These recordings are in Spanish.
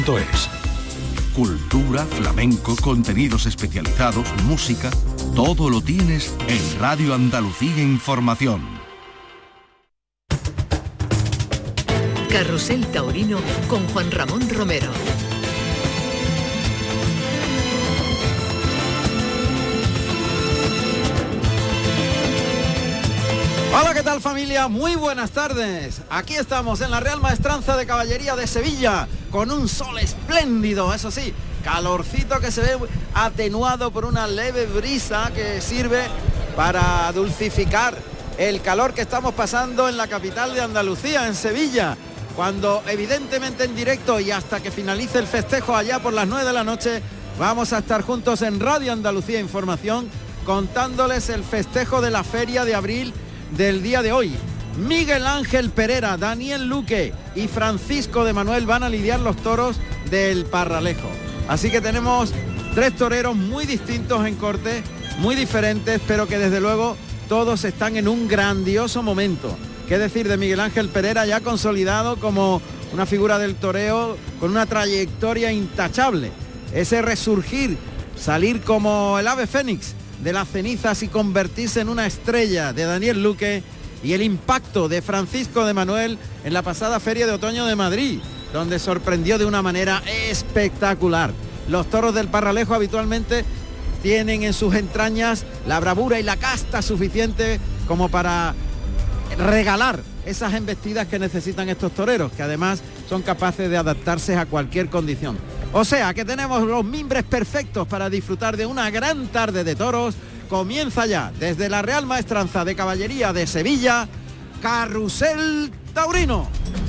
Es cultura, flamenco, contenidos especializados, música, todo lo tienes en Radio Andalucía Información. Carrusel Taurino con Juan Ramón Romero. Hola, ¿qué tal, familia? Muy buenas tardes. Aquí estamos en la Real Maestranza de Caballería de Sevilla, con un sol espléndido, eso sí, calorcito que se ve atenuado por una leve brisa que sirve para dulcificar el calor que estamos pasando en la capital de Andalucía, en Sevilla, cuando evidentemente en directo y hasta que finalice el festejo allá por las 9 de la noche, vamos a estar juntos en Radio Andalucía Información contándoles el festejo de la Feria de Abril del día de hoy. Miguel Ángel Pereira, Daniel Luque y Francisco de Manuel van a lidiar los toros del Parralejo. Así que tenemos tres toreros muy distintos en corte, muy diferentes, pero que desde luego todos están en un grandioso momento. ¿Qué decir de Miguel Ángel Pereira, ya consolidado como una figura del toreo con una trayectoria intachable? Ese resurgir, salir como el ave fénix de las cenizas y convertirse en una estrella de Daniel Luque, y el impacto de Francisco de Manuel en la pasada Feria de Otoño de Madrid, donde sorprendió de una manera espectacular. Los toros del Parralejo habitualmente tienen en sus entrañas la bravura y la casta suficiente como para regalar esas embestidas que necesitan estos toreros, que además son capaces de adaptarse a cualquier condición. O sea que tenemos los mimbres perfectos para disfrutar de una gran tarde de toros. Comienza ya desde la Real Maestranza de Caballería de Sevilla, Carrusel Taurino.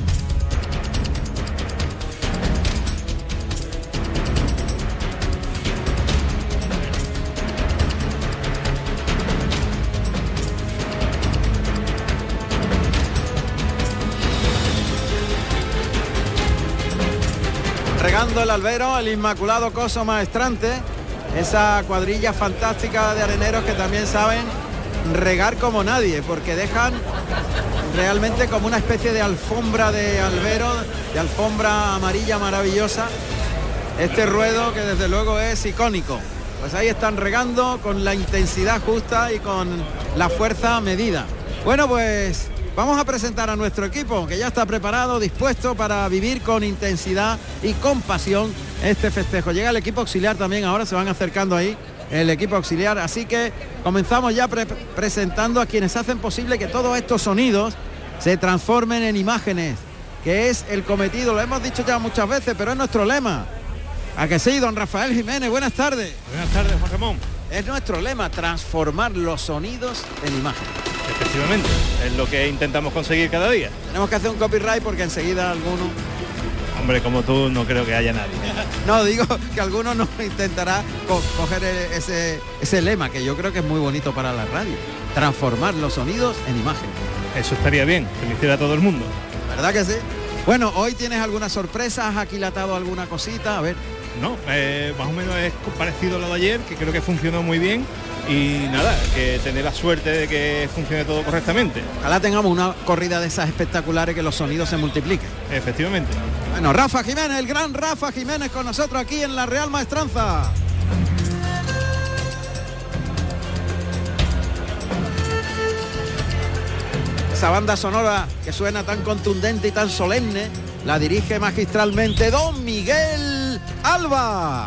Regando el albero, el Inmaculado Coso Maestrante, esa cuadrilla fantástica de areneros que también saben regar como nadie, porque dejan realmente como una especie de alfombra de albero, de alfombra amarilla maravillosa, este ruedo que desde luego es icónico. Pues ahí están regando con la intensidad justa y con la fuerza medida. Bueno, pues vamos a presentar a nuestro equipo, que ya está preparado, dispuesto para vivir con intensidad y con pasión este festejo. Llega el equipo auxiliar también, ahora se van acercando ahí el equipo auxiliar, así que comenzamos ya presentando a quienes hacen posible que todos estos sonidos se transformen en imágenes, que es el cometido, lo hemos dicho ya muchas veces, pero es nuestro lema. ¿A que sí, don Rafael Jiménez? Buenas tardes. Buenas tardes, Juan Ramón. Es nuestro lema, transformar los sonidos en imágenes. Efectivamente, es lo que intentamos conseguir cada día. Tenemos que hacer un copyright porque enseguida alguno... Hombre, como tú no creo que haya nadie. No, digo que alguno nos intentará coger ese lema, que yo creo que es muy bonito para la radio. Transformar los sonidos en imágenes. Eso estaría bien, que lo hiciera todo el mundo. ¿Verdad que sí? Bueno, hoy tienes algunas sorpresas, has aquilatado alguna cosita, a ver. No, más o menos es parecido a lo de ayer, que creo que funcionó muy bien. Y nada, que tener la suerte de que funcione todo correctamente. Ojalá tengamos una corrida de esas espectaculares, que los sonidos se multipliquen. Efectivamente. Bueno, Rafa Jiménez, el gran Rafa Jiménez con nosotros aquí en la Real Maestranza. Esa banda sonora que suena tan contundente y tan solemne la dirige magistralmente don Miguel Alba.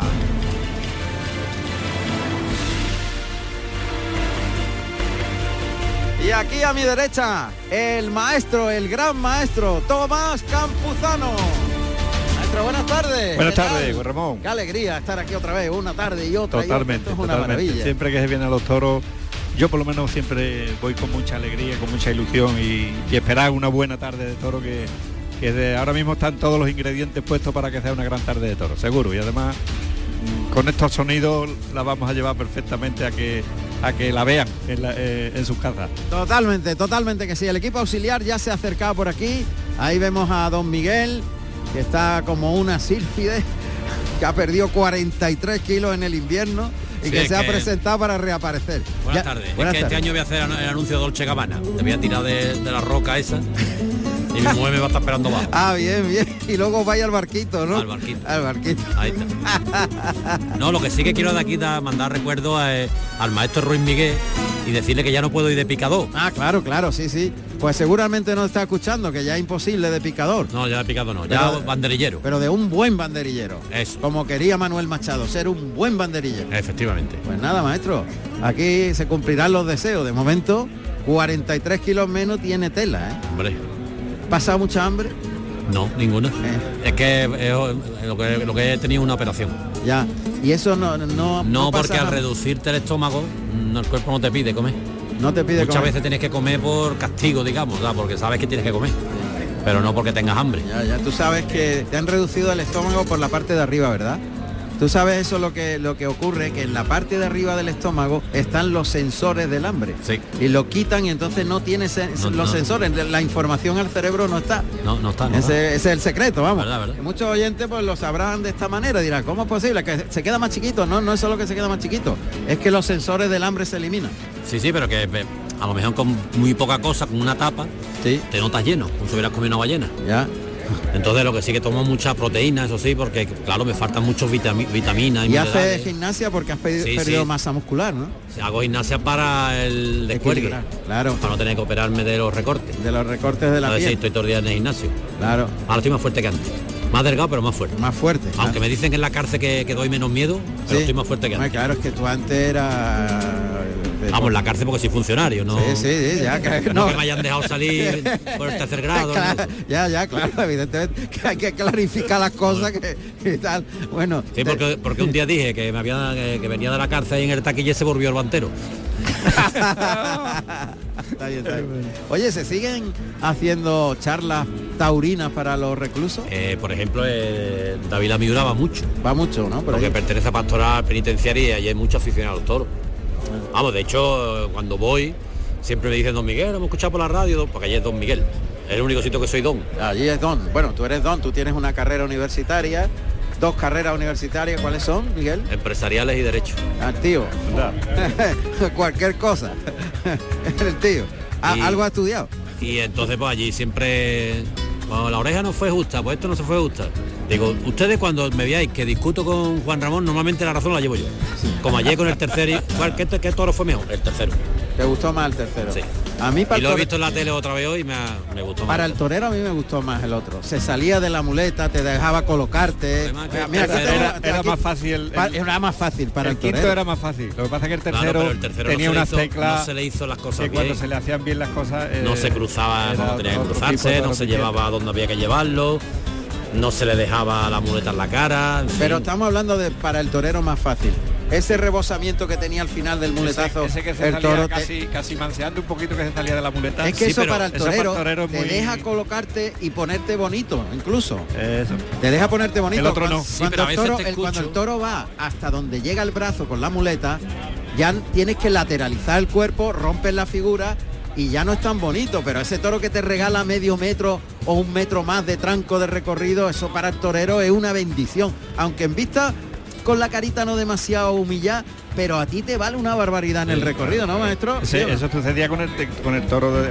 Y aquí a mi derecha, el maestro, el gran maestro, Tomás Campuzano. Maestro, buenas tardes. Buenas tardes, Juan Ramón. Qué alegría estar aquí otra vez, una tarde y otra. Totalmente, y otra. Esto es una maravilla. Siempre que se vienen los toros, yo por lo menos siempre voy con mucha alegría, con mucha ilusión y esperar una buena tarde de toro que ahora mismo están todos los ingredientes puestos para que sea una gran tarde de toro, seguro. Y además, con estos sonidos la vamos a llevar perfectamente a que la vean en sus casas. Totalmente que sí. El equipo auxiliar ya se ha acercado por aquí. Ahí vemos a don Miguel, que está como una sílfide, que ha perdido 43 kilos en el invierno y que se ha presentado para reaparecer. Buenas tardes. Este año voy a hacer el anuncio de Dolce Gabbana. Te voy a tirar de la roca esa Y mi mujer me va a estar esperando abajo. Ah, bien, bien. Y luego vaya al barquito, ¿no? Al barquito. Al barquito. Ahí está. No, lo que sí que quiero de aquí mandar recuerdo al maestro Ruiz Miguel y decirle que ya no puedo ir de picador. Ah, claro, claro, sí, sí. Pues seguramente no está escuchando, que ya es imposible de picador. No, ya de picador no, ya Pero- banderillero. Pero de un buen banderillero. Eso. Como quería Manuel Machado, ser un buen banderillero. Efectivamente. Pues nada, maestro, aquí se cumplirán los deseos. De momento, 43 kilos menos tiene tela, ¿eh? Hombre, ¿Pasa mucha hambre? no, ninguna. Eh. Es que lo que he tenido es una operación. Ya. Y eso no pasa Porque al hambre. reducirte el estómago, el cuerpo no te pide comer. No te pide Muchas comer. veces tienes que comer por castigo, digamos, ¿verdad? Porque sabes que tienes que comer. Pero no porque tengas hambre. Ya, tú sabes que te han reducido el estómago por la parte de arriba, ¿verdad? Tú sabes eso lo que ocurre, que en la parte de arriba del estómago están los sensores del hambre. Sí. Y lo quitan y entonces no tiene No, los no. sensores, la información al cerebro no está. No está. No Ese es el secreto, vamos. Verdad, verdad. Y muchos oyentes pues lo sabrán de esta manera, dirán, ¿cómo es posible? Que se queda más chiquito. No es solo que se queda más chiquito, es que los sensores del hambre se eliminan. Sí, pero que a lo mejor con muy poca cosa, con una tapa, Sí. te notas lleno, como si hubieras comido una ballena. Ya. Entonces lo que sí que tomo mucha proteína, eso sí, porque claro, me faltan muchos vitaminas. Y haces minerales. gimnasia porque has Sí, perdido sí. masa muscular, ¿no? Hago gimnasia para el descuelgue, Equilibrar, claro. para no tener que operarme de los recortes. De los recortes de la A ver si piel. estoy todo el día en el gimnasio. Claro. Ahora estoy más fuerte que antes. Más delgado, pero más fuerte. Más fuerte. Aunque me dicen que en la cárcel que doy menos miedo, pero Sí. estoy más fuerte que Hombre, antes. claro, es que tú antes eras... Vamos, en la cárcel porque soy funcionario, ¿no? Sí, ya, que No que me hayan dejado salir por el tercer grado. Claro, ¿no? ya, claro, evidentemente que hay que clarificar las cosas que tal. Bueno, Sí, porque un día dije que que venía de la cárcel y en el taquille se volvió el bantero. Está bien, está bien. Oye, ¿se siguen haciendo charlas taurinas para los reclusos? Por ejemplo, David la Miura va mucho, Va mucho, ¿no? Por porque ahí. pertenece a Pastoral Penitenciaria y hay muchos aficionados a los toros. Vamos, de hecho, cuando voy, siempre me dicen Don Miguel, hemos escuchado por la radio, porque allí es Don Miguel. Es el único sitio que soy Don. Allí es Don. Bueno, tú eres Don, tú tienes una carrera universitaria, 2 carreras universitarias, ¿cuáles son, Miguel? Empresariales y derechos. Ah, tío. Cualquier cosa. El tío. Y- ¿Algo ha estudiado? Y entonces pues allí siempre, bueno, la oreja no fue justa, pues esto no se fue justa. Digo, ustedes cuando me veáis que discuto con Juan Ramón, normalmente la razón la llevo yo. Como ayer con el tercero, ¿qué toro fue mejor? El tercero. ¿Te gustó más el tercero? Sí. A mí Y lo he visto en la tele otra vez hoy y me gustó más. para el torero a mí me gustó más el otro. Se salía de la muleta, te dejaba colocarte. Además que Mira, el aquí tercero tengo- era aquí- más fácil Era más fácil para el, el quinto torero. era más fácil. Lo que pasa es que el Claro, tercero, pero el tercero tenía no se le unas hizo- teclas no se le hizo las cosas que cuando bien. se le hacían bien las cosas No se cruzaba era como tenía que otro cruzarse, tipo de no se repetición. llevaba donde había que llevarlo, no se le dejaba la muleta en la cara. En Pero fin. estamos hablando de para el torero más fácil. Ese rebosamiento que tenía al final del muletazo, ese que se el salía toro casi manseando un poquito, que se salía de la muleta. es que Sí, eso pero para el eso para el torero, torero es te muy- deja colocarte y ponerte bonito, incluso. Eso. Te deja ponerte bonito. El otro no. Sí, Cuando, pero a el veces toro, te cuando escucho. el toro va hasta donde llega el brazo con la muleta, ya tienes que lateralizar el cuerpo, rompes la figura y ya no es tan bonito, pero ese toro que te regala medio metro o 1 metro más de tranco de recorrido, eso para el torero es una bendición. Aunque en vista con la carita no demasiado humillada, pero a ti te vale una barbaridad en el recorrido, ¿no, maestro? Sí, ¿Sí o no? eso sucedía con el toro de,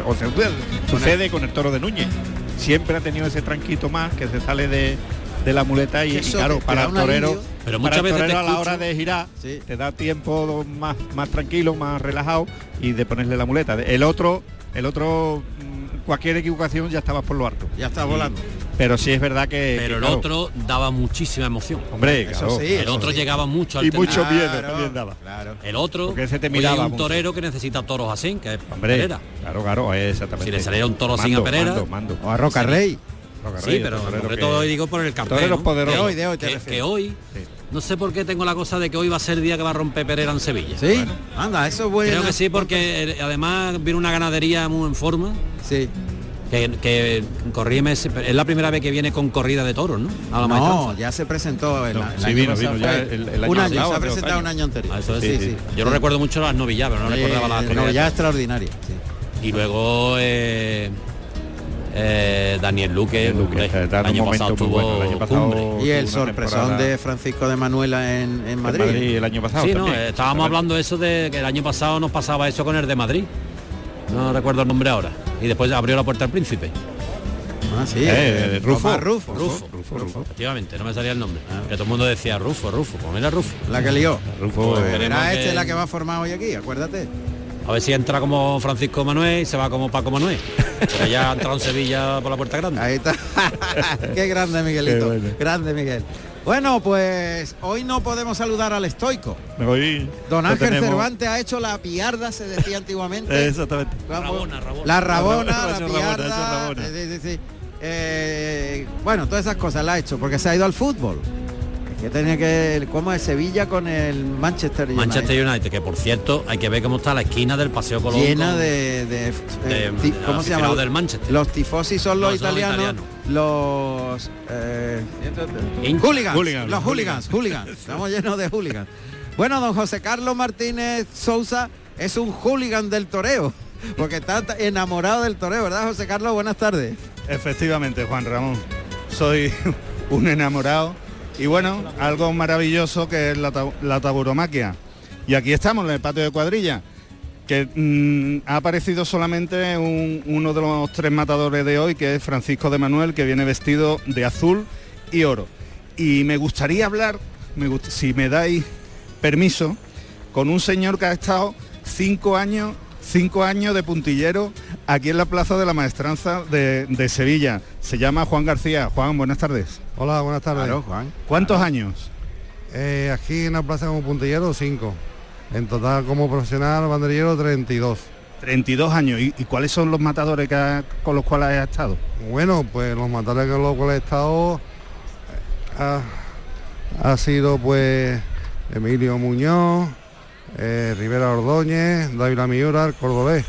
sucede con el toro de Núñez. Siempre ha tenido ese tranquito más que se sale de la muleta y Eso claro, te para da el un torero, alivio. Pero para muchas el veces torero te a la hora escucho- de girar Sí. te da tiempo más tranquilo, más relajado y de ponerle la muleta. El otro cualquier equivocación ya estabas por lo alto. Ya está volando. Pero sí es verdad que Pero el claro, otro daba muchísima emoción. hombre, Eso claro. sí. El otro llegaba mucho al Y mucho terminar. miedo también daba. Claro. El otro, Porque ese te hoy miraba hay un mucho. torero que necesita toros así, que es Hombre, Pereira. claro, exactamente. Si le saliera un toro así a Pereira. Mando. O a Roca Rey. Sí, pero en concreto hoy digo por el cartel. Toreros ¿no? poderosos. De hoy te que refieres. hoy, Sí. no sé por qué tengo la cosa de que hoy va a ser el día que va a romper Pereira en Sevilla. ¿Sí? Anda, eso es bueno. Creo que sí, porque además viene una ganadería muy en forma, Sí. que corríeme, es la primera vez que viene con corrida de toros, ¿no? A la No, maestranza. ya se presentó el, No, el sí, año vino pasado, ya fue el año un año, pasado, se ha hace 2 presentado años. un año anterior. Ah, eso es. sí, sí. sí. Yo no recuerdo mucho las novillas, pero no recordaba las no, corridas. ya extraordinaria. Sí. Y luego Daniel Luque, Luque, hombre, está el en un año momento pasado muy tuvo bueno. El año pasado cumbre. tuvo Y el una sorpresón temporada de Francisco de Manuela en Madrid. el año pasado Sí, no, también. estábamos hablando eso de que el año pasado nos pasaba eso con el de Madrid. No recuerdo el nombre ahora. Y después abrió la puerta al Príncipe. llama así. Rufo. Rufo. Efectivamente, no me salía el nombre. Que todo el mundo decía Rufo, pues mira Rufo. La que lió. Rufo. Pues era la que va a formar hoy aquí, acuérdate. A ver si entra como Francisco Manuel y se va como Paco Manuel. Porque ya ha entrado en Sevilla por la puerta grande. Ahí está. Qué grande, Miguelito. Qué bueno. Grande, Miguel. Bueno, pues hoy no podemos saludar al estoico. Hoy Don Ángel tenemos... Cervantes ha hecho la piarda, se decía antiguamente. Exactamente. Rabona. La rabona, Eso la es piarda. rabona. Sí. Bueno, todas esas cosas la ha hecho porque se ha ido al fútbol. Que tenía que... ¿Cómo es? Sevilla con el Manchester United. Manchester United, que por cierto hay que ver cómo está la esquina del Paseo Colón. Llena ¿cómo se llama? Del Manchester. Los tifosi son los italianos. Los hooligans. Los hooligans. Estamos llenos de hooligans. Bueno, don José Carlos Martínez Sousa es un hooligan del toreo, porque está enamorado del toreo, ¿verdad, José Carlos? Buenas tardes. Efectivamente, Juan Ramón. Soy un enamorado. Y bueno, algo maravilloso que es la tauromaquia. Y aquí estamos en el patio de cuadrilla, que ha aparecido solamente uno de los 3 matadores de hoy, que es Francisco de Manuel, que viene vestido de azul y oro. Y me gustaría hablar, si me dais permiso, con un señor que ha estado 5 años de puntillero aquí en la Plaza de la Maestranza de Sevilla. Se llama Juan García. Juan, buenas tardes. Hola, buenas tardes. Claro, Juan. ¿Cuántos años? Aquí en la plaza como puntillero 5. En total como profesional banderillero 32. 32 años. ¿Y cuáles son los matadores con los cuales has estado? Bueno, pues los matadores con los cuales he estado ha sido pues Emilio Muñoz, Rivera Ordóñez, David Miura, el cordobés.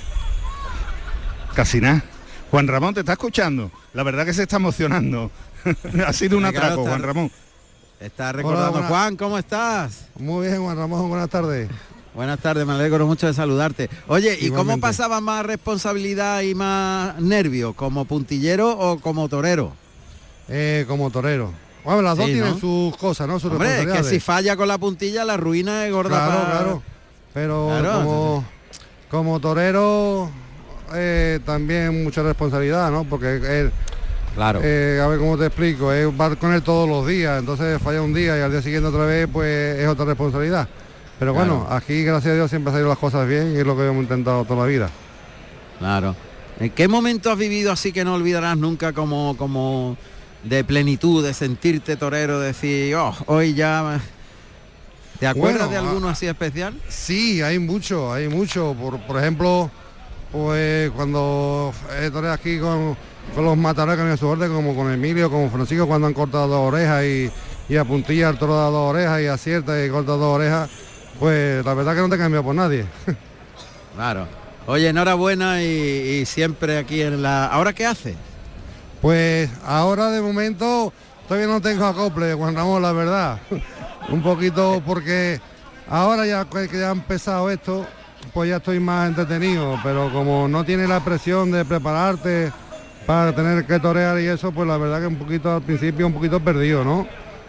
Casi nada. Juan Ramón te está escuchando. La verdad que se está emocionando. Ha sido un atraco, Juan Ramón. Está recordando. Hola, Juan, ¿cómo estás? Muy bien, Juan Ramón, buenas tardes. Buenas tardes, me alegro mucho de saludarte. Oye, ¿y cómo pasaba más responsabilidad y más nervio? ¿Como puntillero o como torero? Como torero. Bueno, las dos tienen sus cosas, ¿no? Sus responsabilidades. Es que si falla con la puntilla, la ruina es gorda. Claro. Pero como torero también mucha responsabilidad, ¿no? Porque claro. A ver cómo te explico, es va con él todos los días, entonces falla un día y al día siguiente otra vez, pues es otra responsabilidad. Pero bueno, aquí gracias a Dios siempre han salido las cosas bien y es lo que hemos intentado toda la vida. Claro. ¿En qué momento has vivido así que no olvidarás nunca como de plenitud, de sentirte torero, de decir, hoy ya... ¿Te acuerdas de alguno así especial? Sí, hay mucho. Por ejemplo, pues cuando he toreado aquí con los matadores que han su orden, como con Emilio, como Francisco, cuando han cortado 2 orejas y a puntilla el toro da 2 orejas y acierta y corta 2 orejas, pues la verdad que no te cambia por nadie. Claro. Oye, enhorabuena y siempre aquí en la... ¿Ahora qué haces? Pues ahora de momento todavía no tengo acople, Juan Ramón, la verdad. Un poquito porque ahora ya que ya ha empezado esto, pues ya estoy más entretenido, pero como no tiene la presión de prepararte para tener que torear y eso, pues la verdad que un poquito al principio un poquito perdido, ¿no?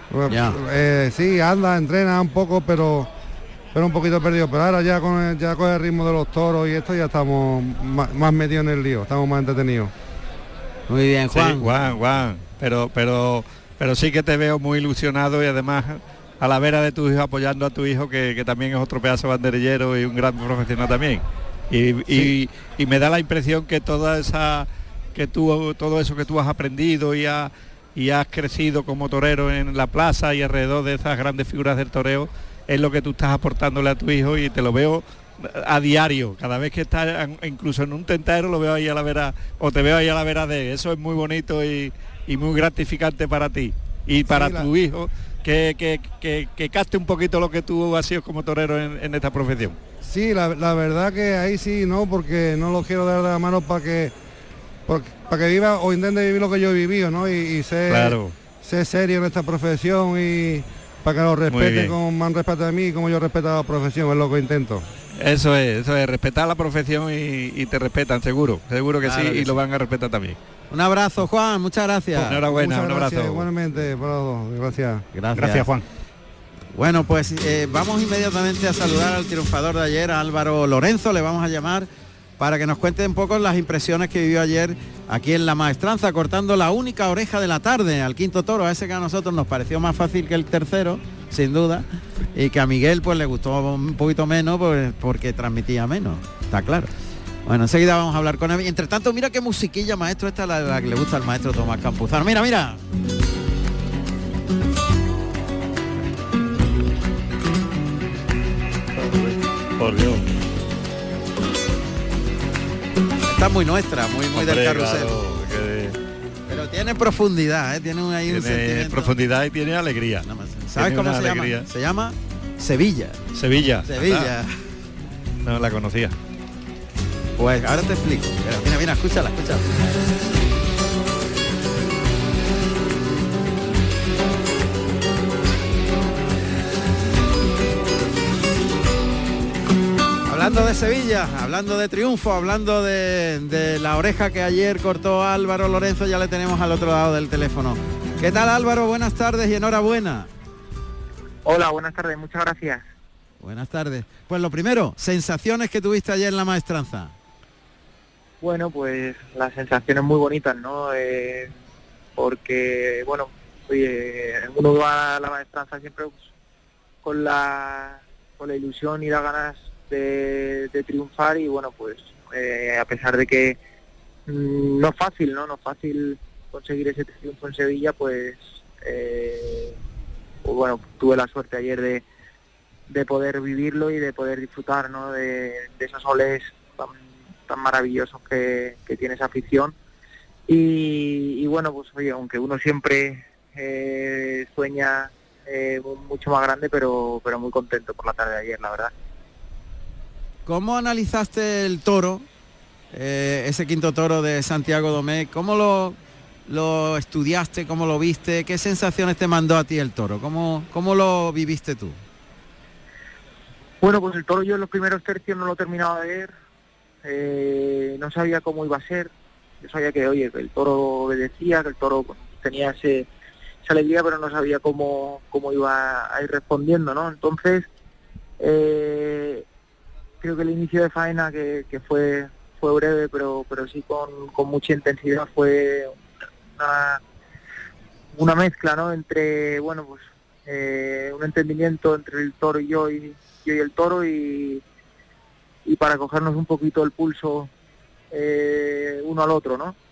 Sí, anda, entrena un poco, pero un poquito perdido. Pero ahora ya con el ritmo de los toros y esto ya estamos más metidos en el lío, estamos más entretenidos. Muy bien, Juan. Sí, Juan, pero sí que te veo muy ilusionado y además a la vera de tu hijo, apoyando a tu hijo que también es otro pedazo banderillero y un gran profesional también. Y me da la impresión que todo eso que tú has aprendido y has crecido como torero en la plaza y alrededor de esas grandes figuras del toreo es lo que tú estás aportándole a tu hijo y te lo veo a diario, cada vez que estás incluso en un tentadero lo veo ahí a la vera o te veo ahí a la vera de eso. Es muy bonito y muy gratificante para ti y para tu hijo que capte un poquito lo que tú has sido como torero en esta profesión. Sí, la verdad que ahí sí, no, porque no lo quiero dar de la mano para que viva o intente vivir lo que yo he vivido, ¿no? Y ser serio en esta profesión y para que lo respeten como me han respetado a mí y como yo respeto a la profesión, es lo que intento. Eso es, respetar la profesión y te respetan, seguro que sí, y lo van a respetar también. Un abrazo, Juan, muchas gracias. Enhorabuena, un abrazo. Igualmente, gracias. Gracias, Juan. Bueno, pues vamos inmediatamente a saludar al triunfador de ayer, a Álvaro Lorenzo, le vamos a llamar para que nos cuente un poco las impresiones que vivió ayer aquí en La Maestranza, cortando la única oreja de la tarde al quinto toro, a ese que a nosotros nos pareció más fácil que el tercero, sin duda, y que a Miguel pues le gustó un poquito menos pues, porque transmitía menos, está claro. Bueno, enseguida vamos a hablar con él. Y entre tanto, mira qué musiquilla, maestro, esta es la que le gusta al maestro Tomás Campuzano. Mira, mira. Por Dios. Está muy nuestra, muy Hombre, del carrusel. Claro, pero tiene profundidad, ¿eh? Tiene ahí un tiene sentimiento. Profundidad y tiene alegría. ¿Sabes cómo se llama? Se llama Sevilla. Sevilla. Sevilla. No la conocía. Pues ahora te explico. Mira, escúchala. Hablando de Sevilla, hablando de triunfo, hablando de la oreja que ayer cortó Álvaro Lorenzo, ya le tenemos al otro lado del teléfono. ¿Qué tal, Álvaro? Buenas tardes y enhorabuena. Hola, buenas tardes, muchas gracias. Buenas tardes. Pues lo primero, sensaciones que tuviste ayer en La Maestranza. Bueno, pues las sensaciones muy bonitas, ¿no? Porque, bueno, uno va a La Maestranza siempre pues, con la ilusión y las ganas de triunfar y, bueno, pues a pesar de que no es fácil, ¿no? No es fácil conseguir ese triunfo en Sevilla, pues bueno, tuve la suerte ayer de poder vivirlo y de poder disfrutar, ¿no? De esos soles tan maravillosos que tiene esa afición y bueno, pues oye, aunque uno siempre sueña mucho más grande, pero muy contento por la tarde de ayer, la verdad. ¿Cómo analizaste el toro, ese quinto toro de Santiago Domecq? ¿Cómo lo estudiaste? ¿Cómo lo viste? ¿Qué sensaciones te mandó a ti el toro? ¿Cómo lo viviste tú? Bueno, pues el toro yo en los primeros tercios no lo terminaba de ver, no sabía cómo iba a ser. Yo sabía que, oye, que el toro obedecía, que el toro tenía esa alegría, pero no sabía cómo iba a ir respondiendo, ¿no? Entonces, creo que el inicio de faena, que fue breve, pero sí con mucha intensidad, fue una mezcla, ¿no? Entre, bueno, pues un entendimiento entre el toro y yo y el toro y para cogernos un poquito el pulso uno al otro, ¿no?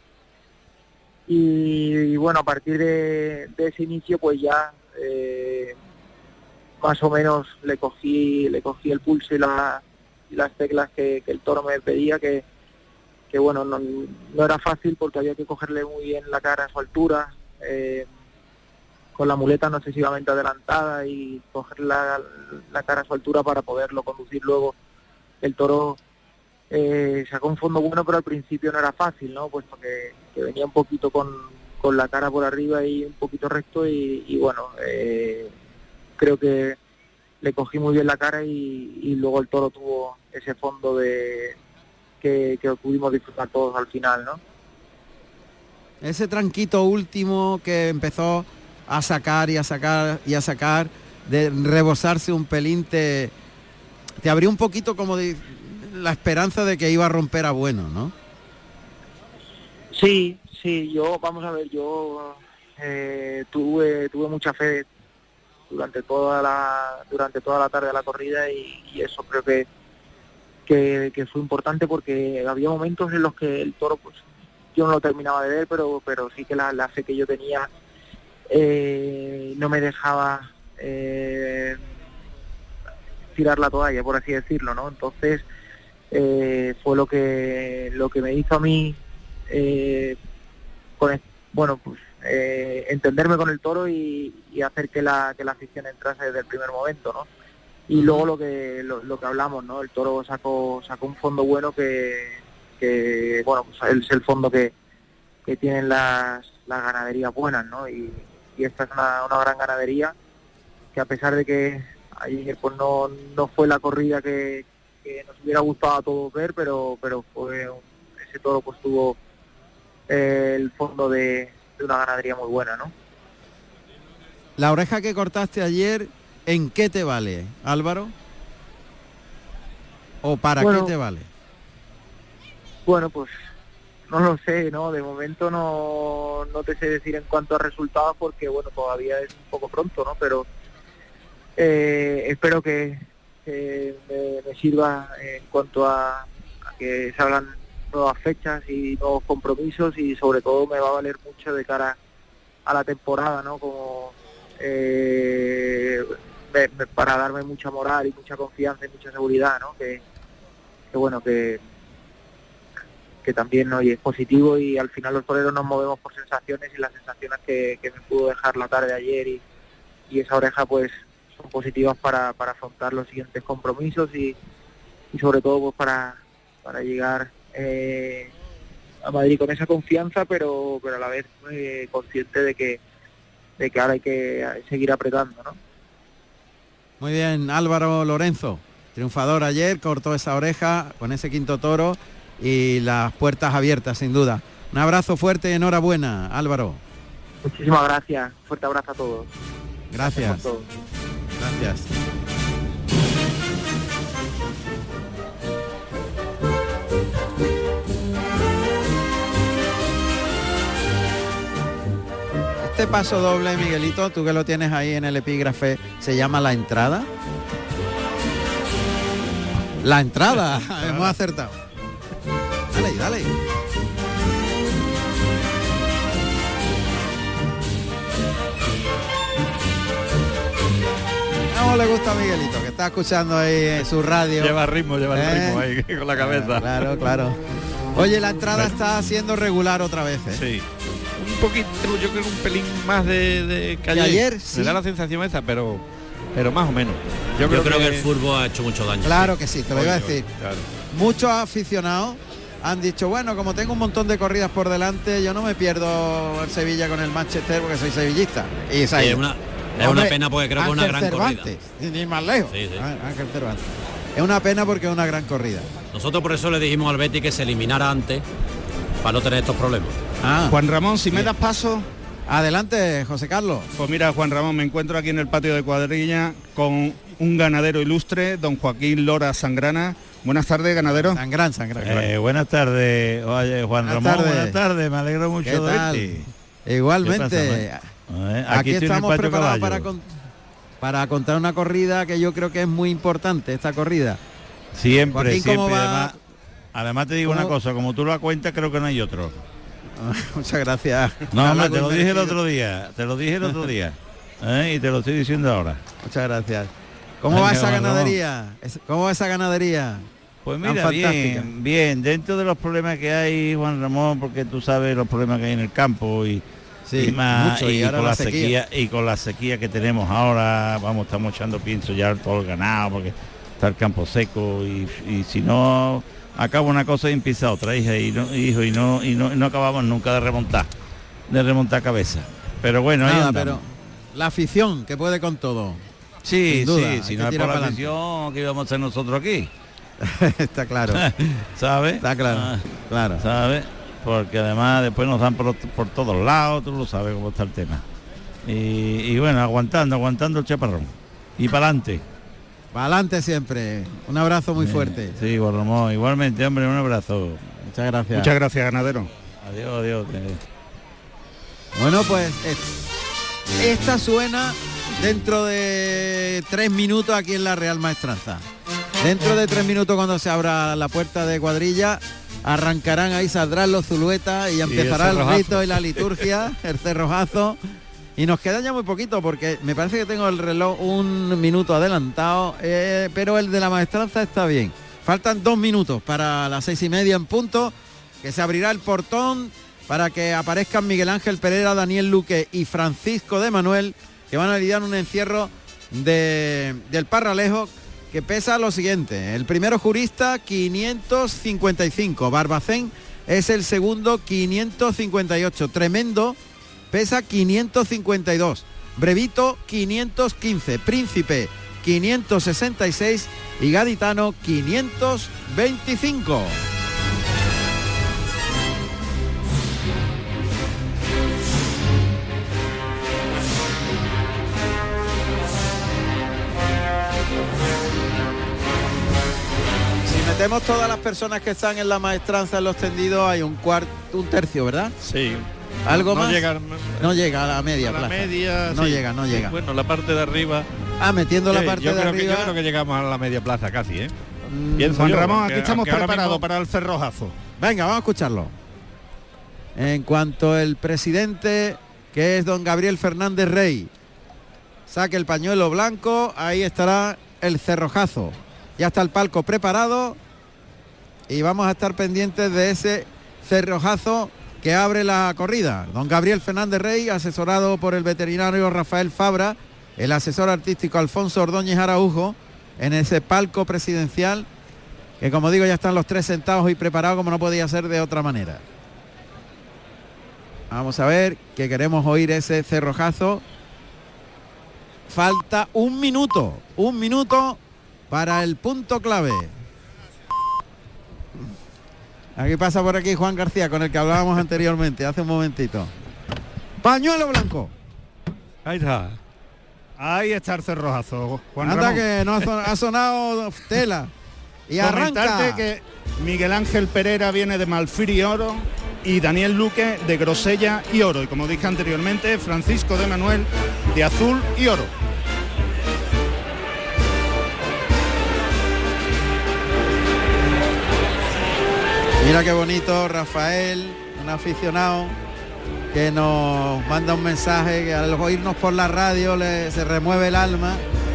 Y bueno, a partir de ese inicio, pues ya más o menos le cogí el pulso y las teclas que el toro me pedía, que bueno, no era fácil porque había que cogerle muy bien la cara a su altura, con la muleta no excesivamente adelantada y coger la cara a su altura para poderlo conducir luego. El toro sacó un fondo bueno, pero al principio no era fácil, ¿no? Puesto que venía un poquito con la cara por arriba y un poquito recto y bueno, creo que le cogí muy bien la cara y luego el toro tuvo ese fondo que pudimos disfrutar todos al final, ¿no? Ese tranquito último que empezó a sacar, de rebosarse un pelín, te abrió un poquito como de la esperanza de que iba a romper a bueno, ¿no? Sí, yo tuve mucha fe durante toda la tarde de la corrida y eso creo que fue importante porque había momentos en los que el toro, pues yo no lo terminaba de ver, pero sí que la fe que yo tenía no me dejaba tirar la toalla, por así decirlo, ¿no? Entonces fue lo que me hizo a mí entenderme con el toro y hacer que la afición entrase desde el primer momento, ¿no? Y luego lo que hablamos, ¿no? El toro sacó un fondo bueno que bueno, pues es el fondo que tienen las ganaderías buenas, ¿no? Y esta es una gran ganadería que, a pesar de que ayer pues no fue la corrida que nos hubiera gustado a todos ver, pero ese toro pues tuvo el fondo de una ganadería muy buena, ¿no? La oreja que cortaste ayer, ¿en qué te vale, Álvaro? ¿O para qué te vale? Bueno, pues no lo sé, ¿no? De momento no te sé decir en cuanto a resultados porque, bueno, todavía es un poco pronto, ¿no? Pero espero que me sirva en cuanto a que se hablan nuevas fechas y nuevos compromisos, y sobre todo me va a valer mucho de cara a la temporada, ¿no? Como para darme mucha moral y mucha confianza y mucha seguridad, ¿no? Que bueno, que también, oye, es positivo, y al final los toreros nos movemos por sensaciones, y las sensaciones que me pudo dejar la tarde de ayer y esa oreja pues son positivas para afrontar los siguientes compromisos y sobre todo pues para llegar a Madrid con esa confianza, pero a la vez consciente de que ahora hay que seguir apretando, ¿no? Muy bien, Álvaro Lorenzo, triunfador ayer, cortó esa oreja con ese quinto toro y las puertas abiertas, sin duda. Un abrazo fuerte y enhorabuena, Álvaro. Muchísimas gracias, fuerte abrazo a todos. Gracias. Gracias. Este paso doble, Miguelito, tú que lo tienes ahí en el epígrafe, ¿se llama la entrada? La entrada, hemos acertado. Dale. ¿Cómo le gusta a Miguelito, que está escuchando ahí su radio? Lleva el ritmo ahí con la cabeza. Claro. Oye, la entrada está siendo regular otra vez, ¿eh? Sí. Un poquito, yo creo que un pelín más de que ayer. Sí. Me da la sensación esa, pero más o menos. Yo creo que el fútbol ha hecho mucho daño. Claro que sí, te lo iba a decir. Claro. Muchos aficionados han dicho, bueno, como tengo un montón de corridas por delante, yo no me pierdo el Sevilla con el Manchester porque soy sevillista. Y es una pena porque creo que es una gran corrida. Ni más lejos. Sí. Ángel Cervantes. Es una pena porque es una gran corrida. Nosotros por eso le dijimos al Betis que se eliminara antes para no tener estos problemas. Juan Ramón, si me das paso. Adelante, José Carlos. Pues mira, Juan Ramón, me encuentro aquí en el patio de Cuadrilla con un ganadero ilustre, don Joaquín Lora Sangrana. Buenas tardes, ganadero. Sangrán. Buenas tardes, oye, Juan Ramón, buenas tardes, me alegro mucho de verte. Igualmente. Aquí estamos preparados para contar una corrida que yo creo que es muy importante, esta corrida. Siempre, Joaquín, además te digo una cosa, como tú la cuentas, creo que no hay otro. Muchas gracias. No, hombre, te lo dije el otro día, y te lo estoy diciendo ahora. Muchas gracias. ¿Cómo va esa ganadería? Pues mira, bien, dentro de los problemas que hay, Juan Ramón, porque tú sabes los problemas que hay en el campo y más, y con la sequía que tenemos ahora, estamos echando pienso ya todo el ganado porque está el campo seco y si no acaba una cosa y empieza otra, y no acabamos nunca de remontar cabeza. Pero bueno, ahí andamos. Pero la afición que puede con todo. Sí, si no es por la afición, ¿qué íbamos a hacer nosotros aquí? Está claro. ¿Sabes? Está claro. Claro. ¿Sabes? Porque además después nos dan por todos lados, tú lo sabes cómo está el tema. Y bueno, aguantando el chaparrón. Y para adelante. Para adelante siempre. Un abrazo muy fuerte. Sí, Ramón, igualmente, hombre, un abrazo. Muchas gracias. Muchas gracias, ganadero. Adiós. Bueno, pues esta suena dentro de 3 minutos aquí en la Real Maestranza. Dentro de 3 minutos, cuando se abra la puerta de Cuadrilla, arrancarán ahí, saldrán los zuluetas y empezará el rito y la liturgia, el cerrojazo. Y nos queda ya muy poquito porque me parece que tengo el reloj 1 minuto adelantado, pero el de la Maestranza está bien. Faltan 2 minutos para las 6:30 en punto, que se abrirá el portón para que aparezcan Miguel Ángel Pereira, Daniel Luque y Francisco de Manuel, que van a lidiar un encierro del Parralejo que pesa lo siguiente. El primero jurista, 555. Barbacén es el segundo, 558. Tremendo pesa 552. Brevito, 515. Príncipe, 566. Y Gaditano, 525. metemos todas las personas que están en la maestranza en los tendidos, hay un tercio, ¿verdad? Sí. ¿Algo más? No llega a la media plaza. Media, no sí. llega. Bueno, la parte de arriba. Metiendo la parte de arriba. Yo creo que llegamos a la media plaza casi, ¿eh? Juan Ramón, aquí estamos preparados para el cerrojazo. Venga, vamos a escucharlo. En cuanto el presidente, que es don Gabriel Fernández Rey, saque el pañuelo blanco, ahí estará el cerrojazo. Ya está el palco preparado y vamos a estar pendientes de ese cerrojazo que abre la corrida. Don Gabriel Fernández Rey, asesorado por el veterinario Rafael Fabra, el asesor artístico Alfonso Ordóñez Araujo, en ese palco presidencial, que como digo ya están los tres sentados y preparados como no podía ser de otra manera. Vamos a ver, que queremos oír ese cerrojazo. Falta un minuto para el punto clave. Aquí pasa por aquí Juan García, con el que hablábamos anteriormente, hace un momentito. Pañuelo blanco. Ahí está el cerrojazo, Juan Anda, Ramón. que no ha sonado tela. Y arranca. Que Miguel Ángel Pereira viene de Malfir y Oro y Daniel Luque de Grosella y Oro. Y como dije anteriormente, Francisco de Manuel de Azul y Oro. Mira qué bonito, Rafael, un aficionado que nos manda un mensaje que al oírnos por la radio se remueve el alma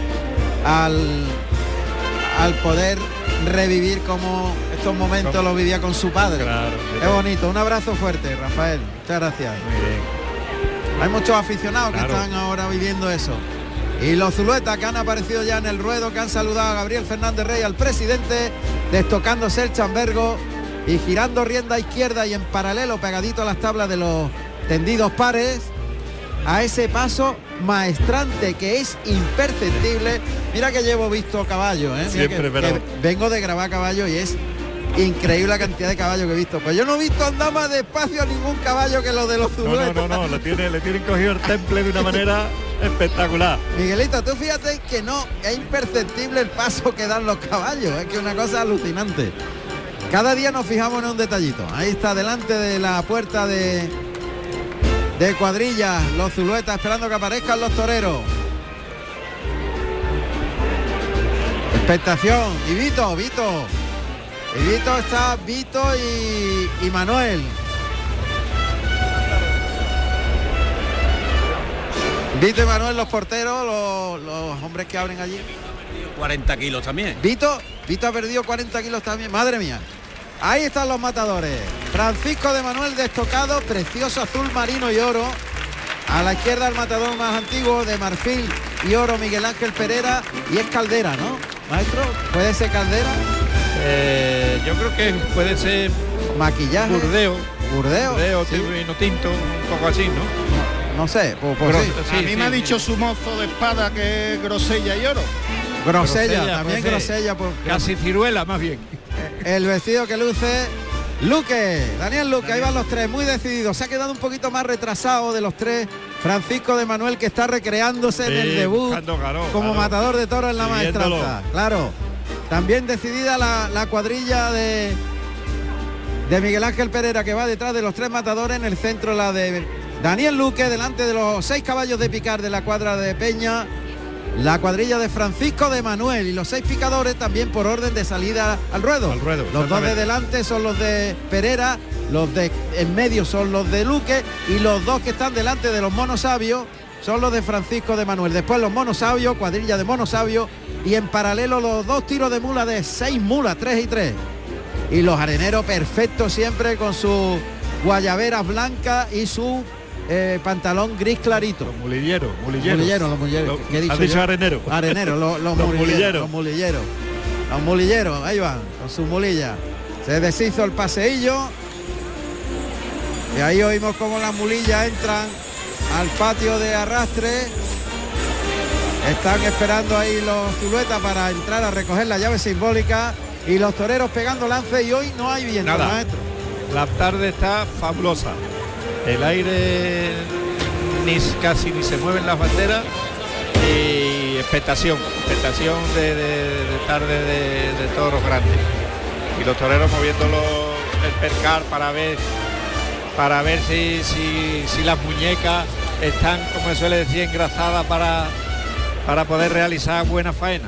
al poder revivir como estos momentos lo vivía con su padre. Claro, qué bonito, un abrazo fuerte, Rafael, muchas gracias. Muy bien. Hay muchos aficionados que están ahora viviendo eso. Y los Zuluetas que han aparecido ya en el ruedo, que han saludado a Gabriel Fernández Rey, al presidente, destocándose el chambergo y girando rienda izquierda y en paralelo pegadito a las tablas de los tendidos pares, a ese paso maestrante que es imperceptible. Mira que llevo visto caballo, ¿eh? Siempre, que vengo de grabar caballo y es increíble la cantidad de caballos que he visto. Pues yo no he visto andar más despacio a ningún caballo que los de los Zuluetas. No, le tienen cogido el temple de una manera espectacular. Miguelito, tú fíjate que no, es imperceptible el paso que dan los caballos, es que una cosa alucinante. Cada día nos fijamos en un detallito. Ahí está delante de la puerta de cuadrilla los Zuluetas, esperando que aparezcan los toreros. Expectación. Y Vito está, Vito y Manuel. Vito y Manuel, los porteros, los hombres que abren allí. 40 kilos también. Vito ha perdido 40 kilos también, madre mía. Ahí están los matadores. Francisco de Manuel destocado, precioso azul marino y oro. A la izquierda el matador más antiguo de marfil y oro, Miguel Ángel Pereira, y es Caldera, ¿no? Maestro, ¿puede ser Caldera? Yo creo que puede ser maquillaje. Burdeo, sí. Vino tinto, un poco así, ¿no? No sé, pues sí. A mí me ha dicho su mozo de espada que es Grosella y Oro. Grosella, también pues Grosella. Pues, casi ciruela, más bien. El vestido que luce Luque, Daniel Luque, ahí van los tres, muy decididos. Se ha quedado un poquito más retrasado de los tres Francisco de Manuel, que está recreándose en el debut como matador de toros en la maestranza. Claro, también decidida la cuadrilla de Miguel Ángel Pereira, que va detrás de los tres matadores. En el centro la de Daniel Luque, delante de los 6 caballos de picar de la cuadra de Peña, la cuadrilla de Francisco de Manuel, y los 6 picadores también por orden de salida al ruedo. Los 2 de delante son los de Pereira, los de en medio son los de Luque, y los 2 que están delante de los monos sabios son los de Francisco de Manuel. Después los monos sabios, cuadrilla de monos sabios, y en paralelo los 2 tiros de mula de 6 mulas, 3 y 3. Y los areneros perfectos siempre con sus guayaberas blancas y su pantalón gris clarito. Los mulilleros. ¿Qué he dicho? ¿Has dicho arenero? Arenero, los mulilleros, ahí van, con sus mulillas. Se deshizo el paseillo. Y ahí oímos cómo las mulillas entran al patio de arrastre. Están esperando ahí los Zuluetas para entrar a recoger la llave simbólica. Y los toreros pegando lance, y hoy no hay viento, maestro. La tarde está fabulosa. El aire casi ni se mueven las banderas, y expectación de tarde de toros grandes. y los toreros moviendo el percal para ver si las muñecas están, como se suele decir, engrasadas para poder realizar buenas faenas.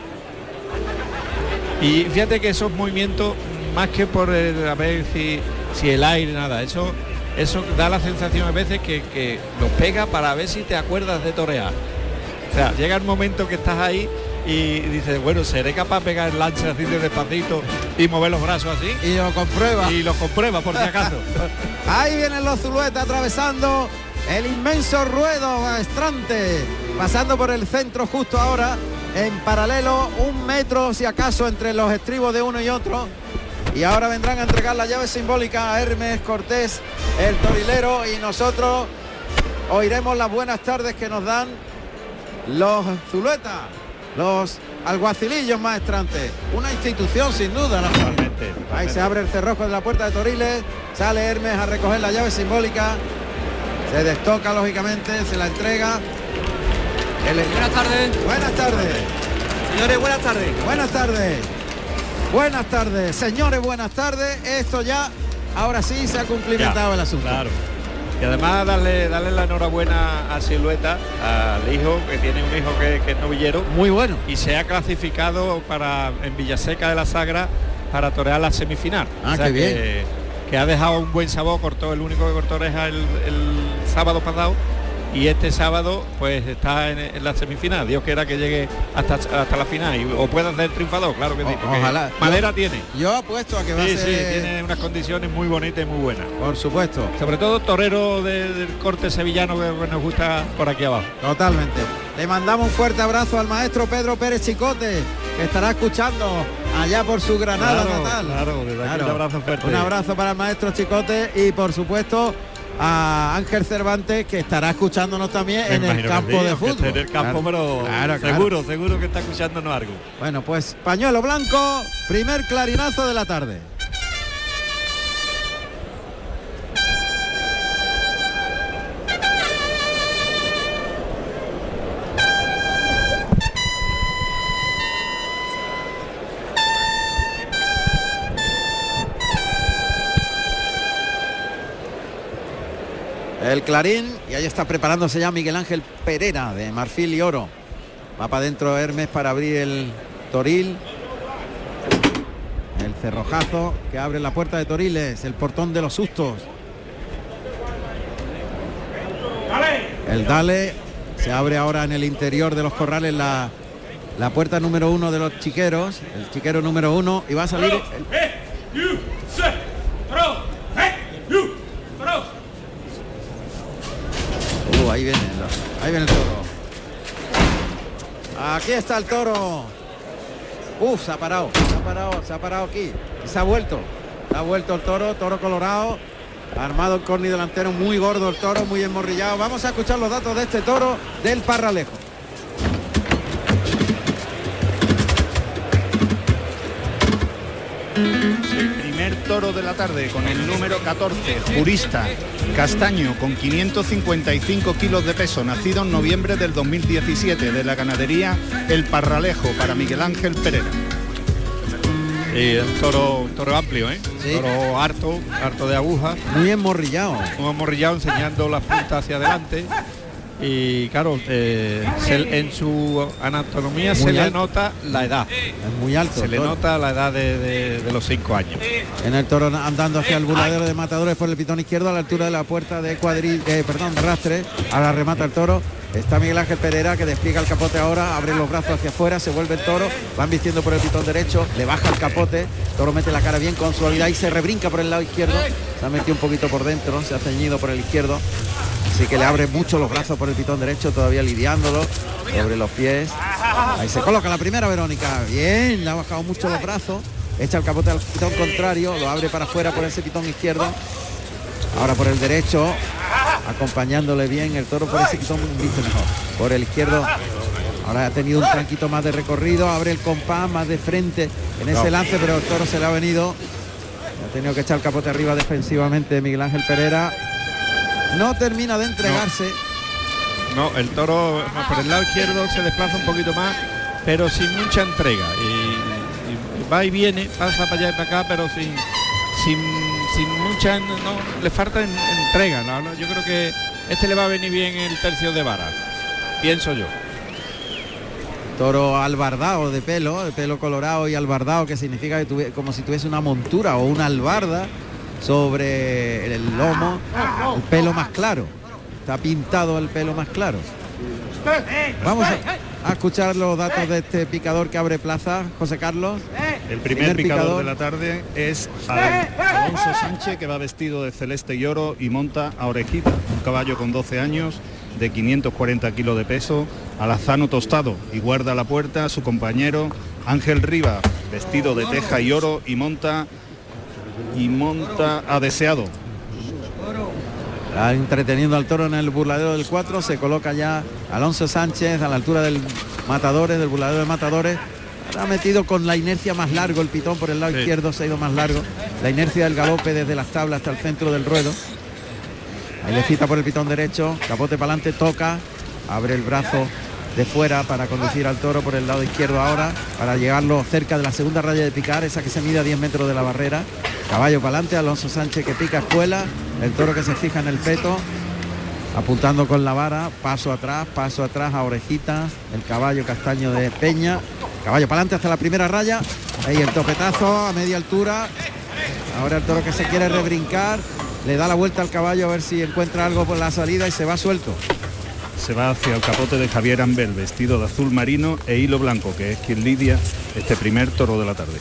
Y fíjate que esos movimientos, más que por a ver si el aire, nada, eso da la sensación a veces que los pega para ver si te acuerdas de torear. O sea, llega el momento que estás ahí y dices, bueno, ¿seré capaz de pegar el lanche así de despacito y mover los brazos así? Y lo comprueba. Y lo comprueba, por si acaso. Ahí vienen los Zulueta atravesando el inmenso ruedo maestrante, pasando por el centro justo ahora, en paralelo, 1 metro si acaso entre los estribos de uno y otro. Y ahora vendrán a entregar la llave simbólica a Hermes Cortés, el torilero, y nosotros oiremos las buenas tardes que nos dan los Zulueta, los alguacilillos maestrantes. Una institución sin duda, ¿no? Totalmente. Ahí se abre el cerrojo de la puerta de Toriles, sale Hermes a recoger la llave simbólica, se destoca lógicamente, se la entrega. Buenas tardes. Buenas tardes. Señores, buenas tardes. Buenas tardes. Buenas tardes, señores, buenas tardes. Esto ya, ahora sí se ha cumplimentado el asunto. Claro. Y además darle la enhorabuena a Silueta, al hijo, que tiene un hijo que es novillero. Muy bueno. Y se ha clasificado en Villaseca de la Sagra para torear la semifinal. O sea, qué bien. Que ha dejado un buen sabor, el único que cortó oreja el sábado pasado. Y este sábado pues está en la semifinal. Dios quiera que llegue hasta la final o pueda ser triunfador, claro que sí. Ojalá. Madera tiene. Yo apuesto a que va a ser... Sí, tiene unas condiciones muy bonitas y muy buenas. Por supuesto. Sobre todo torero del corte sevillano que nos gusta por aquí abajo. Totalmente. Le mandamos un fuerte abrazo al maestro Pedro Pérez Chicote, que estará escuchando allá por su Granada natal. Claro, un abrazo fuerte. Un abrazo para el maestro Chicote y por supuesto a Ángel Cervantes, que estará escuchándonos también en el campo de fútbol. En el campo, pero seguro que está escuchándonos algo. Bueno, pues pañuelo blanco, primer clarinazo de la tarde. El clarín, y ahí está preparándose ya Miguel Ángel Pereira de marfil y oro. Va para adentro Hermes para abrir el toril. El cerrojazo que abre la puerta de Toriles, el portón de los sustos. El dale se abre ahora en el interior de los corrales la puerta número 1 de los chiqueros, el chiquero número 1, y va a salir ahí viene el toro. Aquí está el toro. Se ha parado aquí. Y se ha vuelto el toro colorado, armado el corni delantero, muy gordo el toro, muy enmorrillado. Vamos a escuchar los datos de este toro del Parralejo. Primer toro de la tarde con el número 14, Jurista, castaño, con 555 kilos de peso, nacido en noviembre del 2017, de la ganadería El Parralejo, para Miguel Ángel Pereira. Y un toro amplio, ¿eh? Sí. Toro harto de aguja. Muy enmorrillado. Muy enmorrillado, enseñando las puntas hacia adelante. Y claro, en su anatomía se le nota la edad. Es muy alto. Se le nota la edad de los 5 años. En el toro andando hacia el buladero de matadores por el pitón izquierdo, a la altura de la puerta de rastre. Ahora remata el toro. Está Miguel Ángel Pereira, que despliega el capote ahora, abre los brazos hacia afuera, se vuelve el toro, van vistiendo por el pitón derecho, le baja el capote, el toro mete la cara bien con suavidad y se rebrinca por el lado izquierdo, se ha metido un poquito por dentro, se ha ceñido por el izquierdo, así que le abre mucho los brazos por el pitón derecho, todavía lidiándolo, sobre los pies. Ahí se coloca la primera, Verónica, bien, le ha bajado mucho los brazos, echa el capote al pitón contrario, lo abre para afuera por ese pitón izquierdo. Ahora por el derecho, acompañándole bien el toro por ese pitón un visto mejor. Por el izquierdo, ahora ha tenido un tranquito más de recorrido, abre el compás más de frente en ese lance, pero el toro se le ha venido. Ha tenido que echar el capote arriba defensivamente Miguel Ángel Pereira. No termina de entregarse. No, el toro por el lado izquierdo se desplaza un poquito más, pero sin mucha entrega. Y va y viene, pasa para allá y para acá, pero sin mucha, no, le falta entrega. ¿No? Yo creo que le va a venir bien el tercio de vara, pienso yo. Toro albardao de pelo colorado y albardao, que significa que como si tuviese una montura o una albarda sobre el lomo, el pelo más claro. Está pintado el pelo más claro. Vamos a escuchar los datos de este picador que abre plaza, José Carlos. El primer picador de la tarde es Alonso Sánchez, que va vestido de celeste y oro y monta a Orejita, un caballo con 12 años, de 540 kilos de peso, alazano tostado, y guarda la puerta a su compañero Ángel Rivas, vestido de teja y oro, y monta a Deseado. Está entreteniendo al toro en el burladero del 4, se coloca ya Alonso Sánchez a la altura del Matadores, del burladero de Matadores. Ha metido con la inercia más largo el pitón por el lado izquierdo, se ha ido más largo. La inercia del galope desde las tablas hasta el centro del ruedo. Ahí le cita por el pitón derecho, capote para adelante, toca, abre el brazo de fuera para conducir al toro por el lado izquierdo ahora, para llegarlo cerca de la segunda raya de picar, esa que se mide a 10 metros de la barrera. Caballo para adelante, Alonso Sánchez que pica espuela, el toro que se fija en el peto, apuntando con la vara, paso atrás a Orejitas, el caballo castaño de Peña, caballo para adelante hasta la primera raya, ahí el topetazo a media altura, ahora el toro que se quiere rebrincar, le da la vuelta al caballo a ver si encuentra algo por la salida y se va suelto. Se va hacia el capote de Javier Ambel, vestido de azul marino e hilo blanco, que es quien lidia este primer toro de la tarde.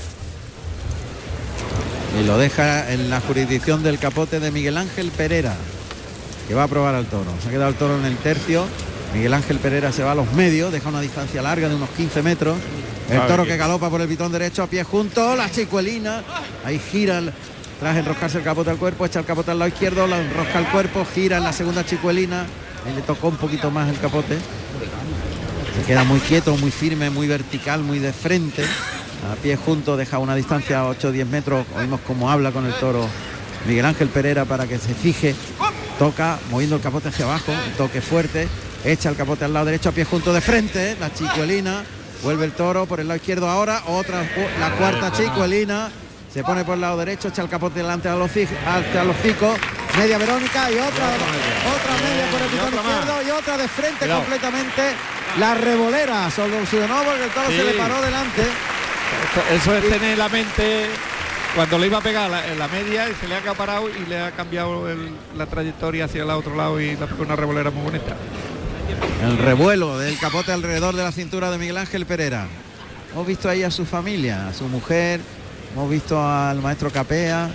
Y lo deja en la jurisdicción del capote de Miguel Ángel Pereira, que va a probar al toro. Se ha quedado el toro en el tercio. Miguel Ángel Pereira se va a los medios, deja una distancia larga de unos 15 metros. El toro que galopa por el pitón derecho a pie junto, la chicuelina, ahí gira tras enroscarse el capote al cuerpo, echa el capote al lado izquierdo, la enrosca el cuerpo, gira en la segunda chicuelina, ahí le tocó un poquito más el capote. Se queda muy quieto, muy firme, muy vertical, muy de frente. A pie junto, deja una distancia a 8 o 10 metros. Oímos cómo habla con el toro Miguel Ángel Pereira para que se fije. Toca, moviendo el capote hacia abajo, un toque fuerte. Echa el capote al lado derecho a pie junto de frente. La chicuelina. Vuelve el toro por el lado izquierdo ahora. La cuarta chicuelina. Se pone por el lado derecho, echa el capote delante a los hocicos. Media Verónica y otra media por el pitón izquierdo y otra de frente completamente. La revolera solucionó porque el toro se le paró delante. Eso es tener la mente cuando le iba a pegar en la media y se le ha acaparado y le ha cambiado la trayectoria hacia el otro lado y una revolera muy bonita. El revuelo del capote alrededor de la cintura de Miguel Ángel Pereira. Hemos visto ahí a su familia, a su mujer, hemos visto al maestro Capea,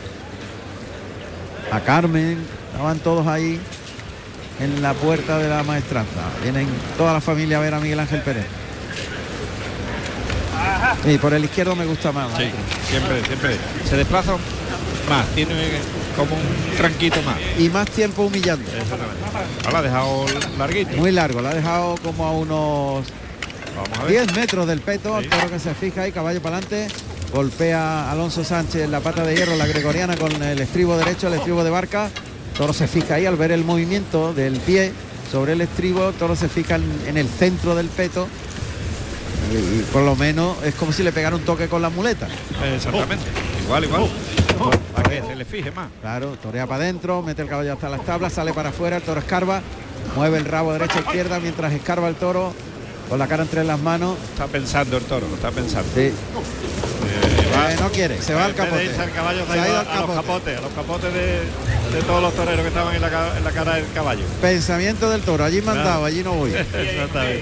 a Carmen, estaban todos ahí en la puerta de la maestranza. Vienen toda la familia a ver a Miguel Ángel Pereira. Y por el izquierdo me gusta más. Sí, siempre se desplaza más, tiene como un tranquito más y más tiempo humillando. Lo ha dejado larguito, muy largo, lo ha dejado como a unos 10 metros del peto. El toro que se fija ahí, caballo para adelante, golpea a Alonso Sánchez en la pata de hierro, la gregoriana, con el estribo derecho, el estribo de barca. El toro se fija ahí al ver el movimiento del pie sobre el estribo. El toro se fija en el centro del peto y por lo menos es como si le pegara un toque con la muleta. Exactamente, igual. Para que se le fije más. Claro, torea para adentro, mete el caballo hasta las tablas, sale para afuera, el toro escarba, mueve el rabo derecha a izquierda mientras escarba el toro con la cara entre las manos. Está pensando el toro, está pensando. Sí. No quiere, se va al capote. El caballo se ha ido a los capotes de todos los toreros que estaban en la cara del caballo. Pensamiento del toro, allí mandado, allí no voy. Exactamente.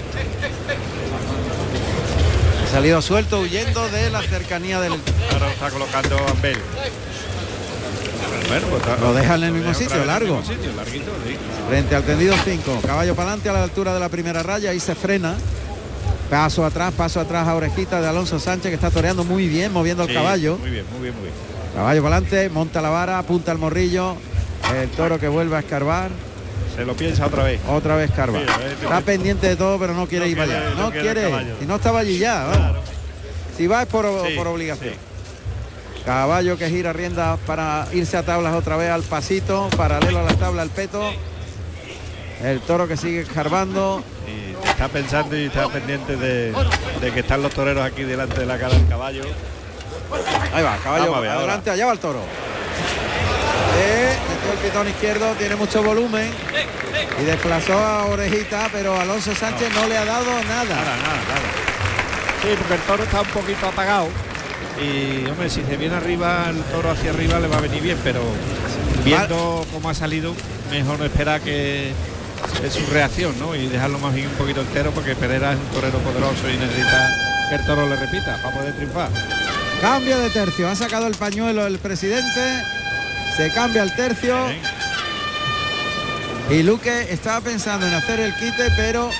Ha salido suelto, huyendo de la cercanía del... Ahora está colocando Ambel. Bueno, pues lo deja en el mismo sitio, largo. Larguito, sí. Frente al tendido 5. Caballo para adelante a la altura de la primera raya y se frena. Paso atrás a Orejita de Alonso Sánchez, que está toreando muy bien, moviendo el caballo. Muy bien. Caballo para adelante, monta la vara, apunta el morrillo. El toro que vuelve a escarbar. Se lo piensa otra vez. Otra vez escarba. Está pendiente de todo, pero no quiere ir para allá. No quiere. Si no estaba allí ya. Claro. Si va es por obligación. Sí. Caballo que gira rienda para irse a tablas otra vez al pasito, paralelo a la tabla al peto. El toro que sigue escarbando. está pensando y está pendiente de que están los toreros aquí delante de la cara del caballo. Ahí va, caballo adelante, allá va el toro. Metió el pitón izquierdo, tiene mucho volumen y desplazó a Orejita, pero Alonso Sánchez no le ha dado nada. Nada. Sí, porque el toro está un poquito apagado y, hombre, si se viene arriba, el toro hacia arriba le va a venir bien, pero viendo cómo ha salido, mejor no esperar que es su reacción, ¿no? Y dejarlo más bien un poquito entero, porque Pereira es un torero poderoso y necesita que el toro le repita para poder triunfar. Cambio de tercio, ha sacado el pañuelo el presidente, se cambia el tercio. Y Luque estaba pensando en hacer el quite, pero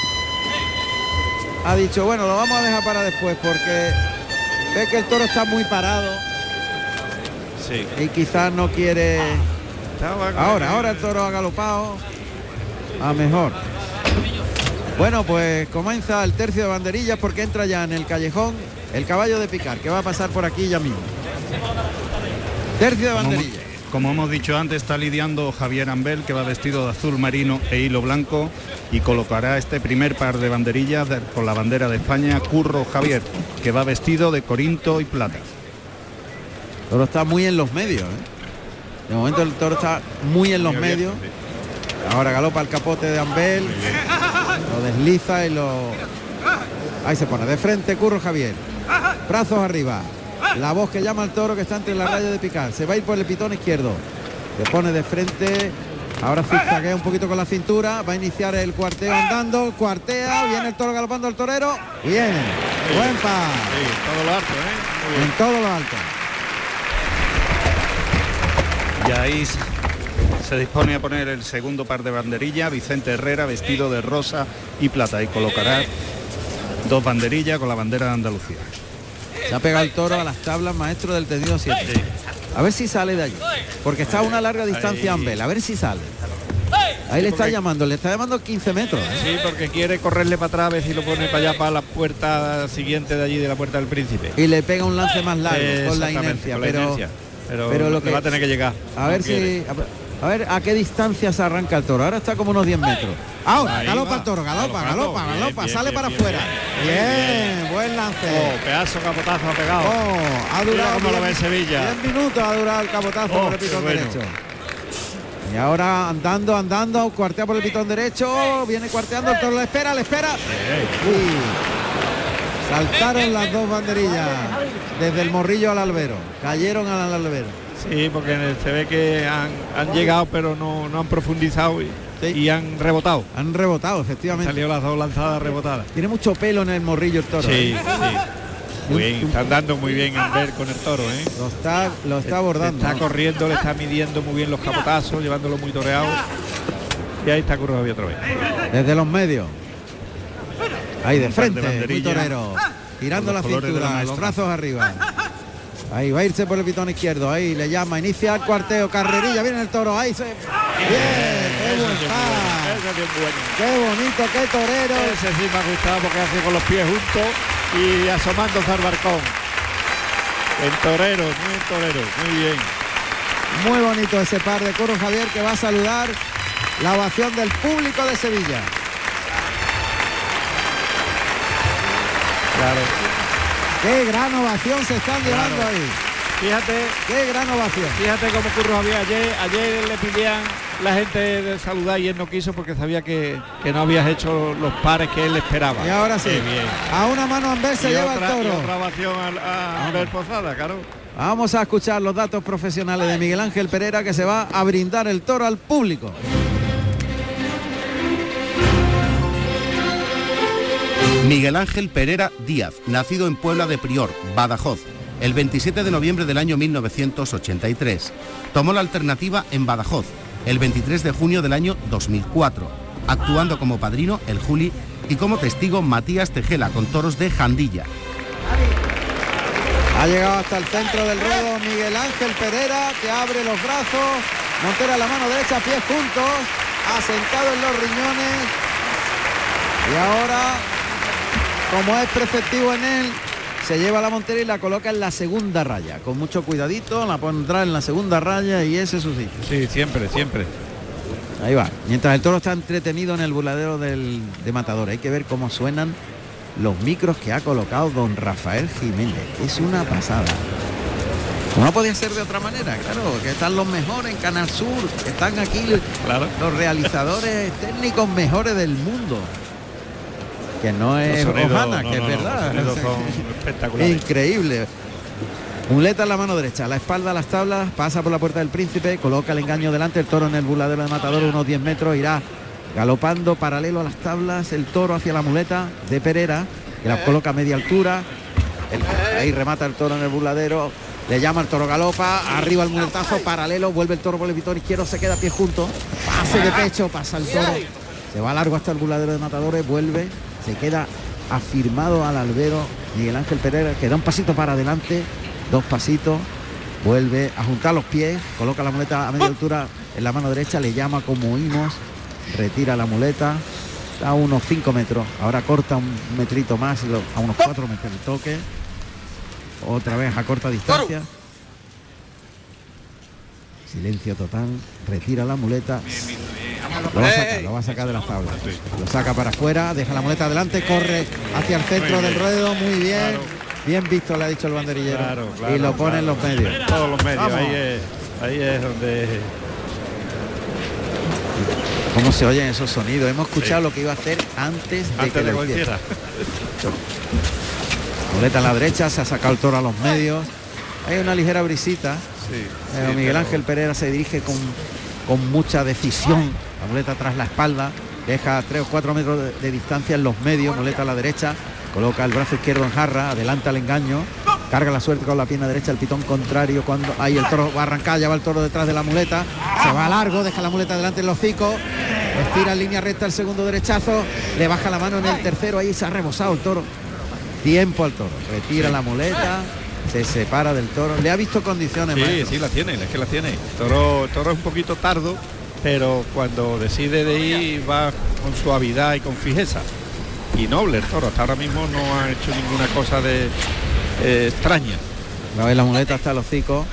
ha dicho, bueno, lo vamos a dejar para después, porque ve que el toro está muy parado. Sí. Y quizás no quiere. Ahora el toro ha galopado a mejor. Bueno, pues comienza el tercio de banderillas, porque entra ya en el callejón el caballo de Picar, que va a pasar por aquí ya mismo. Tercio de banderillas. Como hemos dicho antes, está lidiando Javier Ambel, que va vestido de azul marino e hilo blanco, y colocará este primer par de banderillas con la bandera de España, Curro Javier, que va vestido de corinto y plata. El toro está muy en los medios, ¿eh? De momento el toro está muy en los medios. Ahora galopa el capote de Ambel, lo desliza y lo... Ahí se pone de frente Curro Javier, brazos arriba. La voz que llama al toro, que está entre la raya de Picar. Se va a ir por el pitón izquierdo. Se pone de frente. Ahora zigzaguea un poquito con la cintura. Va a iniciar el cuarteo andando. Cuartea. Viene el toro galopando al torero. Bien. Buen par. Sí, todo lo alto, ¿eh? En todo lo alto. Y ahí se dispone a poner el segundo par de banderillas. Vicente Herrera, vestido de rosa y plata. Y colocará dos banderillas con la bandera de Andalucía. Se ha pegado el toro a las tablas, maestro del tendido 7. Sí. A ver si sale de allí, porque está a una larga distancia Ambel. A ver si sale. Ahí le está llamando, 15 metros. Sí, porque quiere correrle para atrás, a ver si lo pone para allá, para la puerta siguiente de allí, de la Puerta del Príncipe. Y le pega un lance más largo con la inercia, pero lo que va a tener que llegar. A ver si... A ver a qué distancia se arranca el toro. Ahora está como unos 10 metros. Ahora, galopa el toro, galopa, bien, sale bien, para afuera. Bien, buen lance. Pedazo capotazo ha pegado. Ha durado como lo ve en Sevilla. 10 minutos ha durado el capotazo por el pitón derecho. Y ahora andando, cuartea por el pitón derecho. Viene cuarteando, el toro le espera. Saltaron las dos banderillas desde el morrillo al albero. Cayeron al albero. Sí, porque se ve que han llegado, pero no han profundizado y han rebotado. Han rebotado, efectivamente. Salió las dos lanzadas rebotadas. Tiene mucho pelo en el morrillo el toro. Sí. Muy bien, está andando muy bien Ambel con el toro, ¿eh? Lo está abordando. Está corriendo, le está midiendo muy bien los capotazos, llevándolo muy toreado. Y ahí está Curro Javier otra vez. Desde los medios. Ahí de frente, muy torero. Tirando la cintura, los brazos arriba. Ahí va a irse por el pitón izquierdo, ahí le llama, inicia el cuarteo, carrerilla, viene el toro, ahí se... Bien, qué buen par. Qué bonito, qué torero. Ese sí me ha gustado porque hace con los pies juntos y asomándose al barcón. El torero, muy bien. Muy bonito ese par de Curro Javier, que va a saludar la ovación del público de Sevilla. Claro. Qué gran ovación se están llevando ahí. Fíjate, qué gran ovación. Fíjate cómo Curro Javier ayer le pedían la gente de saludar y él no quiso porque sabía que no habías hecho los pares que él esperaba. Y ahora sí. Bien. A una mano Ambel se lleva el toro. Y otra ovación a Ambel Posada, claro. Vamos a escuchar los datos profesionales de Miguel Ángel Pereira, que se va a brindar el toro al público. Miguel Ángel Pereira Díaz, nacido en Puebla de Prior, Badajoz, el 27 de noviembre del año 1983. Tomó la alternativa en Badajoz, el 23 de junio del año 2004, actuando como padrino el Juli y como testigo Matías Tejela con toros de Jandilla. Ha llegado hasta el centro del ruedo Miguel Ángel Pereira, que abre los brazos, montera la mano derecha, pies juntos, asentado en los riñones, y ahora, como es preceptivo en él, se lleva la montera y la coloca en la segunda raya. Con mucho cuidadito, la pondrá en la segunda raya y ese es su sitio. Sí, siempre. Ahí va. Mientras el toro está entretenido en el burladero de Matador, hay que ver cómo suenan los micros que ha colocado don Rafael Jiménez. Es una pasada. Como no podía ser de otra manera, claro, que están los mejores en Canal Sur, están aquí los realizadores técnicos mejores del mundo. Que no es Ojana, que es verdad. Los son espectaculares. Increíble. Muleta en la mano derecha, la espalda a las tablas, pasa por la Puerta del Príncipe, coloca el engaño delante, el toro en el burladero de Matador, unos 10 metros, irá galopando paralelo a las tablas, el toro hacia la muleta de Perera, que la coloca a media altura, ahí remata el toro en el burladero, le llama el toro, galopa, arriba el muletazo, paralelo, vuelve el toro por el pitón izquierdo, se queda a pie junto, pase de pecho, pasa el toro, se va largo hasta el burladero de Matadores, vuelve, se queda afirmado al albero Miguel Ángel Perera, que da un pasito para adelante, 2 pasitos, vuelve a juntar los pies, coloca la muleta a media altura en la mano derecha, le llama como oímos, retira la muleta a unos 5 metros, ahora corta un metrito más, a unos 4 metros el toque, otra vez a corta distancia, silencio total, retira la muleta, lo va a sacar de las tablas, lo saca para afuera, deja la muleta adelante, corre hacia el centro del ruedo, muy bien. Bien visto, le ha dicho el banderillero. Y lo pone en los medios. Todos los medios. Ahí es donde... ¿Cómo se oyen esos sonidos? Hemos escuchado lo que iba a hacer antes de que lo hiciera. Muleta a la derecha, se ha sacado el toro a los medios. Hay una ligera brisita. Miguel Ángel Perera se dirige con mucha decisión. La muleta tras la espalda. Deja 3 o 4 metros de distancia en los medios. Muleta a la derecha. Coloca el brazo izquierdo en jarra, adelanta el engaño, carga la suerte con la pierna derecha, el pitón contrario, cuando ahí el toro va a arrancar, ya va el toro detrás de la muleta, se va largo, deja la muleta delante en los hocicos, estira en línea recta el segundo derechazo, le baja la mano en el tercero, ahí se ha rebosado el toro. Tiempo al toro, retira la muleta, se separa del toro, le ha visto condiciones. Sí, la tiene, es que la tiene. Toro es un poquito tardo, pero cuando decide de ir va con suavidad y con fijeza. Y noble el toro, hasta ahora mismo no ha hecho ninguna cosa de extraña. Va a ver la muleta hasta el hocico.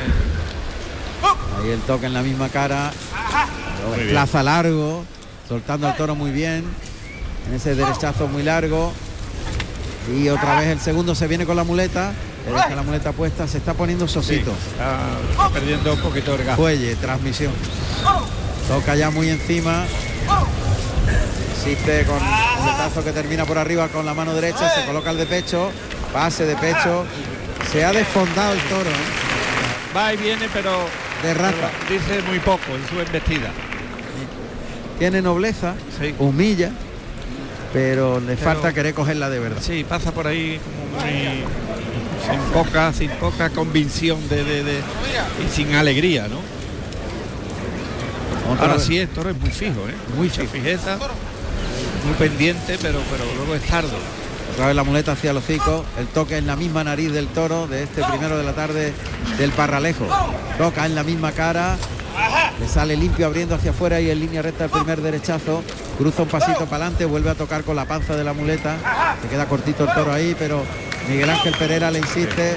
Ahí el toque en la misma cara, plaza largo, soltando al toro muy bien, en ese derechazo muy largo. Y otra vez el segundo se viene con la muleta, le deja la muleta puesta, se está poniendo sosito. Está perdiendo un poquito el gas. Fuelle, transmisión. Toca ya muy encima. Insiste con un muletazo que termina por arriba con la mano derecha, se coloca el de pecho, pase de pecho, se ha desfondado el toro. Va y viene, pero de raza. Dice muy poco en su embestida. Tiene nobleza, humilla, pero le falta querer cogerla de verdad. Sí, pasa por ahí como muy sin poca convicción y sin alegría, ¿no? Ahora sí, el toro es muy fijo, muy fijeza, muy pendiente, pero luego es tardo. Otra vez la muleta hacia el hocico, el toque en la misma nariz del toro de este primero de la tarde del Parralejo. Toca en la misma cara, le sale limpio abriendo hacia afuera y en línea recta el primer derechazo. Cruza un pasito para adelante, vuelve a tocar con la panza de la muleta. Se queda cortito el toro ahí, pero Miguel Ángel Perera le insiste.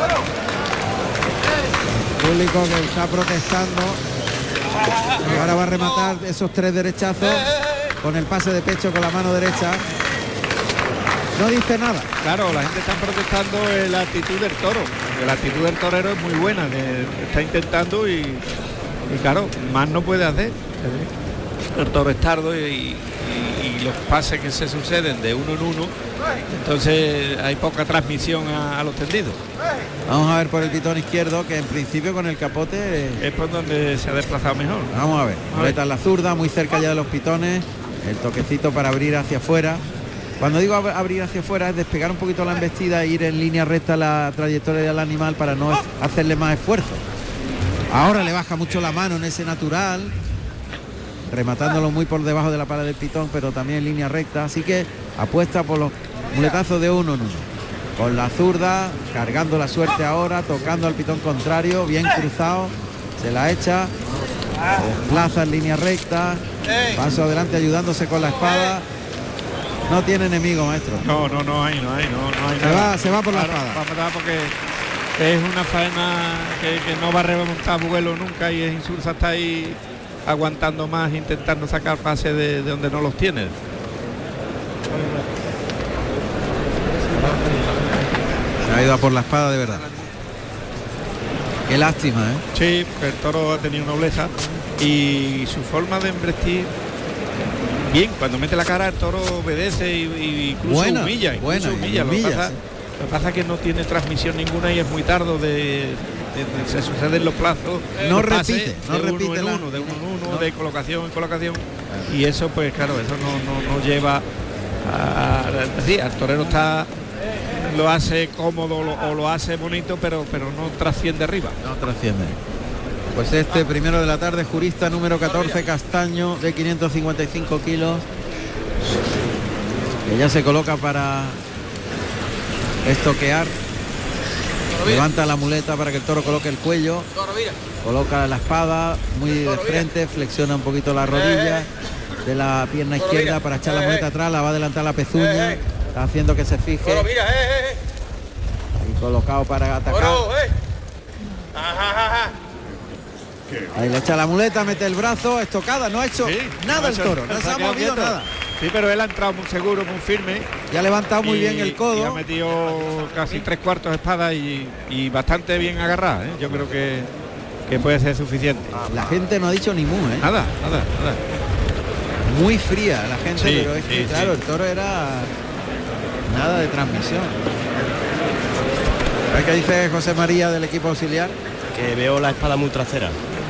El público que está protestando. Y ahora va a rematar esos 3 derechazos con el pase de pecho con la mano derecha. No dice nada. Claro, la gente está protestando la actitud del toro. La actitud del torero es muy buena, está intentando y claro, más no puede hacer. El toro es tardo y los pases que se suceden de uno en uno, entonces hay poca transmisión a los tendidos. Vamos a ver por el pitón izquierdo, que en principio con el capote es por donde se ha desplazado mejor. Vamos a ver, muleta en la zurda, muy cerca ya de los pitones, el toquecito para abrir hacia afuera. Cuando digo abrir hacia afuera es despegar un poquito la embestida e ir en línea recta la trayectoria del animal para no hacerle más esfuerzo. Ahora le baja mucho la mano en ese natural, rematándolo muy por debajo de la pala del pitón, pero también en línea recta, así que apuesta por los muletazos de uno en uno. Con la zurda, cargando la suerte ahora, tocando al pitón contrario, bien cruzado, se la echa, se desplaza en línea recta, paso adelante ayudándose con la espada. No tiene enemigo, maestro. No hay. Se va por la espada. Porque es una faena que no va a remontar vuelo nunca y es Insulza está ahí aguantando más, intentando sacar pases de donde no los tiene. Se ha ido a por la espada de verdad. Qué lástima, ¿eh? Sí, porque el toro ha tenido nobleza y su forma de embestir bien, cuando mete la cara el toro obedece y incluso humilla. Lo que pasa es que no tiene transmisión ninguna y es muy tardo se suceden los plazos. No repite, de uno en uno, de colocación en colocación. Y eso, pues claro, eso no lleva a decir, el torero lo hace cómodo o lo hace bonito, pero no trasciende arriba. No trasciende. Pues este primero de la tarde, jurista número 14, Castaño, de 555 kilos, que ya se coloca para estoquear. Levanta la muleta para que el toro coloque el cuello, coloca la espada muy de frente, flexiona un poquito la rodilla de la pierna izquierda para echar la muleta atrás, la va a adelantar la pezuña, está haciendo que se fije y colocado para atacar. Ahí le echa la muleta, mete el brazo, estocada, no ha hecho nada el toro, no se ha movido nada. Sí, pero él ha entrado muy seguro, muy firme. Ya ha levantado muy bien el codo. Y ha metido casi 3/4 de espada y bastante bien agarrada, ¿eh? Yo creo que puede ser suficiente. La gente no ha dicho ni mu, ¿eh? Nada. Muy fría la gente, pero es que claro, el toro era nada de transmisión. ¿Qué dice José María del equipo auxiliar? Que veo la espada muy trasera.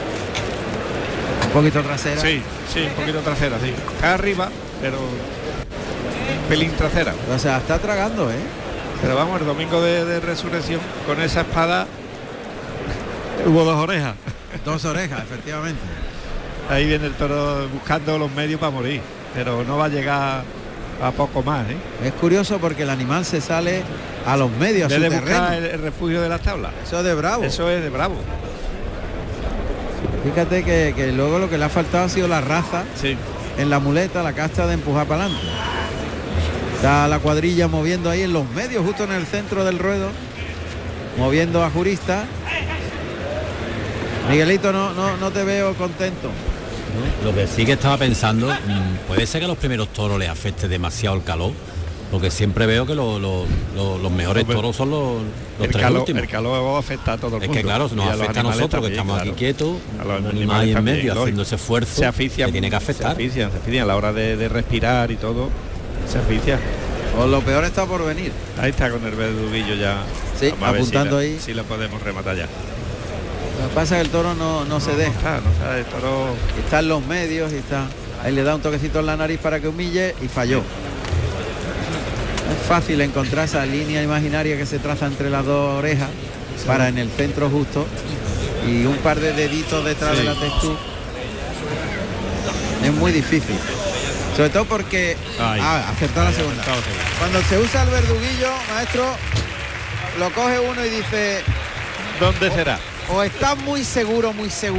Un poquito trasera. Sí, un poquito trasera, sí. Está arriba, pero un pelín trasera. O sea, está tragando, ¿eh? Pero vamos, el domingo de resurrección, con esa espada hubo 2 orejas. 2 orejas, efectivamente. Ahí viene el toro buscando los medios para morir, pero no va a llegar a poco más, ¿eh? Es curioso porque el animal se sale a los medios, a su terreno. Buscar el refugio de las tablas. Eso es de bravo. Eso es de bravo. Fíjate que luego lo que le ha faltado ha sido la raza en la muleta, la casta de empujar para adelante. Está la cuadrilla moviendo ahí en los medios, justo en el centro del ruedo, moviendo a Jurista. Miguelito, no te veo contento. Lo que sí que estaba pensando, puede ser que a los primeros toros les afecte demasiado el calor, porque siempre veo que los mejores toros son los 3 últimos. El calor afecta a todo el mundo. Es que claro, nos afecta a nosotros también, que estamos aquí quietos, más ahí en medio, haciendo ese esfuerzo, se asfixian, tiene que afectar. Se asfixian a la hora de respirar y todo, se asfixia. O lo peor está por venir. Ahí está con el verduguillo ya. Sí, apuntando ahí. Si lo podemos rematar ya. Lo que pasa es que el toro no se deja. El toro está en los medios y está. Ahí le da un toquecito en la nariz para que humille y falló. Es fácil encontrar esa línea imaginaria que se traza entre las 2 orejas para en el centro justo y un par de deditos detrás de la textura. Es muy difícil. Sobre todo porque acertó la segunda. Cuando se usa el verduguillo, maestro, lo coge uno y dice, ¿dónde será? O está muy seguro.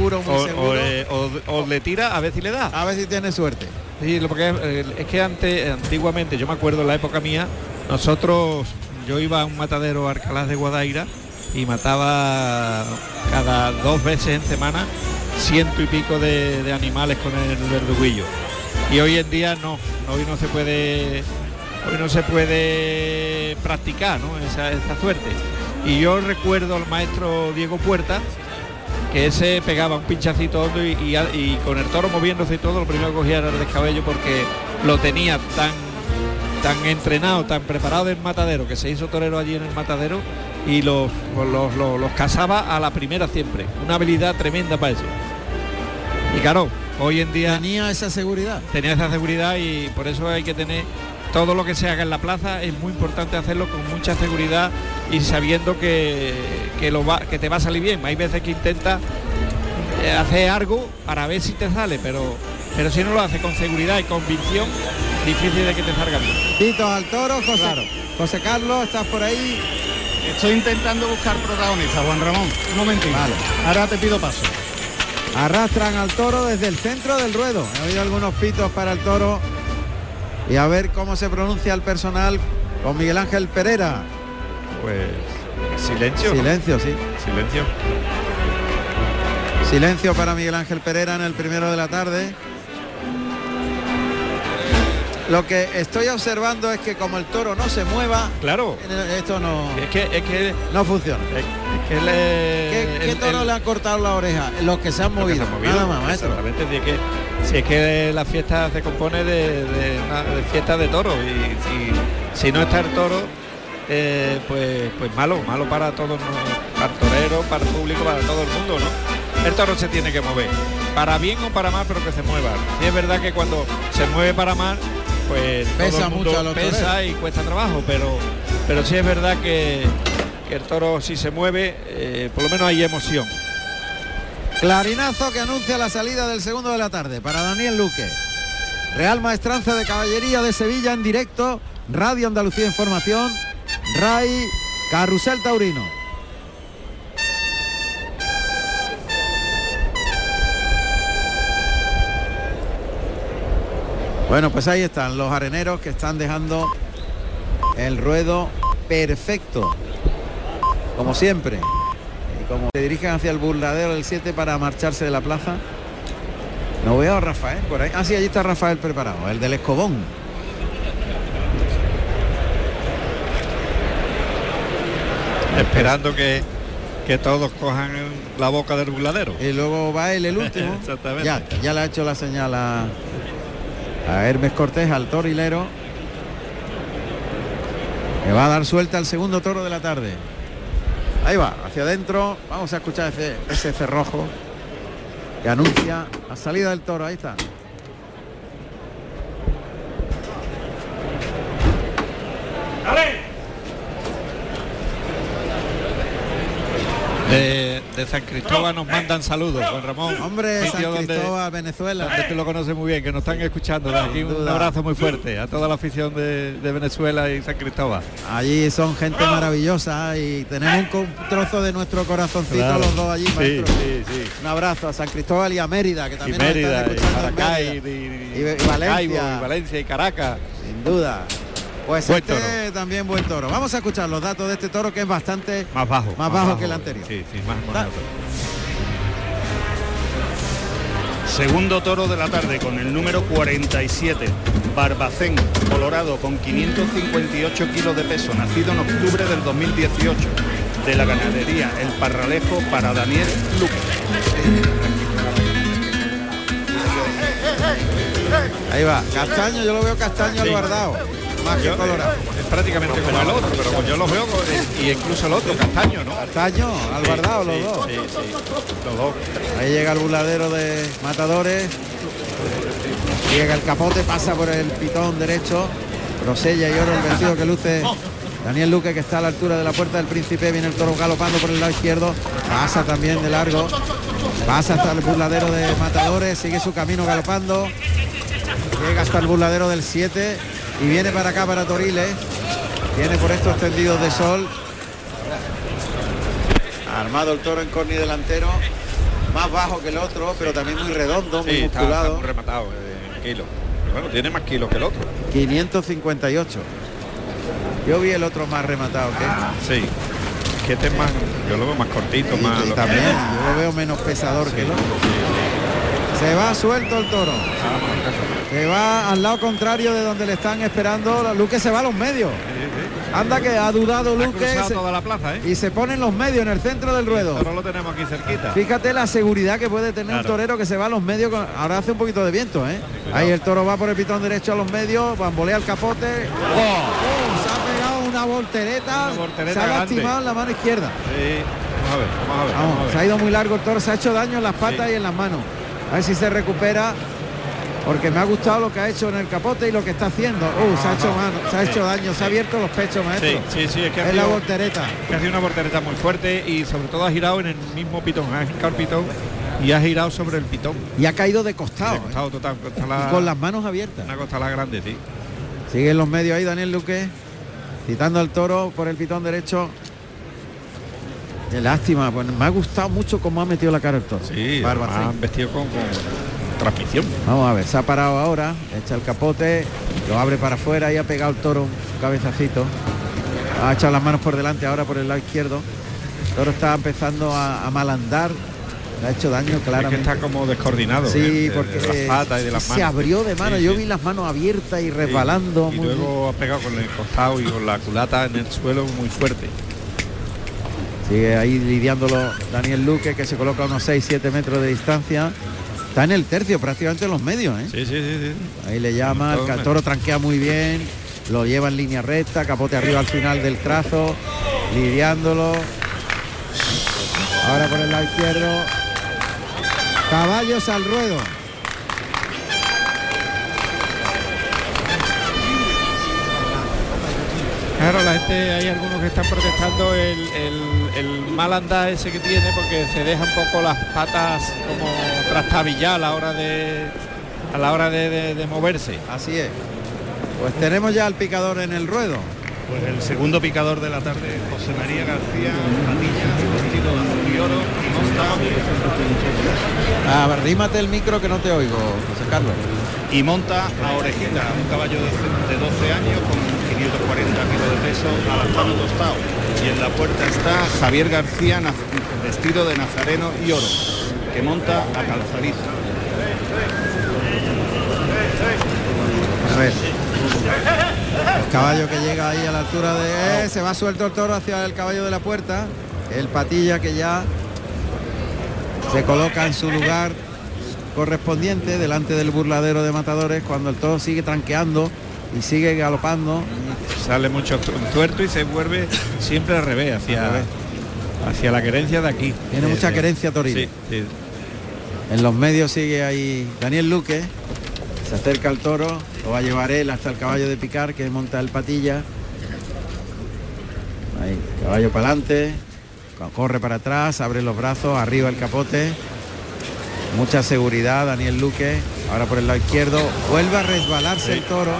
O le tira a ver si le da. A ver si tiene suerte. Sí, porque es que antiguamente, yo me acuerdo en la época mía, yo iba a un matadero a Alcalá de Guadaira y mataba cada 2 veces en semana 100 y pico de animales con el verduguillo. Y hoy en día hoy no se puede practicar, ¿no? esa suerte. Y yo recuerdo al maestro Diego Puerta, que ese pegaba un pinchacito hondo y con el toro moviéndose y todo, lo primero que cogía era el descabello, porque lo tenía tan entrenado, tan preparado del matadero, que se hizo torero allí en el matadero y los cazaba a la primera siempre. Una habilidad tremenda para eso. Y claro, hoy en día tenía esa seguridad y por eso hay que tener todo lo que se haga en la plaza, es muy importante hacerlo con mucha seguridad y sabiendo que te va a salir bien. Hay veces que intenta hacer algo para ver si te sale, pero si no lo hace con seguridad y convicción, difícil de que te salga bien. Tito al toro, José Carlos, ¿estás por ahí? Estoy intentando buscar protagonistas, Juan Ramón. Un momentito. Vale. Ahora te pido paso. Arrastran al toro desde el centro del ruedo. Ha habido algunos pitos para el toro. Y a ver cómo se pronuncia el personal con Miguel Ángel Pereira. Pues silencio. Silencio, ¿no? Sí. Silencio. Silencio para Miguel Ángel Pereira en el primero de la tarde. Lo que estoy observando es que como el toro no se mueva, claro, esto no es que no funciona. ¿Qué toro le han cortado la oreja? Los que se han movido. Nada más, maestro. Exactamente, si es que la fiesta se compone de fiesta de toros y si no está el toro, pues malo para todos, para el torero, para el público, para todo el mundo, ¿no? El toro se tiene que mover, para bien o para mal, pero que se mueva. Y es verdad que cuando se mueve para mal, pues pesa todo el mundo mucho a los pesa toreros y cuesta trabajo, pero sí es verdad que el toro, si se mueve, por lo menos hay emoción. Clarinazo que anuncia la salida del segundo de la tarde para Daniel Luque. Real Maestranza de Caballería de Sevilla en directo, Radio Andalucía Información, RAI, Carrusel Taurino. Bueno, pues ahí están los areneros que están dejando el ruedo perfecto, como siempre. Y como se dirigen hacia el burladero del 7 para marcharse de la plaza. No veo a Rafael por ahí. Ah, sí, allí está Rafael preparado, el del Escobón. Esperando que todos cojan la boca del burladero. Y luego va él el último. Exactamente. Ya le ha hecho la señal a Hermes Cortés, al torilero, que va a dar suelta al segundo toro de la tarde. Ahí va, hacia adentro. Vamos a escuchar ese cerrojo que anuncia la salida del toro. Ahí está. De San Cristóbal nos mandan saludos, Juan Ramón. Hombre, San Cristóbal, Venezuela. Donde tú lo conoces muy bien, que nos están escuchando. De aquí un abrazo muy fuerte a toda la afición de Venezuela y San Cristóbal. Allí son gente maravillosa y tenemos un trozo de nuestro corazoncito, claro, los dos allí, maestro. Sí. Un abrazo a San Cristóbal y a Mérida, que también Mérida, nos están escuchando, y Maracay, y Valencia. Y Valencia y Caracas. Sin duda. Pues buen toro. También buen toro. Vamos a escuchar los datos de este toro, que es bastante más bajo que el anterior. Sí, más bonito. Segundo toro de la tarde con el número 47, Barbacén, Colorado, con 558 kilos de peso, nacido en octubre del 2018, de la ganadería El Parralejo, para Daniel Luque. Ahí va, castaño, yo lo veo castaño al guardado, más que colorado. Es prácticamente como el otro, pero yo lo veo, y incluso el otro, castaño, ¿no? Castaño, al guardado, los dos. Sí, los dos. Ahí llega el burladero de Matadores. Llega el capote, pasa por el pitón derecho. Rosella y oro el vestido que luce Daniel Luque, que está a la altura de la Puerta del Príncipe. Viene el toro galopando por el lado izquierdo. Pasa también de largo. Pasa hasta el burladero de Matadores. Sigue su camino galopando. Llega hasta el burladero del 7 y viene para acá, para Toriles. Viene por estos tendidos de sol. Armado el toro en corni delantero, más bajo que el otro, pero también muy redondo, muy musculado. Está muy rematado en kilos. Bueno, tiene más kilos que el otro. 558. Yo vi el otro más rematado que sí. Que este es más, yo lo veo más cortito, sí, más. También, yo lo veo menos pesador que el otro. Se va suelto el toro. Se va al lado contrario de donde le están esperando. Luque se va a los medios. Anda, que ha dudado Luque. Toda la plaza, y se pone en los medios, en el centro del ruedo. Ahora lo tenemos aquí cerquita. Fíjate la seguridad que puede tener un torero que se va a los medios. Ahora hace un poquito de viento, ¿eh? Ahí el toro va por el pitón derecho a los medios, bambolea el capote. Se ha pegado una voltereta. Se ha lastimado en la mano izquierda. Sí. Vamos a ver. Se ha ido muy largo el toro, se ha hecho daño en las patas y en las manos. A ver si se recupera, porque me ha gustado lo que ha hecho en el capote y lo que está haciendo. Se ha hecho daño, se ha abierto los pechos, maestro. Sí, es que es la voltereta. Que ha sido una voltereta muy fuerte y sobre todo ha girado en el mismo pitón, ha girado el pitón y ha girado sobre el pitón. Y ha caído de costado. Total. Y con las manos abiertas. Una costala grande, sí. Sigue en los medios ahí Daniel Luque, citando al toro por el pitón derecho. Qué lástima, pues me ha gustado mucho cómo ha metido la cara el toro. Sí, han vestido con transmisión. Vamos a ver, se ha parado ahora, echa el capote, lo abre para afuera y ha pegado el toro un cabezacito. Ha echado las manos por delante ahora por el lado izquierdo. El toro está empezando a malandar Le ha hecho daño claramente. Es que está como descoordinado. Sí, porque de las patas y de las manos. Se abrió de mano, sí, yo sí. vi las manos abiertas y resbalando. Y luego ha pegado con el costado y con la culata en el suelo muy fuerte. Sigue ahí lidiándolo Daniel Luque, que se coloca a unos 6-7 metros de distancia. Está en el tercio, prácticamente en los medios, ¿eh? Sí. Ahí le llama, el toro tranquea muy bien, lo lleva en línea recta, capote arriba al final del trazo, lidiándolo. Ahora por el lado izquierdo. Caballos al ruedo. Claro, la gente, hay algunos que están protestando el mal andar ese que tiene, porque se deja un poco las patas como trastabillar a la hora de moverse. Así es. Pues tenemos ya al picador en el ruedo. Pues el segundo picador de la tarde, José María García Padilla, vestido de azul y oro, y monta... Arrímate el micro que no te oigo, José Carlos. Y monta a Orejita, un caballo de 12 años con 540 kilos de peso, alazano tostado. Y en la puerta está Javier García, vestido de nazareno y oro, que monta a Calzariza. A ver. El caballo que llega ahí a la altura de... se va suelto el toro hacia el caballo de la puerta. El Patilla, que ya se coloca en su lugar correspondiente delante del burladero de matadores, cuando el toro sigue tranqueando y sigue galopando. Sale mucho tuerto y se vuelve siempre al revés, hacia la querencia de aquí. Tiene mucha querencia toril. Sí. En los medios sigue ahí Daniel Luque. Se acerca al toro, lo va a llevar él hasta el caballo de picar, que monta el Patilla. Ahí, caballo para adelante, corre para atrás, abre los brazos, arriba el capote. Mucha seguridad, Daniel Luque. Ahora por el lado izquierdo, vuelve a resbalarse el toro.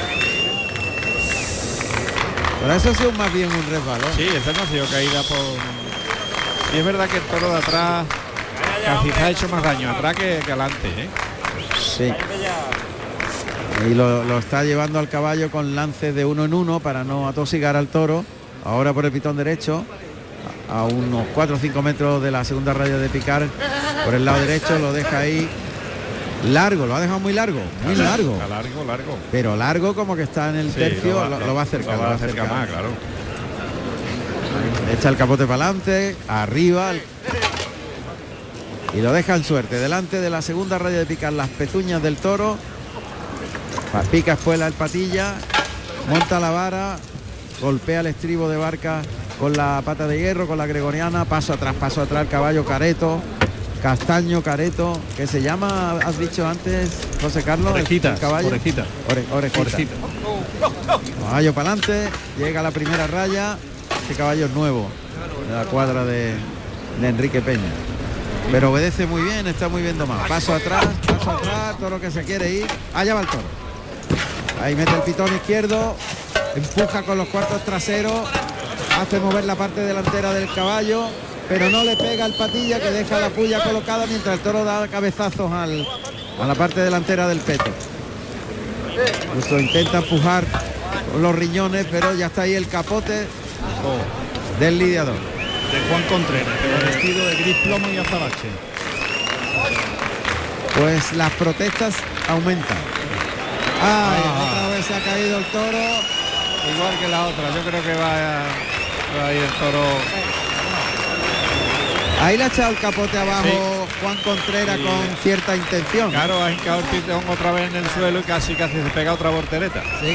Pero eso ha sido más bien un resbalón. Sí, esa no ha sido caída por... Y es verdad que el toro de atrás casi se ha hecho más daño atrás que adelante, ¿eh? Sí. Y lo está llevando al caballo con lances de 1 en 1 para no atosigar al toro. Ahora por el pitón derecho, a unos 4 o 5 metros de la segunda raya de picar, por el lado derecho, lo deja ahí largo, lo ha dejado muy largo, muy largo. Largo. Pero largo como que está en el tercio, lo va a acercar. Lo va a acercar más, claro. Echa el capote para adelante, arriba. Y lo deja en suerte, delante de la segunda raya de picar, las pezuñas del toro. Pica espuela el Patilla, monta la vara, golpea el estribo de barca con la pata de hierro, con la gregoriana, paso atrás, el caballo careto, castaño careto, que se llama, has dicho antes, José Carlos, Orejita, el caballo. Orejita. Orejita. Caballo para adelante, llega a la primera raya, este caballo es nuevo, de la cuadra de Enrique Peña. Pero obedece muy bien, está muy bien domado. Paso atrás, toro que se quiere ir. Allá va el toro. Ahí mete el pitón izquierdo, empuja con los cuartos traseros, hace mover la parte delantera del caballo, pero no le pega al Patilla, que deja la puya colocada mientras el toro da cabezazos a la parte delantera del peto. Incluso intenta empujar con los riñones, pero ya está ahí el capote del lidiador. De Juan Contreras, que va vestido de gris plomo y azabache. Pues las protestas aumentan. Otra vez se ha caído el toro. Igual que la otra, yo creo que va a ir el toro. Ahí le ha echado el capote abajo, sí. Juan Contreras, sí. Con cierta intención. Claro, ha hincado el pitón otra vez en el suelo y casi se pega otra voltereta. Sí.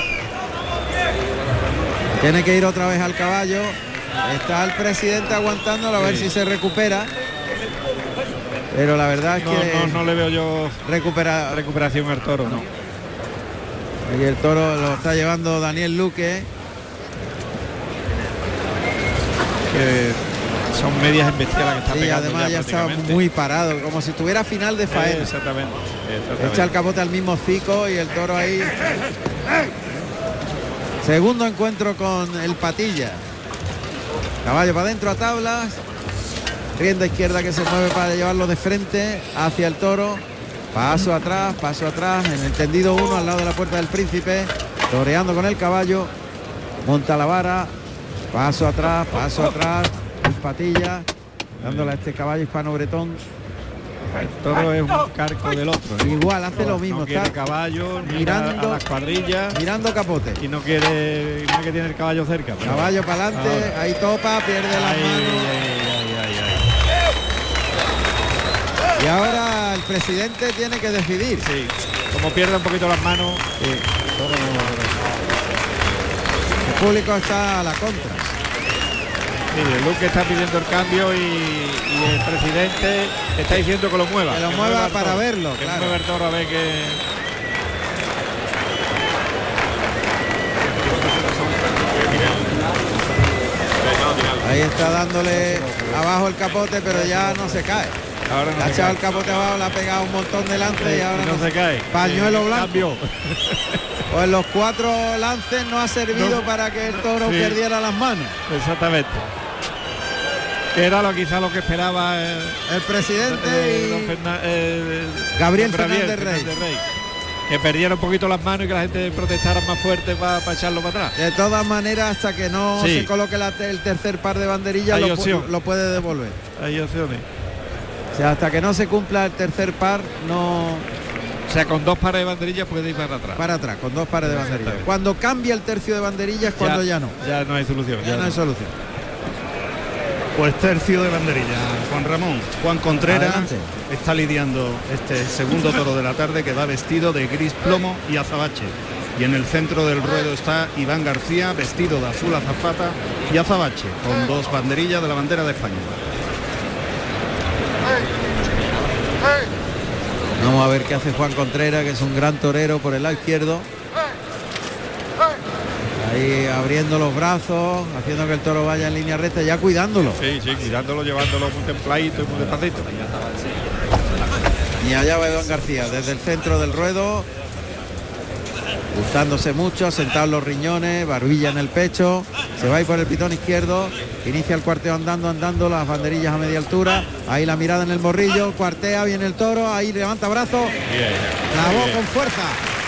Tiene que ir otra vez al caballo. Está el presidente aguantándolo a ver si se recupera. Pero la verdad es que no le veo yo recuperación al toro, no. Y el toro lo está llevando Daniel Luque. Que son medias embestidas que está pegando. Además ya está muy parado, como si estuviera final de faena. Exactamente. Echa el capote al mismo hocico y el toro ahí. Segundo encuentro con el Patilla. Caballo para adentro a tablas. Rienda izquierda que se mueve para llevarlo de frente hacia el toro. Paso atrás, en el tendido 1 al lado de la puerta del Príncipe, toreando con el caballo, monta la vara, paso atrás, el Patilla, dándole a este caballo hispano bretón El toro es un carco del otro. Igual hace lo mismo. No quiere caballo, mirando a las cuadrillas. Mirando capote. Y no quiere, mira que tiene el caballo cerca. Caballo para adelante, ahí topa, pierde las manos. Y ahora el presidente tiene que decidir. Sí, como pierde un poquito las manos. El público está a la contra. Mire, Luque está pidiendo el cambio y el presidente está diciendo que lo mueva. Que lo mueva para verlo, que claro. mueva el toro a ver que... Ahí está dándole abajo el capote, pero ya no se cae. Ahora no le ha echado el capote abajo, le ha pegado un montón de lances y ahora no se cae. Pañuelo blanco. Cambio. Pues los 4 lances no ha servido para que el toro perdiera las manos. Exactamente. Era quizá lo que esperaba el presidente y Gabriel Fernández Rey. Que perdiera un poquito las manos y que la gente protestara más fuerte para echarlo para atrás. De todas maneras, hasta que no se coloque el tercer par de banderillas, lo puede devolver. Hay opciones. O sea, hasta que no se cumpla el tercer par, no... O sea, con 2 pares de banderillas puede ir para atrás. Para atrás, con 2 pares de banderillas. Cuando cambia el tercio de banderillas, cuando ya no. Ya no hay solución. Ya no hay solución. Pues tercio de banderilla, Juan Ramón. Juan Contreras Adelante. está lidiando este segundo toro de la tarde, que va vestido de gris plomo y azabache. Y en el centro del ruedo está Iván García, vestido de azul azafata y azabache, con 2 banderillas de la bandera de España. Vamos a ver qué hace Juan Contreras, que es un gran torero por el lado izquierdo. Ahí abriendo los brazos, haciendo que el toro vaya en línea recta, ya cuidándolo. Sí, cuidándolo, llevándolo muy templadito y muy despacito. Y allá va Iván García, desde el centro del ruedo, gustándose mucho, sentado en los riñones, barbilla en el pecho, se va a ir por el pitón izquierdo, inicia el cuarteo andando, las banderillas a media altura, ahí la mirada en el morrillo, cuartea, viene el toro, ahí levanta brazo, clavó con fuerza.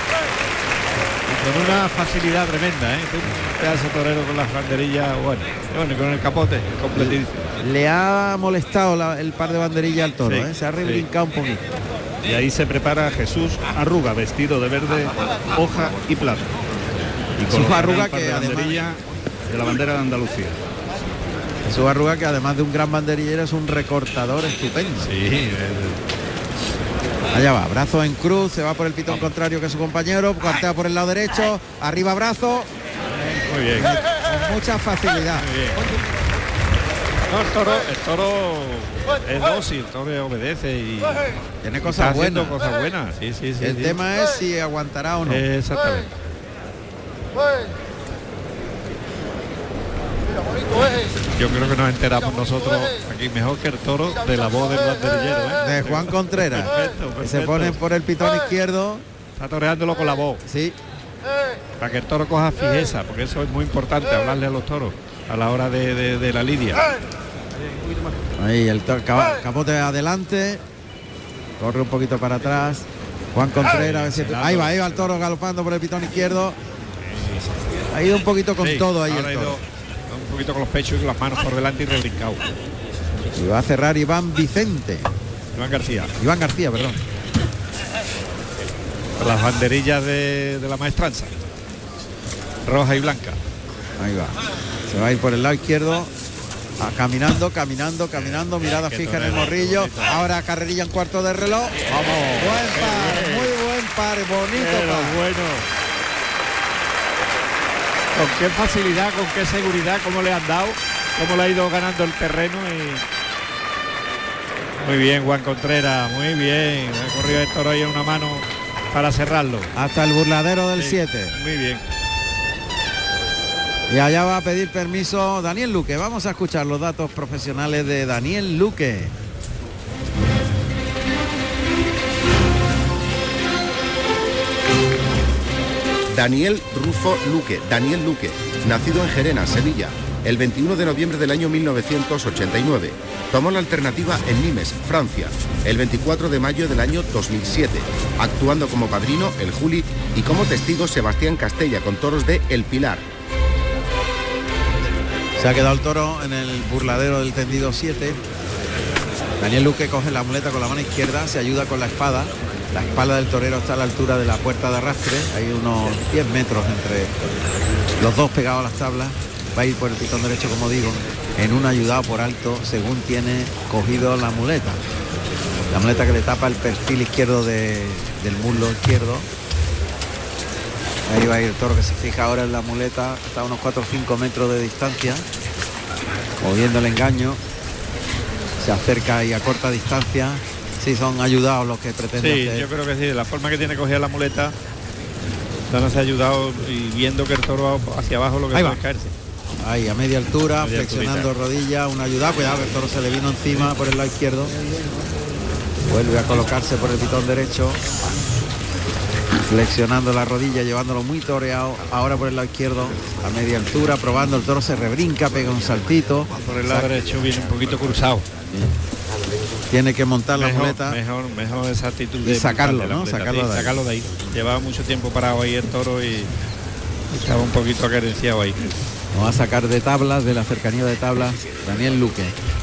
Con una facilidad tremenda, un pedazo torero con las banderillas, bueno, con el capote completísimo. Le ha molestado el par de banderillas al toro, se ha rebrincado un poquito. Y ahí se prepara Jesús Arruga, vestido de verde, hoja y plata. Y con Arruga, que banderilla de la bandera de Andalucía. Jesús Arruga, que además de un gran banderillero, es un recortador estupendo. Sí. Allá va, brazo en cruz, se va por el pitón contrario que su compañero, cuartea por el lado derecho, arriba brazo. Muy bien. Con mucha facilidad. Muy bien. No, el toro es dócil, el toro obedece y tiene cosas buenas. Sí, el tema es si aguantará o no. Exactamente. Yo creo que nos enteramos nosotros aquí mejor que el toro de la voz del banderillero, de Juan Contreras. Perfecto. Se pone por el pitón izquierdo. Está toreándolo con la voz. Sí. Para que el toro coja fijeza, porque eso es muy importante, hablarle a los toros a la hora de la lidia. Ahí el capote adelante, corre un poquito para atrás. Juan Contreras, ahí va el toro galopando por el pitón izquierdo. Ha ido un poquito con todo ahí el toro. Un poquito con los pechos y con las manos por delante y rebrincado. Y va a cerrar Iván García, perdón. Las banderillas de la maestranza, roja y blanca. Ahí va. Se va a ir por el lado izquierdo, caminando, mirada fija en el morrillo. Ahora carrerilla en cuarto de reloj. Vamos. Buen par, muy buen par, bonito par. Bueno. Con qué facilidad, con qué seguridad, cómo le han dado, cómo le ha ido ganando el terreno. Muy bien, Juan Contreras, muy bien. Ha corrido el toro ahí en una mano para cerrarlo. Hasta el burladero del 7. Muy bien. Y allá va a pedir permiso Daniel Luque. Vamos a escuchar los datos profesionales de Daniel Luque. Daniel Rufo Luque, Daniel Luque, nacido en Gerena, Sevilla, el 21 de noviembre del año 1989. Tomó la alternativa en Nimes, Francia, el 24 de mayo del año 2007, actuando como padrino el Juli y como testigo Sebastián Castella con toros de El Pilar. Se ha quedado el toro en el burladero del tendido 7. Daniel Luque coge la muleta con la mano izquierda, se ayuda con la espada. La espalda del torero está a la altura de la puerta de arrastre. Hay unos 10 metros entre los dos pegados a las tablas. Va a ir por el pitón derecho, como digo, en un ayudado por alto, según tiene cogido la muleta. La muleta que le tapa el perfil izquierdo del muslo izquierdo. Ahí va a ir el toro, que se fija ahora en la muleta, está a unos 4 o 5 metros de distancia, moviendo el engaño. Se acerca y a corta distancia. Sí, son ayudados los que pretenden sí, hacer. Yo creo que sí, de la forma que tiene cogida la muleta, dándose ayudado y viendo que el toro va hacia abajo, lo que puede caerse. Ahí, a media altura, flexionando rodilla, una ayuda. Cuidado, el toro se le vino encima por el lado izquierdo. Vuelve a colocarse por el pitón derecho. Flexionando la rodilla, llevándolo muy toreado. Ahora por el lado izquierdo, a media altura, probando. El toro se rebrinca, pega un saltito. Por el lado derecho viene un poquito cruzado. Tiene que montar la muleta. Mejor esa actitud de sacarlo, ¿no? Sacarlo de ahí. Llevaba mucho tiempo parado ahí el toro y estaba un poquito acarenciado ahí. Nos va a sacar de tablas, de la cercanía de tablas, Daniel Luque.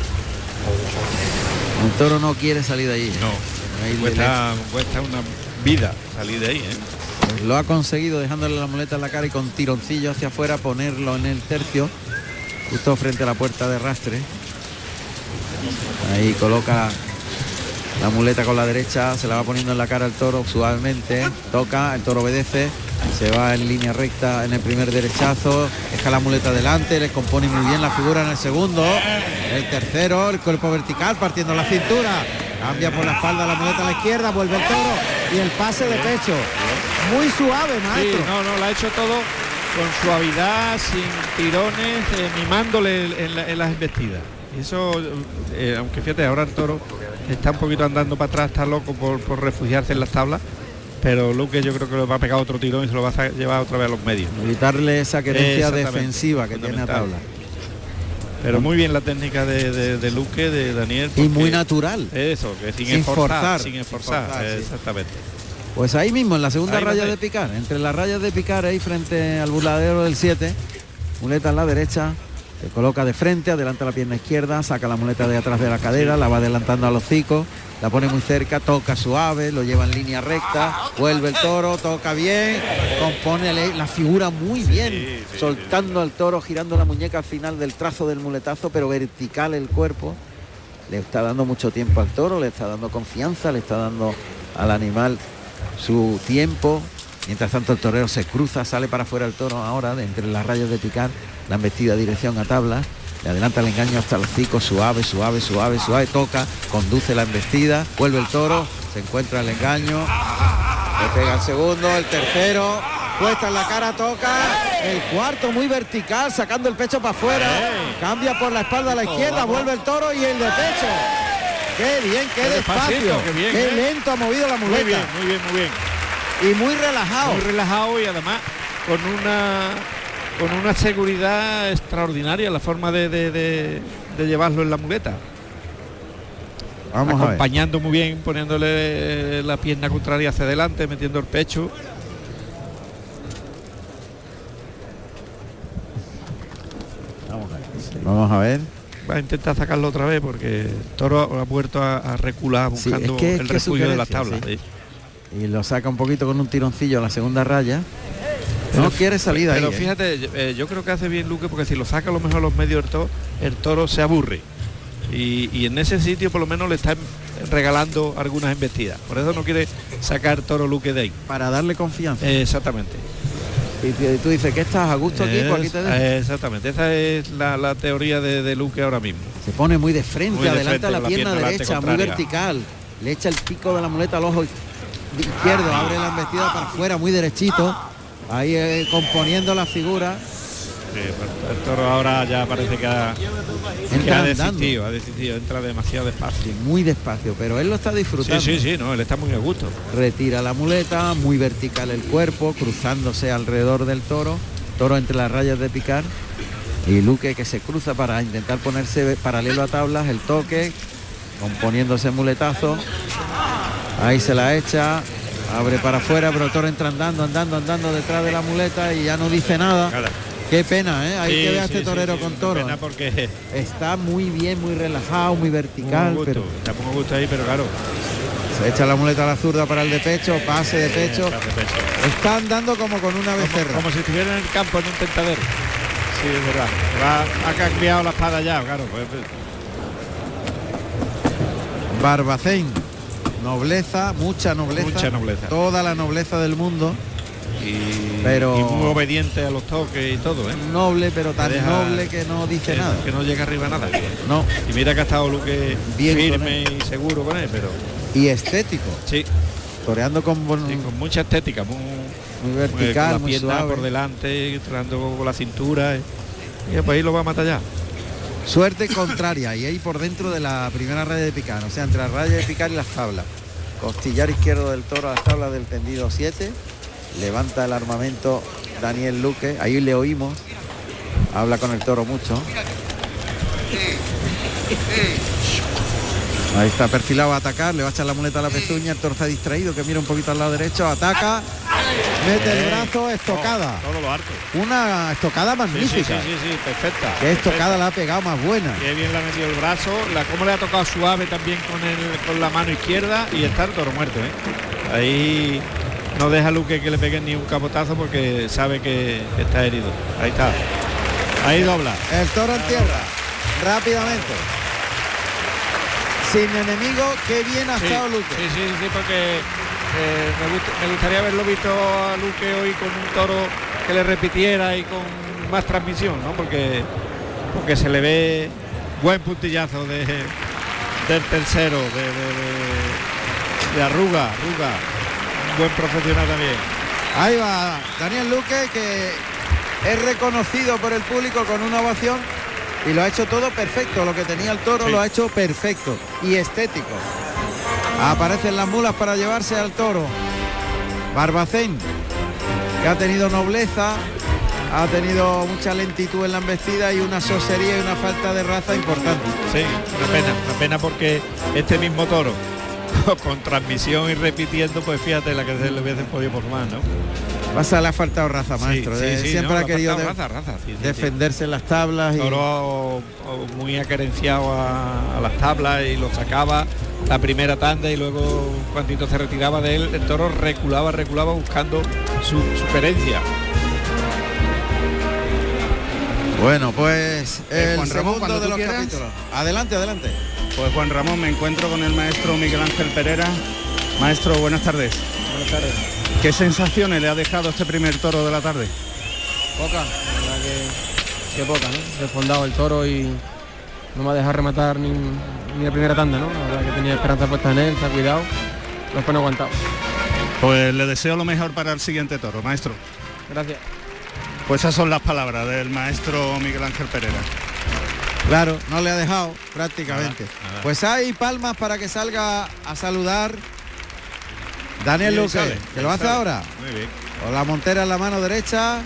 El toro no quiere salir de ahí. No, cuesta una vida salir de ahí, Pues lo ha conseguido, dejándole la muleta en la cara y con tironcillo hacia afuera ponerlo en el tercio, justo frente a la puerta de arrastre. Ahí coloca la muleta con la derecha, se la va poniendo en la cara al toro suavemente, toca, el toro obedece, se va en línea recta en el primer derechazo, deja la muleta delante, le compone muy bien la figura en el segundo, el tercero, el cuerpo vertical partiendo la cintura, cambia por la espalda la muleta a la izquierda, vuelve el toro y el pase de pecho, muy suave, maestro. Sí, no, lo ha hecho todo con suavidad, sin tirones, mimándole en las embestidas. Eso, aunque fíjate, ahora el toro está un poquito andando para atrás, está loco por refugiarse en las tablas, pero Luque yo creo que le va a pegar otro tirón y se lo va a llevar otra vez a los medios. Evitarle esa querencia defensiva que tiene a tabla. Pero muy bien la técnica de Luque, de Daniel. Y muy natural. Eso, que sin esforzar, exactamente. Pues ahí mismo, en la segunda raya de picar, entre las rayas de picar ahí frente al burladero del 7, muleta en la derecha, se coloca de frente, adelanta la pierna izquierda, saca la muleta de atrás de la cadera, la va adelantando al hocico, la pone muy cerca, toca suave, lo lleva en línea recta, vuelve el toro, toca bien, compone la figura muy bien, soltando al toro, girando la muñeca al final del trazo del muletazo, pero vertical el cuerpo. Le está dando mucho tiempo al toro, le está dando confianza, le está dando al animal su tiempo. Mientras tanto el torero se cruza, sale para afuera el toro ahora, de entre las rayas de picar, la embestida dirección a tablas, le adelanta el engaño hasta el hocico, suave, toca, conduce la embestida, vuelve el toro, se encuentra el engaño, le pega el segundo, el tercero, puesta en la cara, toca, el cuarto muy vertical, sacando el pecho para afuera, cambia por la espalda a la izquierda, vuelve el toro y el de pecho. Qué bien, qué despacio, qué lento ha movido la muleta. Muy bien. Y muy relajado. Muy relajado y además con una seguridad extraordinaria la forma de llevarlo en la muleta. Vamos acompañando muy bien, poniéndole la pierna contraria hacia adelante, metiendo el pecho. Vamos a ver. Va a intentar sacarlo otra vez porque el toro ha vuelto a recular buscando el refugio de las tablas. Sí. Y lo saca un poquito con un tironcillo a la segunda raya. No quiere salir ahí. Pero fíjate, yo creo que hace bien Luque, porque si lo saca a lo mejor a los medios el toro se aburre. Y en ese sitio por lo menos le están regalando algunas embestidas. Por eso no quiere sacar toro Luque de ahí. Para darle confianza. Exactamente. Y tú dices que estás a gusto aquí, pues aquí te dejo. Exactamente, esa es la teoría de Luque ahora mismo. Se pone muy de frente, adelanta la pierna derecha, muy vertical. Le echa el pico de la muleta al ojo izquierdo, abre la embestida para afuera, muy derechito. Ahí componiendo la figura. Sí, el toro ahora ya parece que ha desistido, entra demasiado despacio. Muy despacio, pero él lo está disfrutando. Sí, no, él está muy a gusto. Retira la muleta, muy vertical el cuerpo, cruzándose alrededor del toro, toro entre las rayas de picar, y Luque que se cruza para intentar ponerse paralelo a tablas, el toque, componiéndose muletazo, ahí se la echa, abre para afuera, pero el toro entra andando detrás de la muleta y ya no dice nada. Qué pena, ¿eh? Hay Sí, que ver a sí, este torero sí, con qué toro. pena porque está muy bien, muy relajado, muy vertical. Muy gusto, pero está muy gusto ahí, pero claro. se echa la muleta a la zurda para el de pecho, pase de pecho. Pase de pecho. Está andando como con una becerra. Como si estuviera en el campo en un tentadero. Sí, es verdad. Ha cambiado la espada ya, claro. Pues. Barbacén, nobleza, mucha nobleza. Mucha nobleza. Toda la nobleza del mundo. Pero y muy obediente a los toques y todo, ¿eh? Noble, pero tan Deja- noble que no dice nada. Que no llega arriba a nada. No. Y mira que ha estado Luque Bien firme y seguro con él, pero Y estético. sí, Toreando con, sí, con mucha estética, muy vertical, con la muy pierna suave. por delante, entrando con la cintura, y pues ahí lo va a matar ya. Suerte contraria y ahí por dentro de la primera raya de picar, o sea, entre la raya de picar y las tablas. Costillar izquierdo del toro a las tablas del tendido 7. Levanta el armamento Daniel Luque, ahí le oímos. Habla con el toro mucho. Ahí está perfilado a atacar, le va a echar la muleta a la pezuña, el toro está distraído, que mira un poquito al lado derecho, ataca, mete el brazo, estocada. Todo lo arco. Una estocada magnífica. Sí, perfecta. Que estocada perfecta. la ha pegado más buena. Qué bien le ha metido el brazo, cómo le ha tocado suave también con la mano izquierda y está el toro muerto, ¿eh? Ahí no deja Luque que le peguen ni un capotazo porque sabe que está herido. Ahí está. Ahí dobla. El toro en tierra, rápidamente. Sin enemigo, qué bien ha estado Luque. Sí, porque me gustaría haberlo visto a Luque hoy con un toro que le repitiera y con más transmisión, ¿no? Porque se le ve buen puntillazo del tercero, de Arruga, un buen profesional también. Ahí va Daniel Luque, que es reconocido por el público con una ovación y lo ha hecho todo perfecto. Lo que tenía el toro lo ha hecho perfecto y estético. Aparecen las mulas para llevarse al toro. Barbacén, que ha tenido nobleza, ha tenido mucha lentitud en la embestida y una sosería y una falta de raza importante. Sí, una pena porque este mismo toro con transmisión y repitiendo, pues fíjate la que se le hubiesen podido formar, ¿no? Pasa, le ha faltado raza, maestro. Siempre ha querido raza, defenderse en las tablas. Toro muy acerenciado a las tablas y lo sacaba la primera tanda y luego cuando se retiraba de él, el toro reculaba buscando su querencia. Bueno, pues el Juan Ramón, segundo de los capítulos. Adelante. Pues Juan Ramón, me encuentro con el maestro Miguel Ángel Perera. Maestro, buenas tardes. Buenas tardes. ¿Qué sensaciones le ha dejado este primer toro de la tarde? Poca, la verdad que poca, ¿no? Desfondado el toro y no me ha dejado rematar ni la primera tanda, ¿no? La verdad que tenía esperanza puesta en él, se ha cuidado, después no ha aguantado. Pues le deseo lo mejor para el siguiente toro, maestro. Gracias. Pues esas son las palabras del maestro Miguel Ángel Perera. Claro, no le ha dejado prácticamente. Nada. Pues hay palmas para que salga a saludar Daniel Luque, que lo hace ahora. Muy bien. Con la montera en la mano derecha.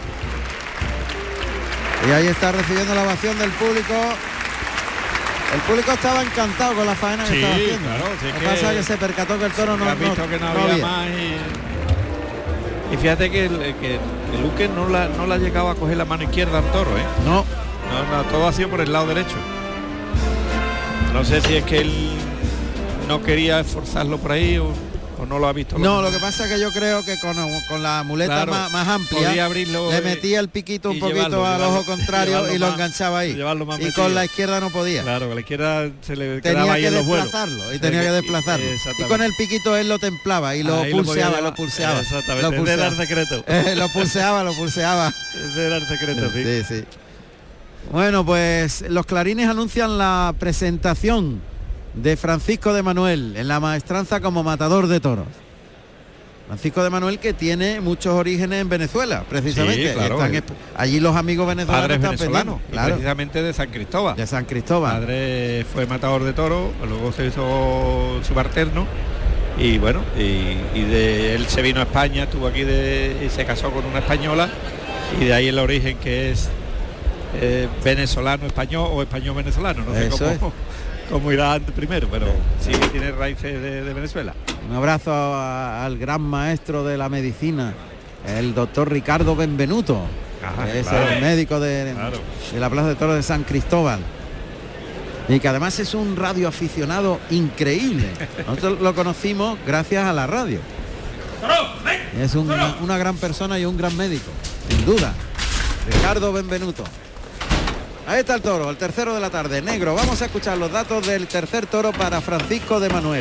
Y ahí está recibiendo la ovación del público. El público estaba encantado con la faena que estaba haciendo. Claro, Lo que pasa es que se percató que el toro no visto que no había había. más y fíjate que el Luque no la ha llegado a coger la mano izquierda al toro, ¿eh? No, todo ha sido por el lado derecho. No sé si es que él no quería esforzarlo por ahí o no lo ha visto. No, lo que pasa es que yo creo que con la muleta Claro, más amplia podía abrirlo le metía el piquito un y poquito llevarlo, al ojo contrario y lo más- enganchaba ahí. llevarlo más Y metido. con la izquierda no podía. Claro, con la izquierda se le quedaba Tenía ahí que en los vuelos. desplazarlo y tenía que desplazarlo. Y Exactamente. con el piquito él lo templaba y lo Ahí lo podía pulseaba, llevar. lo pulseaba. Exactamente, Lo ese era el pulseaba. secreto. Lo pulseaba. Ese era el secreto, sí. Sí. Bueno, pues los clarines anuncian la presentación de Francisco de Manuel en la maestranza como matador de toros. Francisco de Manuel, que tiene muchos orígenes en Venezuela, precisamente. Sí, claro. Allí los amigos venezolanos Padre están venezolano, pendientes, claro, precisamente de San Cristóbal. de San Cristóbal. Padre fue matador de toro, luego se hizo subalterno y bueno, él se vino a España, estuvo aquí y se casó con una española y de ahí el origen que es venezolano español o español venezolano, no sé Eso cómo irá antes primero, pero sí que tiene raíces de Venezuela. Un abrazo al gran maestro de la medicina, el doctor Ricardo Benvenuto, es el médico de la Plaza de Toros de San Cristóbal. Y que además es un radioaficionado increíble. Nosotros lo conocimos gracias a la radio. Es una gran persona y un gran médico, sin duda. Ricardo Benvenuto. Ahí está el toro, el tercero de la tarde, negro. Vamos a escuchar los datos del tercer toro para Francisco de Manuel.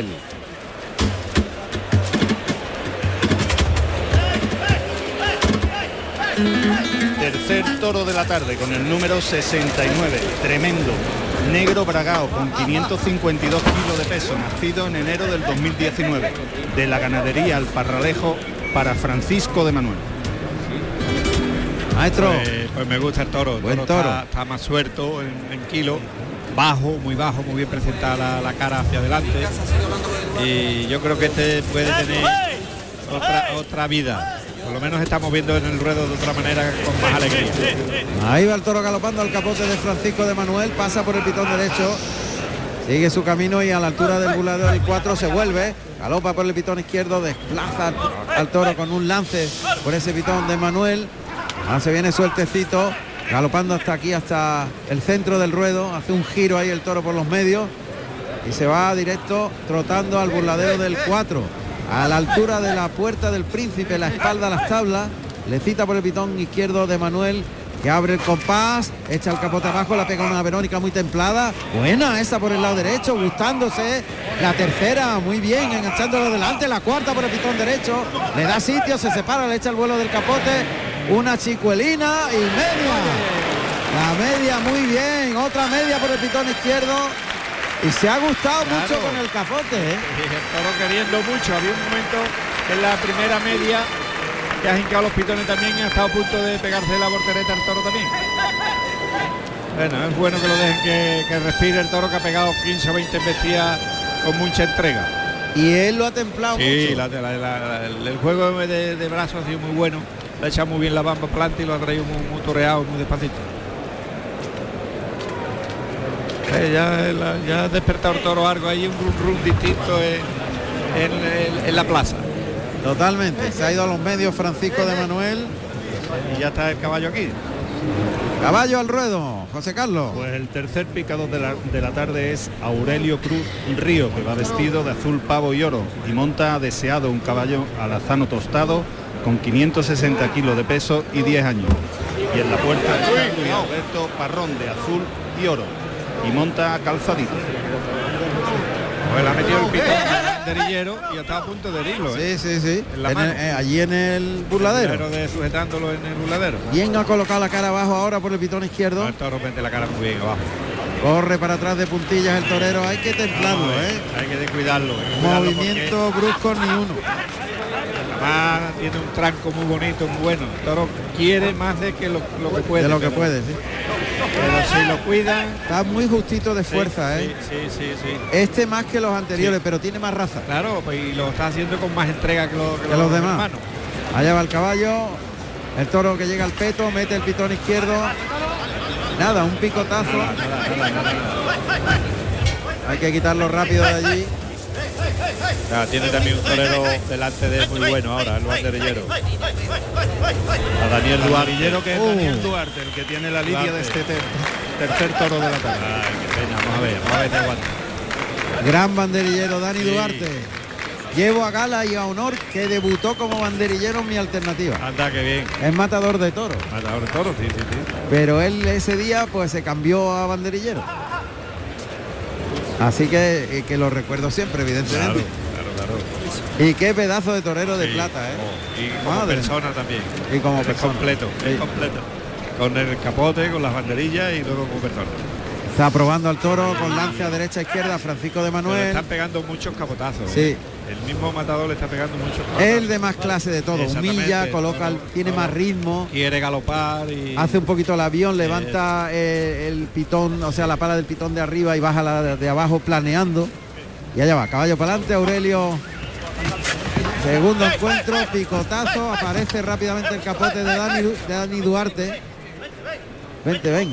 Tercer toro de la tarde con el número 69, tremendo, negro bragao con 552 kilos de peso, nacido en enero del 2019, de la ganadería El Parralejo, para Francisco de Manuel. Maestro. Pues me gusta el toro. Buen toro. Está más suelto en kilo, bajo, muy bien presentada la cara hacia adelante. Y yo creo que este puede tener otra vida. Por lo menos estamos viendo en el ruedo de otra manera, con más alegría. Ahí va el toro galopando al capote de Francisco de Manuel, pasa por el pitón derecho, sigue su camino y a la altura del bulador del 4 se vuelve, galopa por el pitón izquierdo, desplaza al toro con un lance por ese pitón de Manuel. Ahora se viene sueltecito, galopando hasta aquí, hasta el centro del ruedo, hace un giro ahí el toro por los medios y se va directo trotando al burladero del 4. A la altura de la Puerta del Príncipe, la espalda a las tablas, le cita por el pitón izquierdo de Manuel, que abre el compás, echa el capote abajo, la pega una Verónica muy templada, buena esa por el lado derecho, gustándose, la tercera, muy bien, enganchándolo delante, la cuarta por el pitón derecho, le da sitio, se separa, le echa el vuelo del capote, una chicuelina y media, la media muy bien, otra media por el pitón izquierdo. Y se ha gustado mucho con el capote, ¿eh? El toro queriendo mucho. Había un momento en la primera media que ha hincado los pitones también y ha estado a punto de pegarse la voltereta al toro también. Bueno, es bueno que lo dejen que respire el toro, que ha pegado 15 o 20 embestidas con mucha entrega. Y él lo ha templado mucho. Sí, el juego de brazos ha sido muy bueno. Le ha echado muy bien la bamba para adelante y lo ha traído muy toreado, muy despacito. Ya ha despertado el toro algo, hay un run distinto en la plaza. Totalmente, se ha ido a los medios Francisco de Manuel. Y ya está el caballo aquí. Caballo al ruedo, José Carlos. Pues el tercer picador de la tarde es Aurelio Cruz Río, que va vestido de azul pavo y oro y monta deseado un caballo alazano tostado con 560 kilos de peso y 10 años. Y en la puerta Luis Alberto Parrón de azul y oro y monta calzadito. Pues le ha metido el pitón banderillero y está a punto de herirlo. Sí. Allí en el burladero. Sujetándolo en el burladero. Bien ha colocado la cara abajo ahora por el pitón izquierdo. El toro mete la cara muy bien abajo. Corre para atrás de puntillas el torero. Hay que templarlo, Hay que descuidarlo. Movimiento brusco ni uno. Además tiene un tranco muy bonito, muy bueno. El toro quiere más de que lo que puede. De lo que puede, sí. Pero si lo cuidan. Está muy justito de fuerza, sí. Este más que los anteriores, pero tiene más raza. Claro, pues, y lo está haciendo con más entrega que los demás. Hermanos. Allá va el caballo, el toro que llega al peto, mete el pitón izquierdo. Nada, un picotazo. Nada. Hay que quitarlo rápido de allí. Tiene también un torero delante de él muy bueno ahora, el banderillero. A Daniel Duarte, que es Daniel Duarte, el que tiene la lidia de este tercer toro de la tarde. Ay, qué pena, vamos a ver de aguanta. Gran banderillero Dani Duarte. Llevo a gala y a honor que debutó como banderillero en mi alternativa. Anda, qué bien. Es matador de toros. Matador de toros, sí. Pero él ese día pues se cambió a banderillero. Así que lo recuerdo siempre, evidentemente. Claro. Y qué pedazo de torero de plata, Y como persona también. Y como persona. Completo. Con el capote, con las banderillas y luego como persona. Está probando al toro con lance a derecha izquierda Francisco de Manuel. Le están pegando muchos capotazos. Sí. El mismo matador le está pegando muchos capotazos. El de más clase de todo. Humilla, coloca, tiene más ritmo. Quiere galopar y hace un poquito el avión, levanta el pitón, o sea, la pala del pitón de arriba y baja la de abajo planeando. Y allá va, caballo para adelante, Aurelio. Segundo encuentro, picotazo, aparece rápidamente el capote de Dani Duarte. Vente.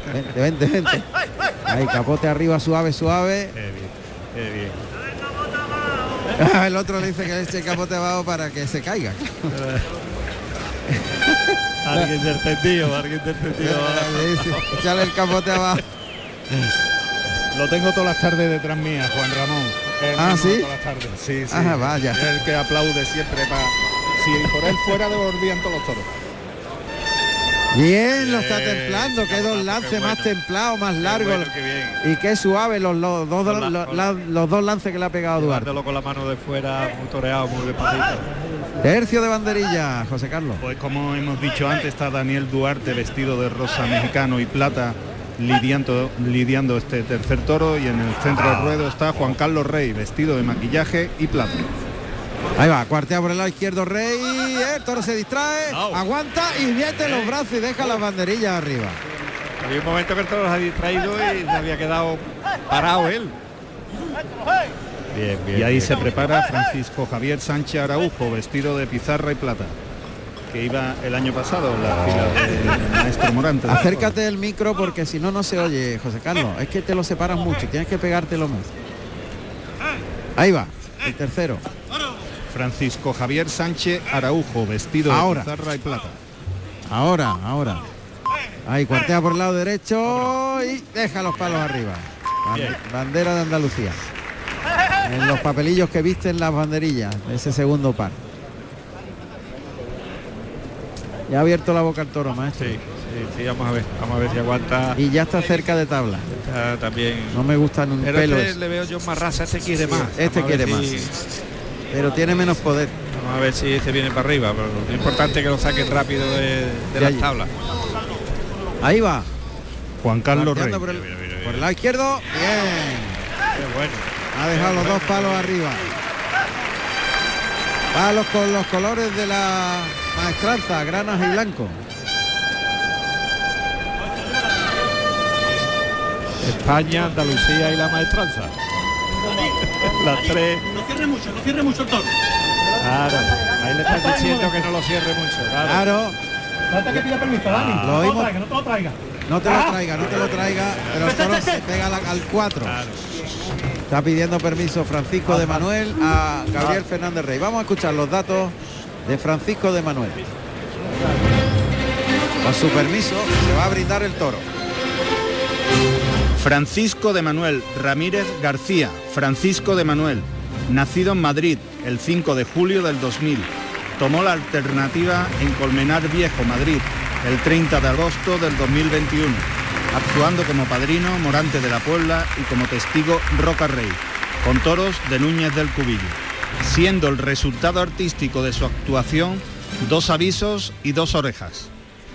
Ahí, capote arriba, suave. Qué bien. El otro le dice que eche el capote abajo para que se caiga. Alguien entendido. Échale el capote abajo. Lo tengo todas las tardes detrás mía, Juan Ramón. ¿Sí? Todas las tardes. Sí. Ajá, vaya. Es el que aplaude siempre para... Si por él fuera devolvían todos los toros. Bien, lo está templando, que dos lances más templados, más largos y qué suave los dos lances que le ha pegado Duarte. Llevándolo con la mano de fuera, muy toreado, muy despacito. Tercio de banderilla, José Carlos. Pues como hemos dicho antes, está Daniel Duarte vestido de rosa mexicano y plata lidiando este tercer toro, y en el centro del ruedo está Juan Carlos Rey vestido de maquillaje y plata. Ahí va, cuartea por el lado izquierdo Rey, el toro se distrae, aguanta y mete los brazos y deja las banderillas arriba. Había un momento que el toro se ha distraído y se había quedado parado él. Bien, y ahí se prepara Francisco Javier Sánchez Araujo vestido de pizarra y plata, que iba el año pasado en la fila del maestro Morante. Acércate del micro porque si no, no se oye, José Carlos. Es que te lo separas mucho, tienes que pegártelo más. Ahí va, el tercero. Francisco Javier Sánchez Araujo vestido de pizarra y plata. Ahora. Ahí cuartea por el lado derecho y deja los palos arriba. Bandera de Andalucía. En los papelillos que visten las banderillas, ese segundo par. Ya ha abierto la boca el toro, maestro. Sí, vamos a ver si aguanta. Y ya está cerca de tabla. Está también. No me gustan un pero pelo. Le veo yo más raza, este quiere más. Este quiere más. Pero tiene menos poder. Vamos a ver si este viene para arriba, pero lo importante es que lo saquen rápido de las tablas. Ahí va. Juan Carlos Rey. Por el lado izquierdo. Bien. Qué bueno. Ha dejado los dos palos arriba. Palos con los colores de la maestranza, granas y blanco. España, Andalucía y la maestranza. Las tres. No cierre mucho el toro. Claro, ahí le estás diciendo que no lo cierre mucho. Claro. Falta que pida permiso, Dani. No te lo traiga. No te lo traiga, pero el toro se pega al 4. Claro. Está pidiendo permiso Francisco de Manuel a Gabriel Fernández Rey. Vamos a escuchar los datos de Francisco de Manuel. Con su permiso se va a brindar el toro. Francisco de Manuel Ramírez García. Francisco de Manuel, nacido en Madrid el 5 de julio del 2000. Tomó la alternativa en Colmenar Viejo, Madrid, el 30 de agosto del 2021, actuando como padrino Morante de la Puebla y como testigo Roca Rey, con toros de Núñez del Cubillo, siendo el resultado artístico de su actuación 2 avisos y 2 orejas.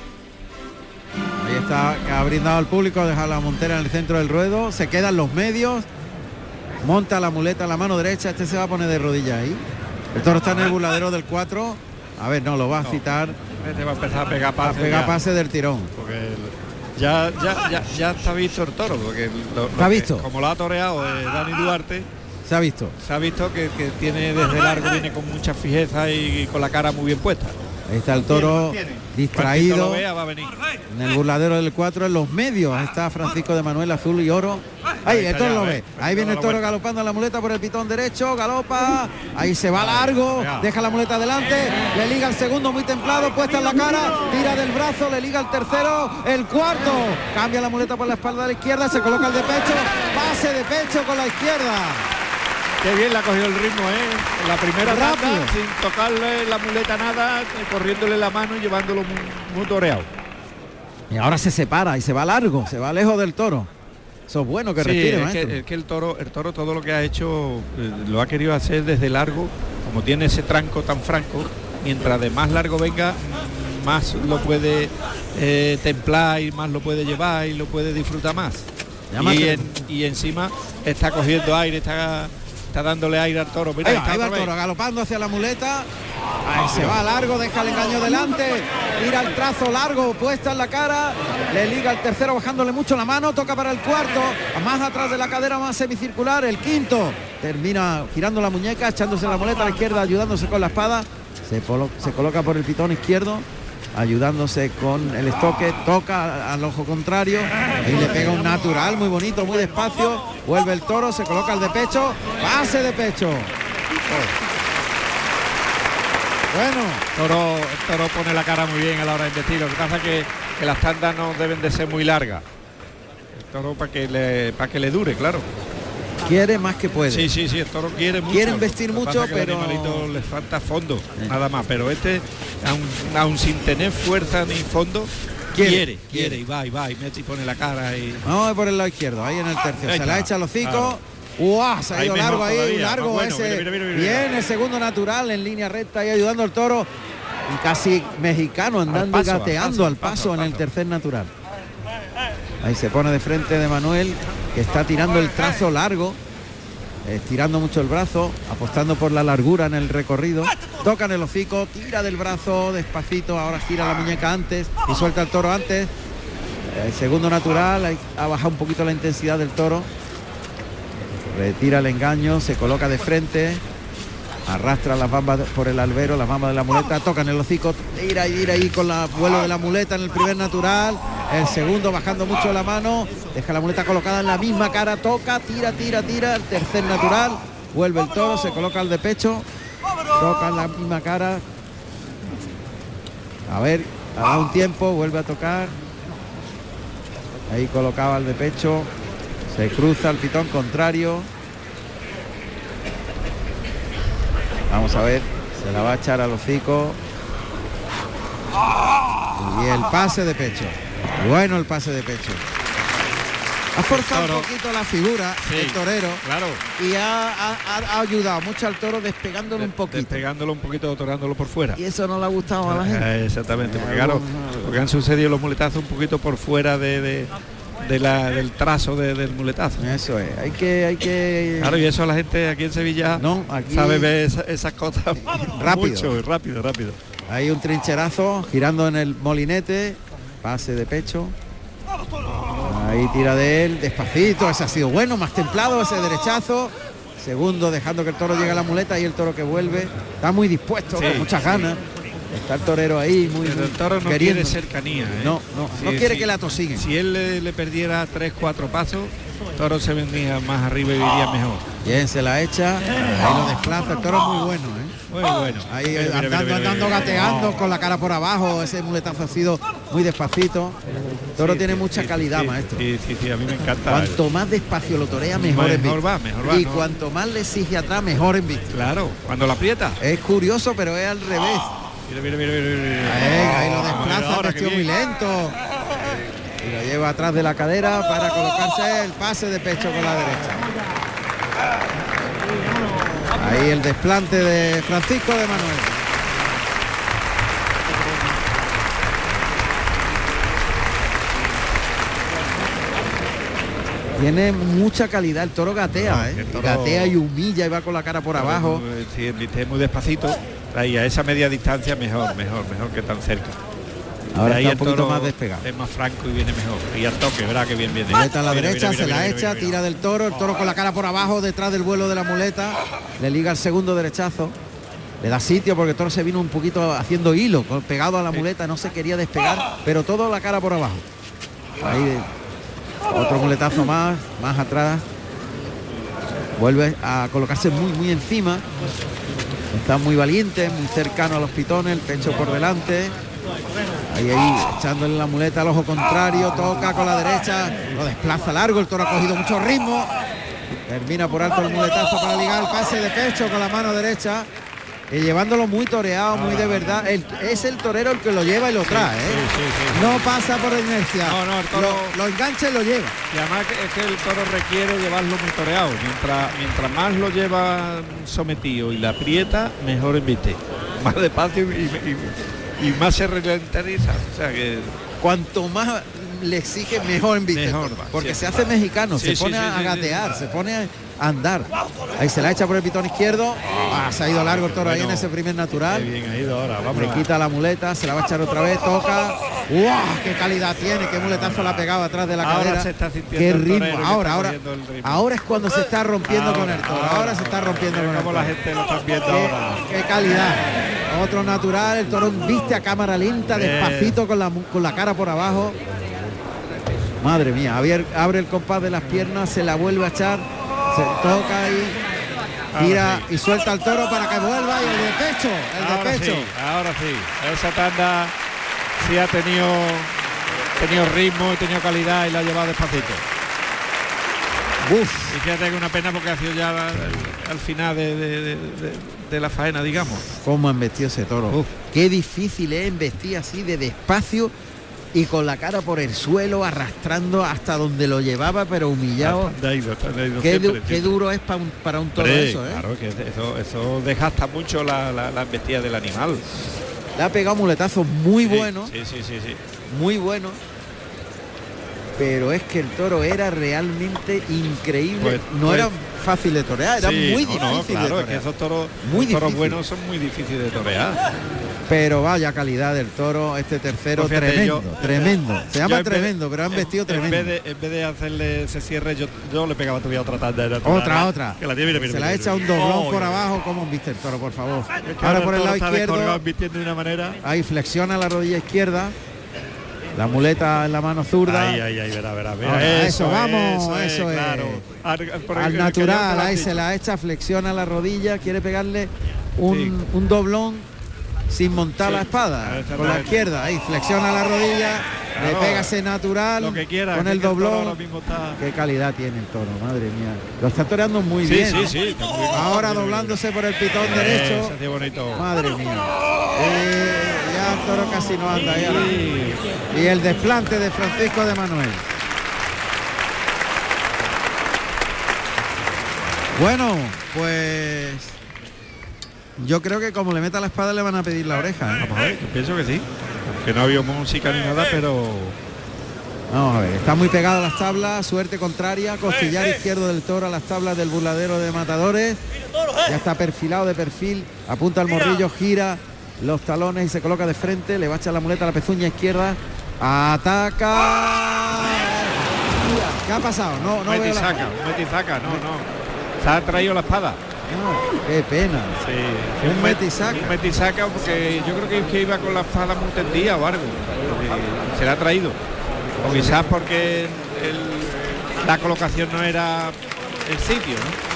Ahí está, que ha brindado al público, deja la montera en el centro del ruedo, se quedan los medios, monta la muleta a la mano derecha, este se va a poner de rodillas ahí. El toro está en el burladero del 4, a ver, no, lo va a citar. Este va a empezar a pegar pase. A pegar pase del tirón. Porque ya está visto el toro, porque ¿Está visto? Como lo ha toreado Dani Duarte. Se ha visto. Se ha visto que tiene desde largo, viene con mucha fijeza y con la cara muy bien puesta. Ahí está el toro distraído. Lo vea, va a venir. En el burladero del 4, en los medios. Ahí está Francisco de Manuel, azul y oro. Ahí el toro lo ve. Ahí viene el toro galopando la muleta por el pitón derecho. Galopa. Ahí se va largo. Deja la muleta adelante. Le liga el segundo muy templado. Puesta en la cara. Tira del brazo. Le liga el tercero. El cuarto. Cambia la muleta por la espalda de la izquierda. Se coloca el de pecho. Pase de pecho con la izquierda. Qué bien le ha cogido el ritmo, la primera rápido, sin tocarle la muleta nada, corriéndole la mano y llevándolo muy toreado. Y ahora se separa y se va largo, se va lejos del toro. Eso es bueno que respire, maestro. Es que el toro todo lo que ha hecho lo ha querido hacer desde largo, como tiene ese tranco tan franco, mientras de más largo venga, más lo puede templar y más lo puede llevar y lo puede disfrutar más. Y encima está cogiendo aire, está dándole aire al toro. Mira, ahí va el toro galopando hacia la muleta. Ahí se va largo, deja el engaño delante, mira el trazo largo puesta en la cara, le liga el tercero bajándole mucho la mano, toca para el cuarto, más atrás de la cadera, más semicircular, el quinto termina girando la muñeca, echándose la muleta a la izquierda, ayudándose con la espada, se coloca por el pitón izquierdo, ayudándose con el estoque, toca al ojo contrario y le pega un natural muy bonito, muy despacio, vuelve el toro, se coloca el de pecho, pase de pecho. Bueno. El toro pone la cara muy bien a la hora de investir. Lo que pasa es que las tandas no deben de ser muy largas. El toro para que le dure, claro. Quiere más que puede. Sí, el toro quiere mucho. Quiere investir mucho, pero al animalito le falta fondo, nada más. Pero aún sin tener fuerza ni fondo, quiere y va y mete y pone la cara y. Vamos a por el lado izquierdo, ahí en el tercio. Se la echa al hocico. ¡Uah! Se ha ido largo ahí, largo bueno, ese. Mira. Bien, el segundo natural en línea recta y ayudando al toro. Y casi mexicano andando y gateando al paso en el tercer natural. Ahí se pone de frente de Manuel, que está tirando el trazo largo, estirando mucho el brazo, apostando por la largura en el recorrido. Toca en el hocico, tira del brazo despacito, ahora gira la muñeca antes y suelta el toro antes. El segundo natural, ha bajado un poquito la intensidad del toro. Retira el engaño, se coloca de frente, arrastra las bambas por el albero, las bambas de la muleta, toca en el hocico, tira ahí con el vuelo de la muleta en el primer natural. El segundo bajando mucho la mano, deja la muleta colocada en la misma cara, toca, tira. El tercer natural, vuelve el toro, se coloca el de pecho, toca en la misma cara. A ver, ha dado un tiempo, vuelve a tocar. Ahí colocaba el de pecho. Se cruza el pitón contrario. Vamos a ver, se la va a echar al hocico. Y el pase de pecho. Bueno, el pase de pecho. Ha forzado un poquito la figura del torero. Claro. Y ha ayudado mucho al toro despegándolo un poquito. Despegándolo un poquito, toreándolo por fuera. Y eso no le ha gustado a la gente. Exactamente, porque claro, porque han sucedido los muletazos un poquito por fuera del trazo del muletazo. Eso es, hay que claro, y eso a la gente aquí en Sevilla sabe ver esas cosas rápido. Hay un trincherazo girando en el molinete, pase de pecho. Ahí tira de él, despacito, ese ha sido bueno, más templado ese derechazo. Segundo, dejando que el toro llegue a la muleta y el toro que vuelve. Está muy dispuesto, con muchas ganas. Está el torero ahí muy el toro no quiere cercanía, no quiere que la tosiguen. Si él le perdiera 3-4 pasos, el toro se vendría más arriba y iría mejor. Bien, se la echa, ahí lo desplaza, el toro es muy bueno, muy bueno. Ahí andando gateando con la cara por abajo, ese muletazo ha sido muy despacito. El toro tiene mucha calidad, maestro. Sí, a mí me encanta. Cuanto más despacio lo torea, mejor en vista. Va, y cuanto más le exige atrás, mejor en vista. Claro, cuando la aprieta. Es curioso, pero es al revés. Mira. Ahí lo desplaza, vestido muy lento. Y lo lleva atrás de la cadera para colocarse el pase de pecho con la derecha. Ahí el desplante de Francisco de Manuel. Tiene mucha calidad, el toro gatea, gatea y humilla y va con la cara por abajo. Sí, es muy despacito. Ahí a esa media distancia mejor que tan cerca. Ahora ahí está un poquito más despegado. Es más franco y viene mejor. Y al toque, verá que bien viene. Muleta a la derecha, se la echa, tira del toro, el toro con la cara por abajo, detrás del vuelo de la muleta, le liga el segundo derechazo, le da sitio porque el toro se vino un poquito haciendo hilo, pegado a la muleta, no se quería despegar, pero todo la cara por abajo. Ahí otro muletazo más atrás. Vuelve a colocarse muy encima. Está muy valiente, muy cercano a los pitones, el pecho por delante. Ahí, echándole la muleta al ojo contrario, toca con la derecha, lo desplaza largo, el toro ha cogido mucho ritmo. Termina por alto el muletazo para ligar el pase de pecho con la mano derecha. Y llevándolo muy toreado, muy de verdad. Es el torero el que lo lleva y lo trae, Sí. No pasa por inercia. No, el toro lo engancha y lo lleva. Y además es que el toro requiere llevarlo muy toreado. Mientras más lo lleva sometido y la aprieta, mejor embiste. Más despacio y más se ralentiza. O sea que cuanto más le exige, mejor embiste. Porque se hace mexicano, se pone a gatear, se pone a andar. Ahí se la echa por el pitón izquierdo. Se ha ido largo el toro ahí en ese primer natural. Qué bien ha ido ahora. Le quita la muleta, se la va a echar otra vez, toca. ¡Qué calidad tiene! ¡Qué muletazo la ha pegado atrás de la cadera! Ahora se está sintiendo ¡qué el ritmo! ritmo. Ahora es cuando se está rompiendo con el toro. Ahora se está rompiendo con el toro. La gente lo está viendo ahora. ¡Qué calidad! Otro natural, el toro viste a cámara lenta, despacito con la cara por abajo. Madre mía, abre el compás de las piernas, se la vuelve a echar, se toca ahí. Tira y suelta el toro para que vuelva y el de pecho, Ahora sí. Esa tanda sí ha tenido ritmo y tenido calidad y la ha llevado despacito. Uf. Y fíjate que una pena porque ha sido ya al final de la faena, digamos. Cómo ha embestido ese toro. Uf. Qué difícil es embestir así de despacio y con la cara por el suelo, arrastrando hasta donde lo llevaba, pero humillado. Qué duro es para un toro eso, ¿eh? Claro, que eso desgasta mucho la embestida del animal. Le ha pegado muletazos muy buenos. Sí. Muy buenos. Pero es que el toro era realmente increíble. Era fácil de torear, era muy difícil de torear. Es que esos toros buenos son muy difíciles de torear. Pero vaya calidad del toro, este tercero, pues fíjate, tremendo. Se llama tremendo, pero han vestido tremendo. En vez de hacerle ese cierre, yo le pegaba todavía otra tanda. Otra. Que se la echa un doblón por abajo. ¿Cómo viste el toro, por favor? Ahora por el lado izquierdo. De una manera. Ahí flexiona la rodilla izquierda. La muleta en la mano zurda. Ahí, verá. Eso es. Claro. Al natural, ahí se la echa, flexiona la rodilla, quiere pegarle un doblón sin montar la espada. Con la izquierda, ahí flexiona la rodilla, le pega ese natural lo que quiera, con el doblón. Qué calidad tiene el toro, madre mía. Lo está toreando muy bien. Sí. Ahora doblándose por el pitón derecho. Madre mía. Ya el toro casi no anda. Y el desplante de Francisco de Manuel. Bueno, pues yo creo que como le meta la espada le van a pedir la oreja, ¿eh? Vamos a ver, yo pienso que sí. Que no había música ni nada, pero... Vamos a ver, está muy pegado a las tablas, suerte contraria, costillar izquierdo del toro a las tablas del burladero de matadores. Ya está perfilado de perfil, apunta al morrillo, gira los talones y se coloca de frente, le va a echar la muleta a la pezuña izquierda, ataca. ¿Qué ha pasado? No metisaca, no. Se ha traído la espada. Qué pena. Sí. Un metisaca porque yo creo que iba con la espada muy tendida o algo. Se la ha traído. O quizás porque la colocación no era el sitio, ¿no?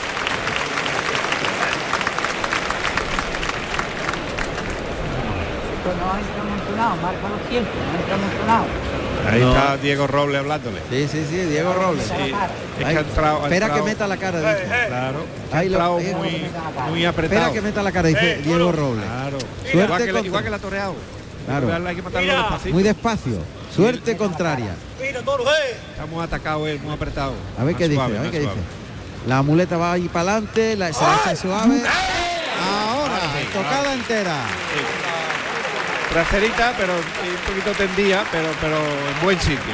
No entra montonado, marca los tiempos, no entra montonado. Ahí está Diego Robles hablándole. Sí, Diego Robles. Sí. Es que ha entrado, espera que meta la cara, dice. Claro. Ha entrado muy apretado. Espera que meta la cara, dice Diego Robles. Claro. Igual que la ha toreado. Claro. Hay que matarlo despacito. Muy despacio. Suerte contraria. Está muy atacado, muy apretado. A ver qué dice, La muleta va ahí para adelante, se la echa suave. Ahora, tocada entera. Traserita, pero un poquito tendida, pero en buen sitio.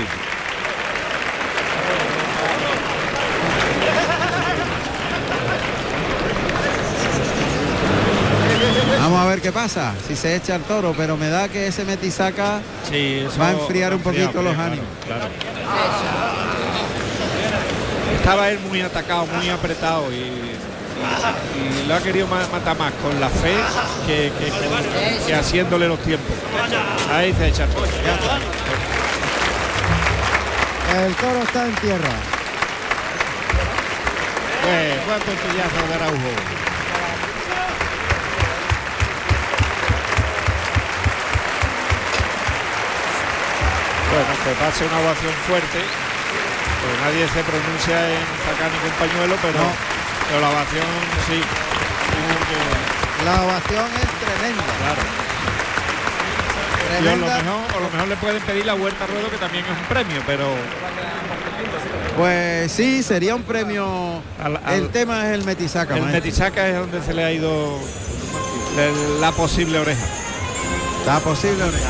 Vamos a ver qué pasa, si se echa el toro, pero me da que ese metisaca va a enfriar un poquito los ánimos. Claro. Estaba él muy atacado, muy apretado y lo ha querido matar más con la fe que haciéndole los tiempos. Ahí se echa el toro. El toro está en tierra. Buen puntillazo de Araujo. Bueno, que pase una ovación fuerte, pues nadie se pronuncia en sacar ningún pañuelo, pero la ovación sí. La ovación es tremenda. Claro. Tremenda. Y a lo mejor le pueden pedir la Huerta Ruedo, que también es un premio, pero... Pues sí, sería un premio. El tema es el metisaca. El metisaca es donde se le ha ido la posible oreja. La posible oreja,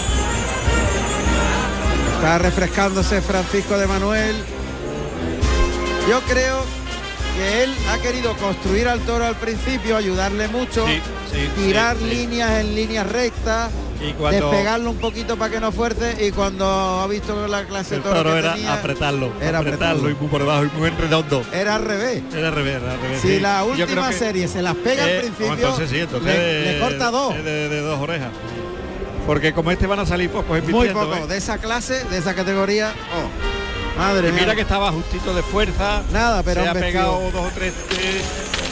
Está refrescándose Francisco de Manuel. Yo creo que él ha querido construir al toro al principio, ayudarle mucho, tirar líneas en líneas rectas, despegarlo un poquito para que no fuerce, y cuando ha visto la clase de toro que era tenía, apretarlo y muy por debajo y muy en redondo. Era al revés. Si la última serie se las pega al principio, le corta dos. De dos orejas. Porque como van a salir pocos muy poco, de esa clase, de esa categoría. Madre mía. Mira que estaba justito de fuerza. Nada, pero se ha pegado 2 o 3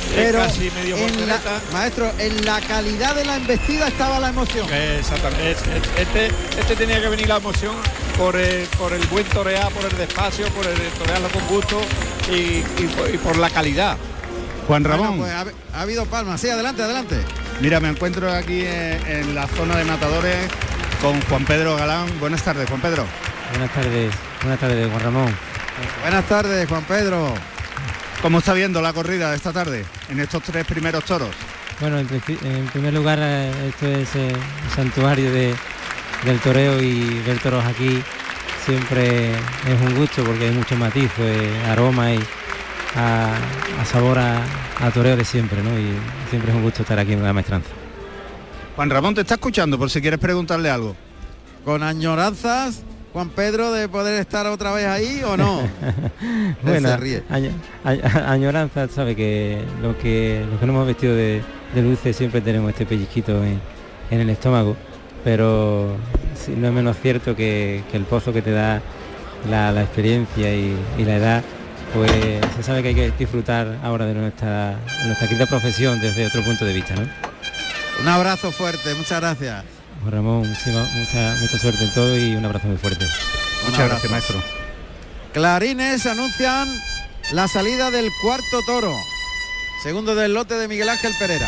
Pero casi medio voltereta. Maestro, en la calidad de la embestida estaba la emoción. Exactamente. Este tenía que venir la emoción por el buen torear, por el despacio, por el torearlo con gusto y por la calidad. Juan Ramón. Bueno, pues ha habido palmas. Sí, adelante. Mira, me encuentro aquí en la zona de matadores con Juan Pedro Galán. Buenas tardes, Juan Pedro. Buenas tardes, Juan Ramón. Buenas tardes, Juan Pedro. ¿Cómo está viendo la corrida de esta tarde en estos 3 primeros toros? Bueno, en primer lugar, esto es el santuario del toreo, y ver toros aquí siempre es un gusto porque hay mucho matiz, aroma y a sabor a toreo de siempre, ¿no? Y siempre es un gusto estar aquí en la maestranza. Juan Ramón te está escuchando por si quieres preguntarle algo. Con añoranzas, Juan Pedro, de poder estar otra vez ahí o no. Bueno, añoranza, sabe que los que nos hemos vestido de luces siempre tenemos este pellizquito en el estómago, pero sí, no es menos cierto que el pozo que te da la experiencia y la edad, pues se sabe que hay que disfrutar ahora de nuestra querida profesión desde otro punto de vista, ¿no? Un abrazo fuerte, muchas gracias. Juan Ramón, mucha suerte en todo y un abrazo muy fuerte. Muchas gracias, maestro. Clarines anuncian la salida del cuarto toro, segundo del lote de Miguel Ángel Pereira.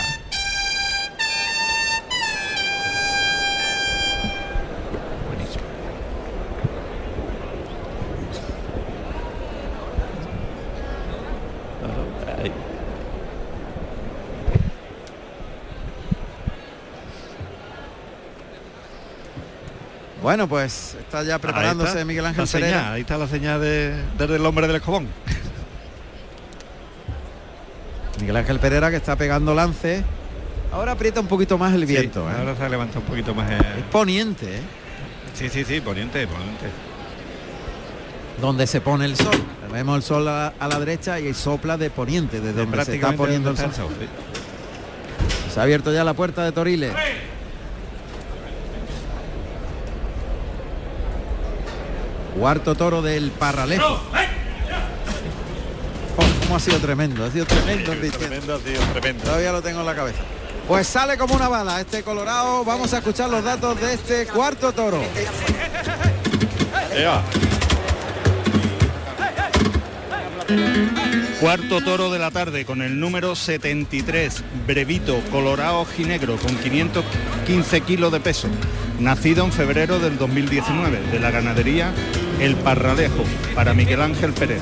Bueno, pues está ya preparándose Miguel Ángel Pereira. Ahí está la señal desde el hombre del escobón. Miguel Ángel Pereira, que está pegando lance. Ahora aprieta un poquito más el viento. Sí, ahora se levanta un poquito más. Es poniente, ¿eh? Sí, poniente. Donde se pone el sol. Vemos el sol a la derecha y sopla de poniente, desde donde se está poniendo el sol. Se ha abierto ya la puerta de Toriles. Cuarto toro del Parralejo. Oh, cómo ha sido tremendo, Tremendo. Todavía lo tengo en la cabeza. Pues sale como una bala este colorado. Vamos a escuchar los datos de este cuarto toro. Cuarto toro de la tarde con el número 73, brevito, colorado ginegro, con 515 kilos de peso. Nacido en febrero del 2019, de la ganadería El Parralejo, para Miguel Ángel Pereira.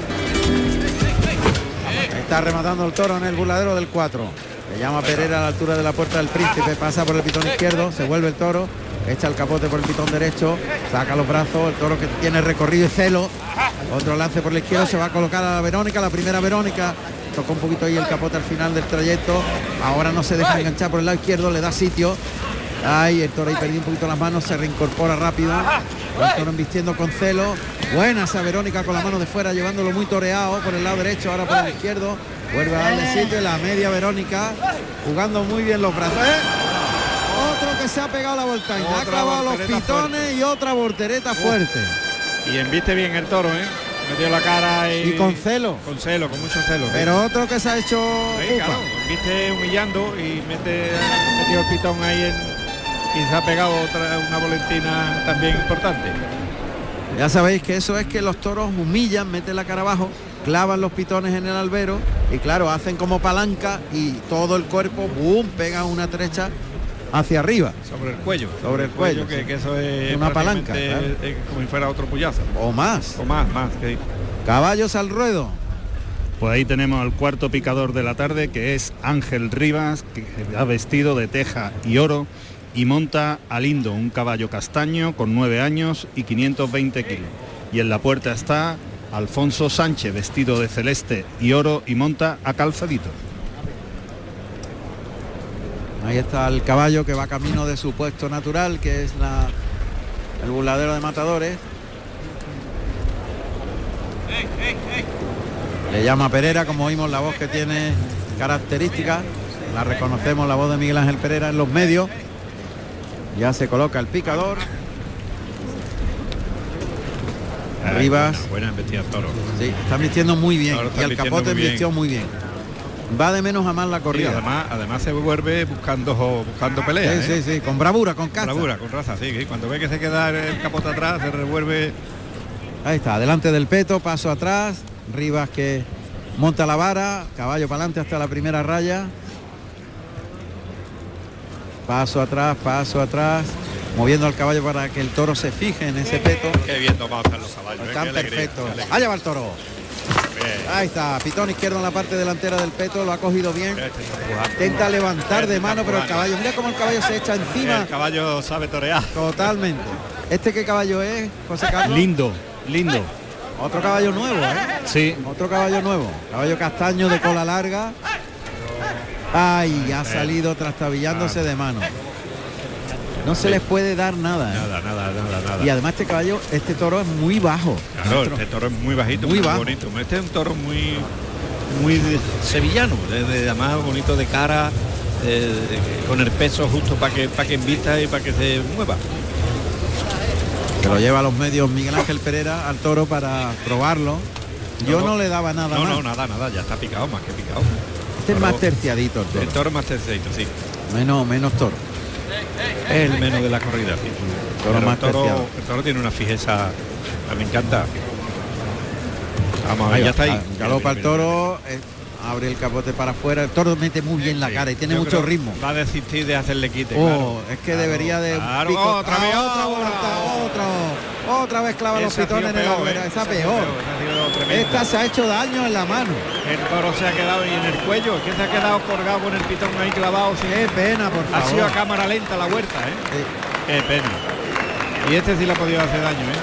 Está rematando el toro en el burladero del 4. Le llama Pereira a la altura de la Puerta del Príncipe, pasa por el pitón izquierdo, se vuelve el toro, echa el capote por el pitón derecho, saca los brazos, el toro que tiene recorrido y celo. Otro lance por la izquierda, se va a colocar a la Verónica, la primera Verónica. Tocó un poquito ahí el capote al final del trayecto. Ahora no se deja enganchar por el lado izquierdo, le da sitio. Ay, el toro ahí perdió un poquito las manos, se reincorpora rápido. El toro embistiendo con celo. Buena esa Verónica con la mano de fuera, llevándolo muy toreado por el lado derecho, ahora por el izquierdo. Vuelve a darle sitio, la media Verónica, jugando muy bien los brazos. Otro que se ha pegado la voltaña, ha clavado los pitones fuerte. Y otra voltereta fuerte. Y embiste bien el toro, metió la cara y con celo. Con mucho celo. Pero otro que se ha hecho claro, embiste humillando y metió el pitón ahí y se ha pegado una volentina también importante. Ya sabéis que eso es que los toros humillan, meten la cara abajo, clavan los pitones en el albero y claro, hacen como palanca y todo el cuerpo, ¡boom!, pega una trecha hacia arriba. Sobre el cuello. Sobre el cuello. Que eso es una palanca. Claro. Como si fuera otro puyazo. O más. Que... Caballos al ruedo. Pues ahí tenemos al cuarto picador de la tarde, que es Ángel Rivas, que ha vestido de teja y oro y monta a Lindo, un caballo castaño con 9 años y 520 kilos. Y en la puerta está Alfonso Sánchez, vestido de celeste y oro y monta a Calzadito. Ahí está el caballo que va camino de su puesto natural, que es el burladero de matadores. Le llama Pereira, como oímos la voz que tiene característica. La reconocemos, la voz de Miguel Ángel Pereira en los medios. Ya se coloca el picador. Rivas. Buena embestida toro. Sí, está vistiendo muy bien. Y el capote embistió muy bien. Va de menos a más la corrida. Sí, además se vuelve buscando peleas. Sí, con bravura, con caza. Bravura, con raza, sí. Cuando ve que se queda el capote atrás, se revuelve. Ahí está, delante del peto, paso atrás, Rivas que monta la vara, caballo para adelante hasta la primera raya. Paso atrás, moviendo al caballo para que el toro se fije en ese peto. Qué bien tomados están los caballos. Están perfectos. Allá va el toro. Ahí está, pitón izquierdo en la parte delantera del peto, lo ha cogido bien. Intenta levantar de mano, pero el caballo, mira cómo el caballo se echa encima. El caballo sabe torear. Totalmente. ¿Qué caballo es, José Carlos? Lindo. Otro caballo nuevo, ¿eh? Sí. Otro caballo nuevo. Caballo castaño de cola larga. Ay, ha salido trastabillándose de mano. No se les puede dar nada. Nada. Y además este toro es muy bajo. Claro, este toro es muy bajito, muy bonito. Este es un toro muy sevillano, además bonito de cara, con el peso justo para que invista y para que se mueva. Se lo lleva a los medios Miguel Ángel Pereira al toro para probarlo. Yo no le daba nada. Nada, ya está picado, más que picado. Este es más terciadito el toro. El toro más terciadito, sí. Menos toro. Es el menos de la corrida, sí. El toro tiene una fijeza, me encanta. Vamos a ver, ya está ahí. Galopa el toro, abre el capote para afuera, el toro mete muy bien la cara y tiene mucho ritmo. Va a desistir de hacerle quite. Es que debería de... Otra vez clava los pitones en la hoguera, esa peor. Esta se ha hecho daño en la mano. El toro se ha quedado y en el cuello, que se ha quedado colgado con el pitón ahí clavado. Qué pena, por favor. Ha sido a cámara lenta la huerta, ¿eh? Sí. Qué pena. Y este sí le ha podido hacer daño, ¿eh?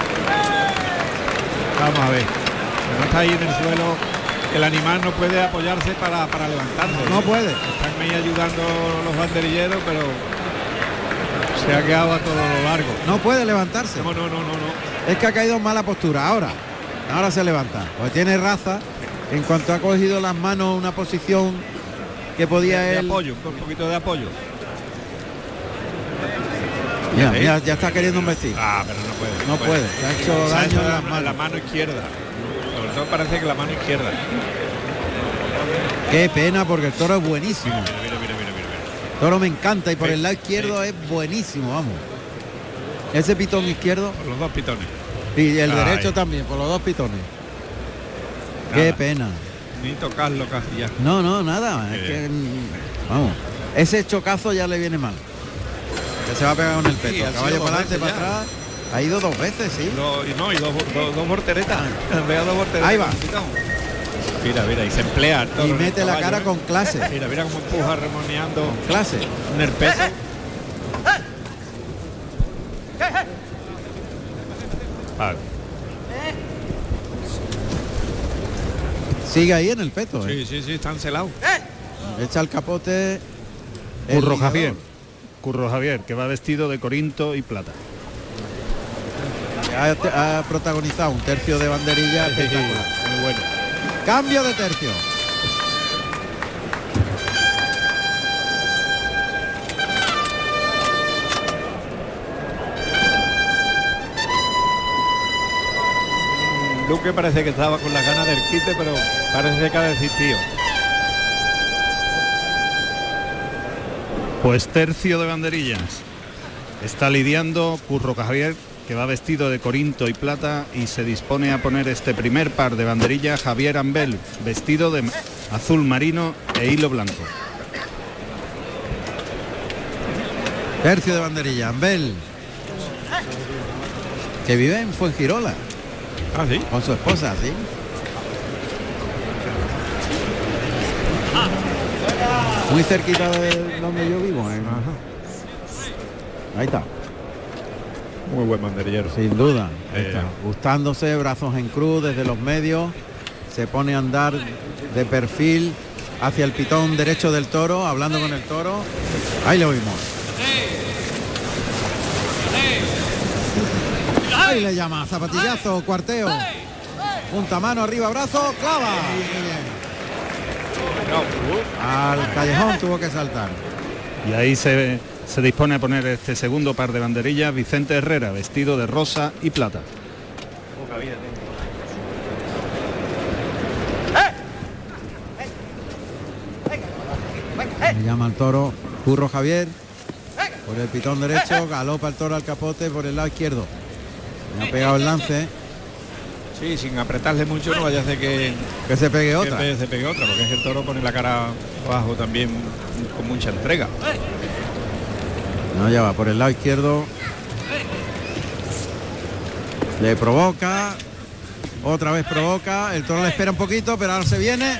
Vamos a ver. No está ahí en el suelo. El animal no puede apoyarse para levantarse. No puede. Están ahí ayudando los banderilleros, pero se ha quedado a todo lo largo. No puede levantarse. No. Es que ha caído en mala postura. Ahora se levanta. Pues tiene raza. En cuanto ha cogido las manos una posición que podía de apoyo, un poquito de apoyo. Mira, ya está queriendo investir. Pero no puede. Se ha hecho daño en las manos. La mano izquierda. Sobre todo parece que la mano izquierda. Qué pena, porque el toro es buenísimo. Mira. El toro me encanta y por el lado izquierdo es buenísimo, vamos. Ese pitón izquierdo. Por los dos pitones. Y el derecho también, por los dos pitones. Qué pena. Ni tocarlo casi ya. No, nada. Es que, vamos. Ese chocazo ya le viene mal. Que se va a pegar con el peto. Caballo para adelante, para atrás. Ha ido dos veces, sí. Y dos volteretas. Veo dos volteretas. Ahí va. Mira, y se emplea. Y mete la cara con clase. Mira cómo empuja remoneando. Con clase. En el peso. Vale. Sigue ahí en el peto. Sí, están celados. Echa el capote. Curro Javier, que va vestido de corinto y plata. Ha protagonizado un tercio de banderilla espectacular. Muy bueno. Cambio de tercio. Luque parece que estaba con las ganas del quite, pero parece que ha desistido. Pues tercio de banderillas. Está lidiando Curro Javier, que va vestido de corinto y plata, y se dispone a poner este primer par de banderillas Javier Ambel, vestido de azul marino e hilo blanco. Tercio de banderilla, Ambel, que vive en Fuengirola. ¿Sí? Con su esposa, sí. Muy cerquita de donde yo vivo. Ahí está. Muy buen banderillero. Sin duda. Está. Gustándose, brazos en cruz desde los medios. Se pone a andar de perfil hacia el pitón derecho del toro, hablando con el toro. Ahí lo vimos. Ahí le llama, zapatillazo, cuarteo. Punta mano, arriba, brazo, clava. Muy bien. Al callejón tuvo que saltar. Y ahí se dispone a poner este segundo par de banderillas Vicente Herrera, vestido de rosa y plata. Le llama al toro Curro Javier por el pitón derecho, galopa el toro al capote por el lado izquierdo. Le ha pegado el lance. Sí, sin apretarle mucho, no vaya a hacer que se pegue otra. Que se pegue otra, porque es que el toro pone la cara abajo también con mucha entrega. No, ya va por el lado izquierdo. Le provoca. Otra vez provoca. El toro le espera un poquito, pero ahora se viene.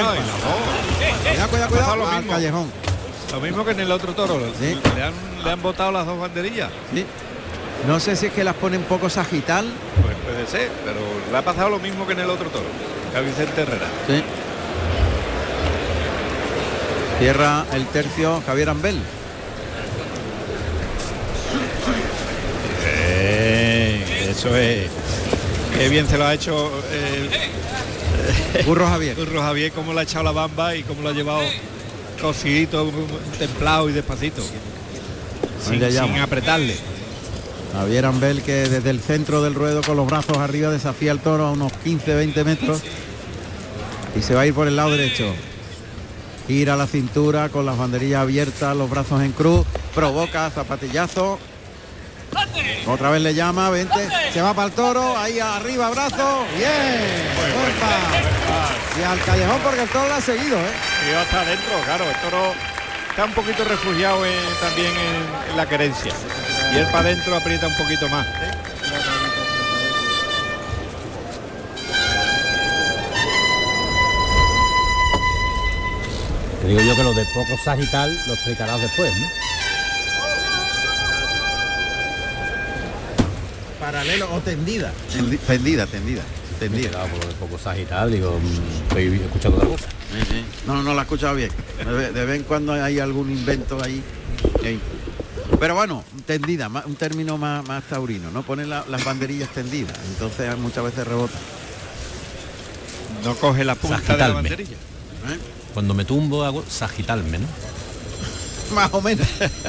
Cuidado. Al callejón. Lo mismo que en el otro toro. ¿Sí? Le han botado las dos banderillas. Sí. No sé si es que las pone un poco sagital. Pues puede ser, pero le ha pasado lo mismo que en el otro toro, que a Vicente Herrera. Sí. Cierra el tercio Javier Ambel. Eso es. Qué bien se lo ha hecho Curro Javier. Curro Javier, cómo le ha echado la bamba y cómo lo ha llevado cocidito, templado y despacito. Sin apretarle. Javier Ambel, que desde el centro del ruedo con los brazos arriba desafía al toro a unos 15-20 metros y se va a ir por el lado derecho. Gira la cintura con las banderillas abiertas, los brazos en cruz, provoca zapatillazo. Otra vez le llama, 20, se va para el toro, ahí arriba, brazo, bien, y al callejón porque el toro lo ha seguido, Y va hasta adentro, claro, el toro está un poquito refugiado también en la querencia. Y él para adentro aprieta un poquito más. Te digo yo que lo de poco sagital lo explicarás después, ¿no? Paralelo o tendida. Tendida. Claro, por lo de poco sagital, digo, estoy escuchando otra cosa. Sí. No la he escuchado bien. De vez en cuando hay algún invento ahí. Pero bueno, tendida, un término más taurino, ¿no? Ponen las banderillas tendidas, entonces muchas veces rebota. No coge la punta sagitalme. De la banderilla. Cuando me tumbo hago sagitalme, ¿no? Más o menos.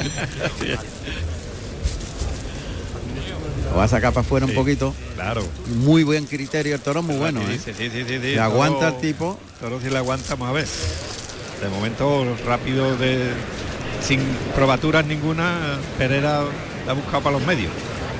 Lo va a sacar para afuera un poquito. Claro. Muy buen criterio, el toro muy bueno, Sí. Se aguanta el tipo. El toro sí le aguanta, vamos a ver. De momento rápido sin probaturas ninguna, Pereira la ha buscado para los medios.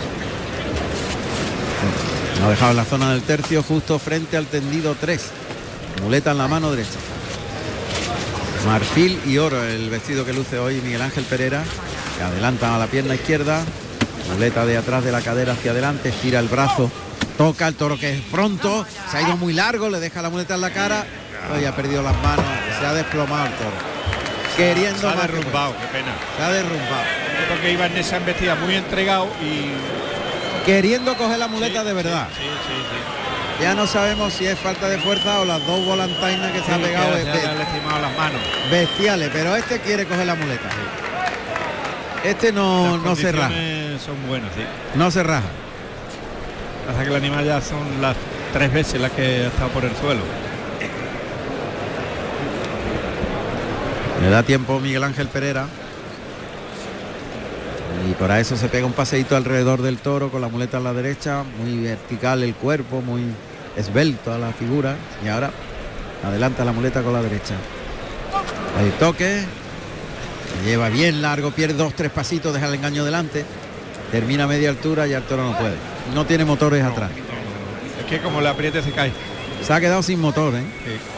Lo ha dejado en la zona del tercio, justo frente al tendido 3. Muleta en la mano derecha. Marfil y oro el vestido que luce hoy Miguel Ángel Pereira, que adelanta a la pierna izquierda, muleta de atrás de la cadera hacia adelante, estira el brazo, toca el toro que es pronto, se ha ido muy largo, le deja la muleta en la cara, hoy ha perdido las manos, se ha desplomado el toro. Queriendo se ha más derrumbado, qué pena. Se ha derrumbado. Porque iba en esa embestida muy entregado y queriendo coger la muleta de verdad. Sí. Ya no sabemos si es falta de fuerza o las dos volantainas que se ha pegado. Le estimado las manos. Bestiales, pero este quiere coger la muleta. Este no se raja. Son buenas, sí. No se raja. Hasta que el animal ya son las 3 veces las que ha estado por el suelo. Le da tiempo Miguel Ángel Pereira. Y para eso se pega un paseíto alrededor del toro con la muleta a la derecha, muy vertical el cuerpo, muy esbelto a la figura. Y ahora adelanta la muleta con la derecha. El toque, se lleva bien largo, pierde 2-3 pasitos, deja el engaño delante, termina a media altura y el toro no puede. No tiene motores atrás. Es que como le apriete se cae. Se ha quedado sin motor, ¿eh?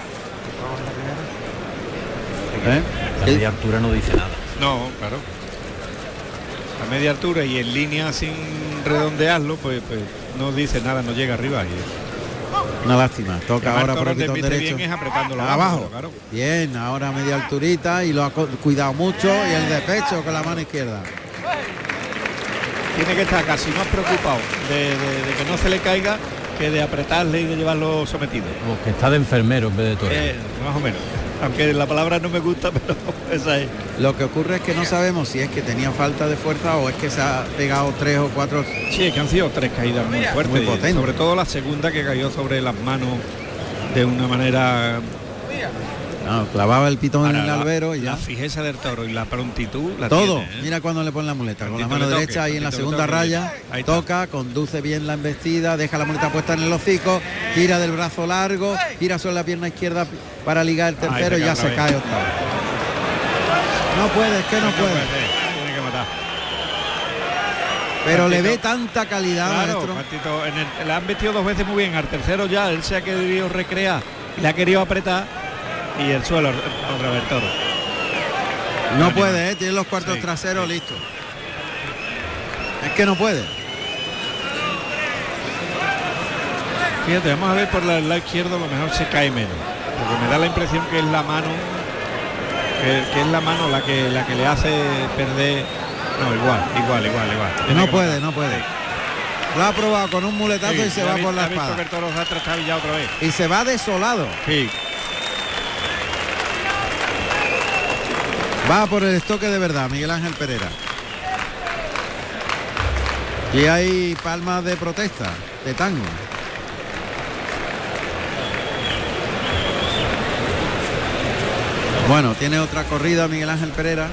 La media altura no dice nada. No, claro. A media altura y en línea sin redondearlo, pues no dice nada, no llega arriba. Una lástima. Toca ahora por el pitón derecho. Bien es apretándolo abajo. Claro. Bien, ahora a media alturita y lo ha cuidado mucho y el de pecho con la mano izquierda. Tiene que estar casi más preocupado de que no se le caiga que de apretarle y de llevarlo sometido. Como que está de enfermero en vez de toro. Más o menos. Aunque la palabra no me gusta, pero esa es. Lo que ocurre es que no sabemos si es que tenía falta de fuerza o es que se ha pegado 3 o 4. Sí, es que han sido 3 caídas muy fuertes. Muy potentes. Sobre todo la segunda que cayó sobre las manos de una manera. No, clavaba el pitón en el albero y ya. La fijeza del toro y la prontitud. Todo. Tiene, ¿eh? Mira cuando le pone la muleta. Con la mano derecha ahí en la segunda raya. Toca, conduce bien la embestida, deja la muleta puesta en el hocico, gira del brazo largo, gira sobre la pierna izquierda para ligar el tercero y ya se cae otra vez. No puede, es que no puede. Tiene que matar. Pero Martito, le ve tanta calidad, claro, maestro. Martito, le han vestido 2 veces muy bien. Al tercero ya él se ha querido recrear, le ha querido apretar y el suelo otra vez toro. No puede, tiene los cuartos traseros listos. Es que no puede. Fíjate, vamos a ver por el lado izquierdo, a lo mejor se cae menos. Porque me da la impresión que es la mano, que es la mano la que le hace perder. No, igual. No puede. Lo ha probado con un muletazo y se va por la espada. Que el toro se ha trastabillado otra vez. Y se va desolado. Sí. Va por el estoque de verdad, Miguel Ángel Pereira. Y hay palmas de protesta, de tango. Bueno, tiene otra corrida Miguel Ángel Pereira.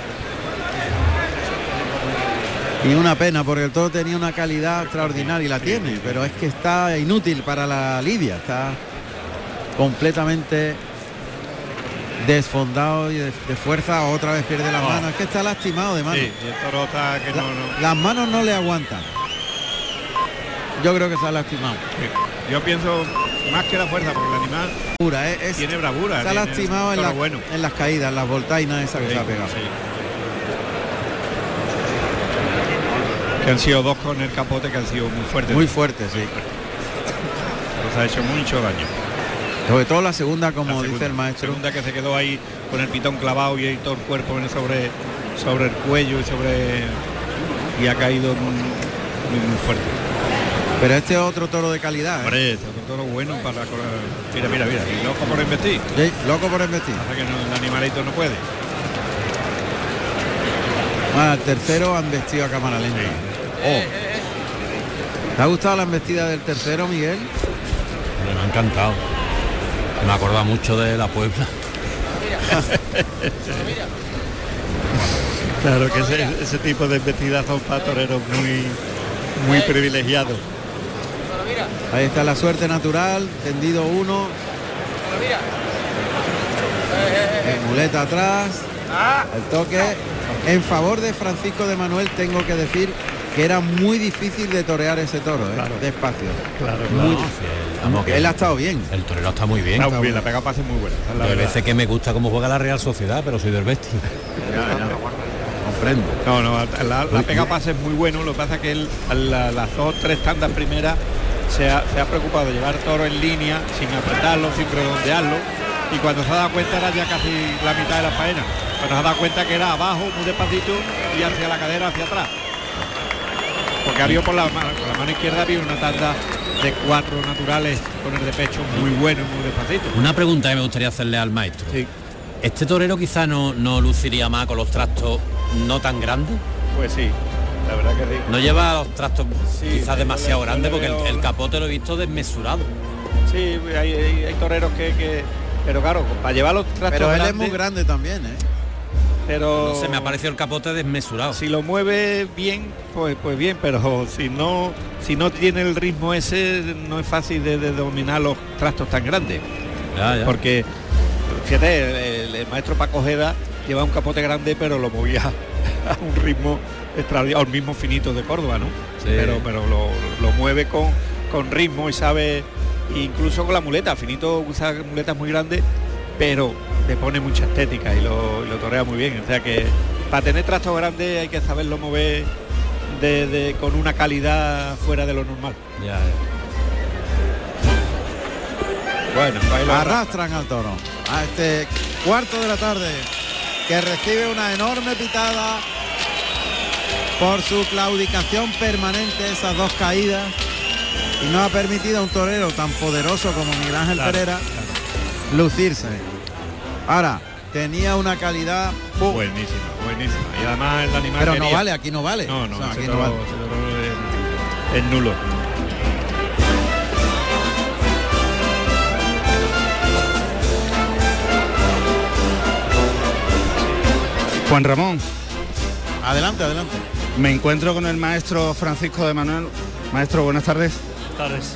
Y una pena porque el toro tenía una calidad extraordinaria y la tiene, pero es que está inútil para la lidia, está completamente desfondado y de fuerza, otra vez pierde las manos, es que está lastimado de mano. Sí, y el toro está que no. Las manos no le aguantan. Yo creo que se ha lastimado. Sí. Yo pienso más que la fuerza, porque el animal tiene bravura. Se ha lastimado en las caídas, en las voltainas esas que se ha pegado. Sí. Que han sido 2 con el capote que han sido muy fuertes. Muy fuertes, sí. Pues ha hecho mucho daño. Sobre todo la segunda, como dice el maestro. La segunda que se quedó ahí con el pitón clavado y ahí todo el cuerpo sobre el cuello y ha caído muy fuerte. Pero este es otro toro de calidad. Hombre, este es otro toro bueno para correr. Mira. Y loco por investir. Sí, loco por investir. Hasta que el animalito no puede. Bueno, el tercero han vestido a cámara lenta. Sí. ¿Te ha gustado la embestida del tercero, Miguel? Me ha encantado. Me acuerda mucho de la Puebla. Claro que ese tipo de embestidas son para toreros muy privilegiados. Ahí está la suerte natural, tendido 1. Muleta atrás. El toque en favor de Francisco de Manuel. Tengo que decir que era muy difícil de torear ese toro, claro. Despacio. Claro. Muy difícil. Él ha estado bien. El torero está muy bien. Está muy bien, la pega pase muy buena. Hay veces que me gusta cómo juega la Real Sociedad, pero soy del Betis. Comprendo. No, la pega pase es muy bueno. Lo que pasa es que él, las 2 o 3 tandas primeras se ha preocupado de llevar toro en línea, sin apretarlo, sin redondearlo. Y cuando se ha dado cuenta era ya casi la mitad de la faena. Cuando se ha dado cuenta que era abajo, muy despacito, y hacia la cadera, hacia atrás. Porque había por la mano izquierda había una tanda de 4 naturales con el de pecho muy bueno y muy despacito. Una pregunta que me gustaría hacerle al maestro. Sí. ¿Este torero quizá no luciría más con los trastos no tan grandes? Pues sí, la verdad que sí. No lleva los trastos quizás demasiado grandes, porque el capote lo he visto desmesurado. Sí, hay toreros que pero claro, para llevar los trastos pero él grandes, es muy grande también, pero no sé, me ha parecido el capote desmesurado. Si lo mueve bien, pues bien, pero si no tiene el ritmo ese, no es fácil de dominar los trastos tan grandes. Ya. Porque fíjate, el maestro Paco Ojeda lleva un capote grande, pero lo movía a un ritmo extraordinario, al mismo finito de Córdoba, ¿no? Sí. Pero lo mueve con ritmo y sabe. Incluso con la muleta, Finito usa muletas muy grandes, pero le pone mucha estética y lo torea muy bien. O sea que para tener trastos grandes hay que saberlo mover con una calidad fuera de lo normal. Ya. Bueno, arrastran al toro a este cuarto de la tarde, que recibe una enorme pitada por su claudicación permanente, esas 2 caídas. Y no ha permitido a un torero tan poderoso como Miguel Ángel Pereira lucirse. Ahora, tenía una calidad buenísima. Y además el animal pero no vale, aquí no vale. No, o sea, aquí no vale. Es nulo. Juan Ramón. Adelante. Me encuentro con el maestro Francisco de Manuel. Maestro, buenas tardes. Tardes.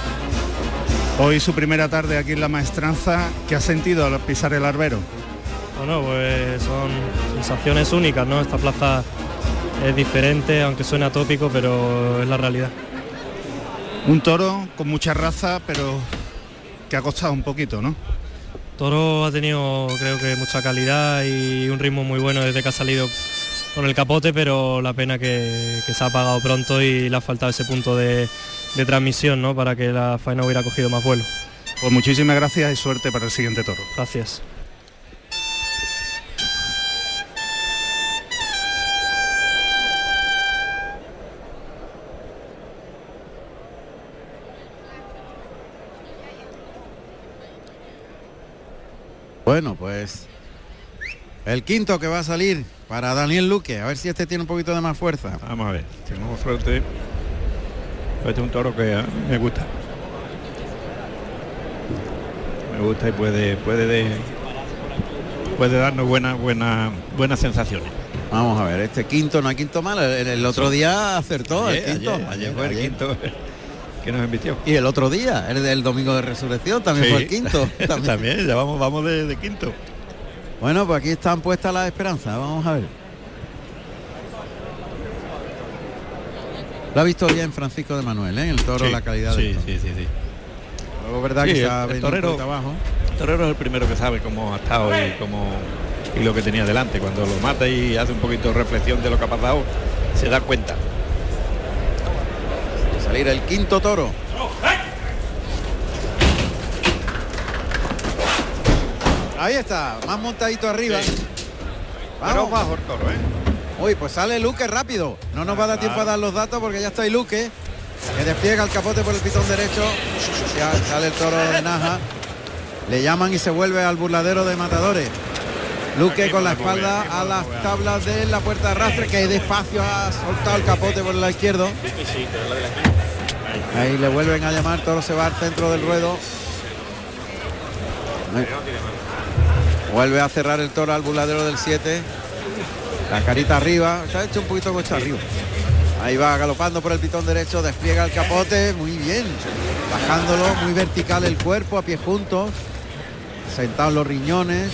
Hoy su primera tarde aquí en la maestranza. ¿Qué ha sentido al pisar el arbero? Bueno, pues son sensaciones únicas, ¿no? Esta plaza es diferente, aunque suene atópico, pero es la realidad. Un toro con mucha raza, pero que ha costado un poquito, ¿no? Toro ha tenido, creo que, mucha calidad y un ritmo muy bueno desde que ha salido con el capote, pero la pena que se ha apagado pronto y le ha faltado ese punto de transmisión, ¿no? Para que la faena hubiera cogido más vuelo. Pues muchísimas gracias y suerte para el siguiente toro. Gracias. Bueno, pues el quinto que va a salir para Daniel Luque, a ver si este tiene un poquito de más fuerza. Vamos a ver, tenemos suerte. Este es un toro que me gusta. Me gusta y puede darnos buenas sensaciones. Vamos a ver, este quinto no hay quinto mal, el otro día acertó el quinto. Ayer fue el quinto que nos emitió. Y el otro día, el del domingo de resurrección, también fue el quinto. También ya vamos de quinto. Bueno, pues aquí están puestas las esperanzas, vamos a ver. Lo ha visto bien Francisco de Manuel, ¿eh? El toro, sí, la calidad del toro. Sí. Luego, verdad que se ha venido un poquito abajo. El torero es el primero que sabe cómo ha estado y lo que tenía delante. Cuando lo mata y hace un poquito de reflexión de lo que ha pasado, se da cuenta. Va a salir el quinto toro. Ahí está, más montadito arriba. Sí. Vamos bajo el toro, Uy, pues sale Luque rápido. No nos va a dar tiempo a dar los datos porque ya está ahí Luque, que despliega el capote por el pitón derecho. Ya sale el toro de Naja. Le llaman y se vuelve al burladero de matadores. Luque con la espalda a las tablas de la puerta de arrastre, que despacio ha soltado el capote por el lado izquierdo. Ahí le vuelven a llamar, toro se va al centro del ruedo. Vuelve a cerrar el toro al burladero del 7. La carita arriba, se ha hecho un poquito coche arriba. Ahí va galopando por el pitón derecho, despliega el capote, muy bien. Bajándolo, muy vertical el cuerpo, a pie juntos. Sentado en los riñones.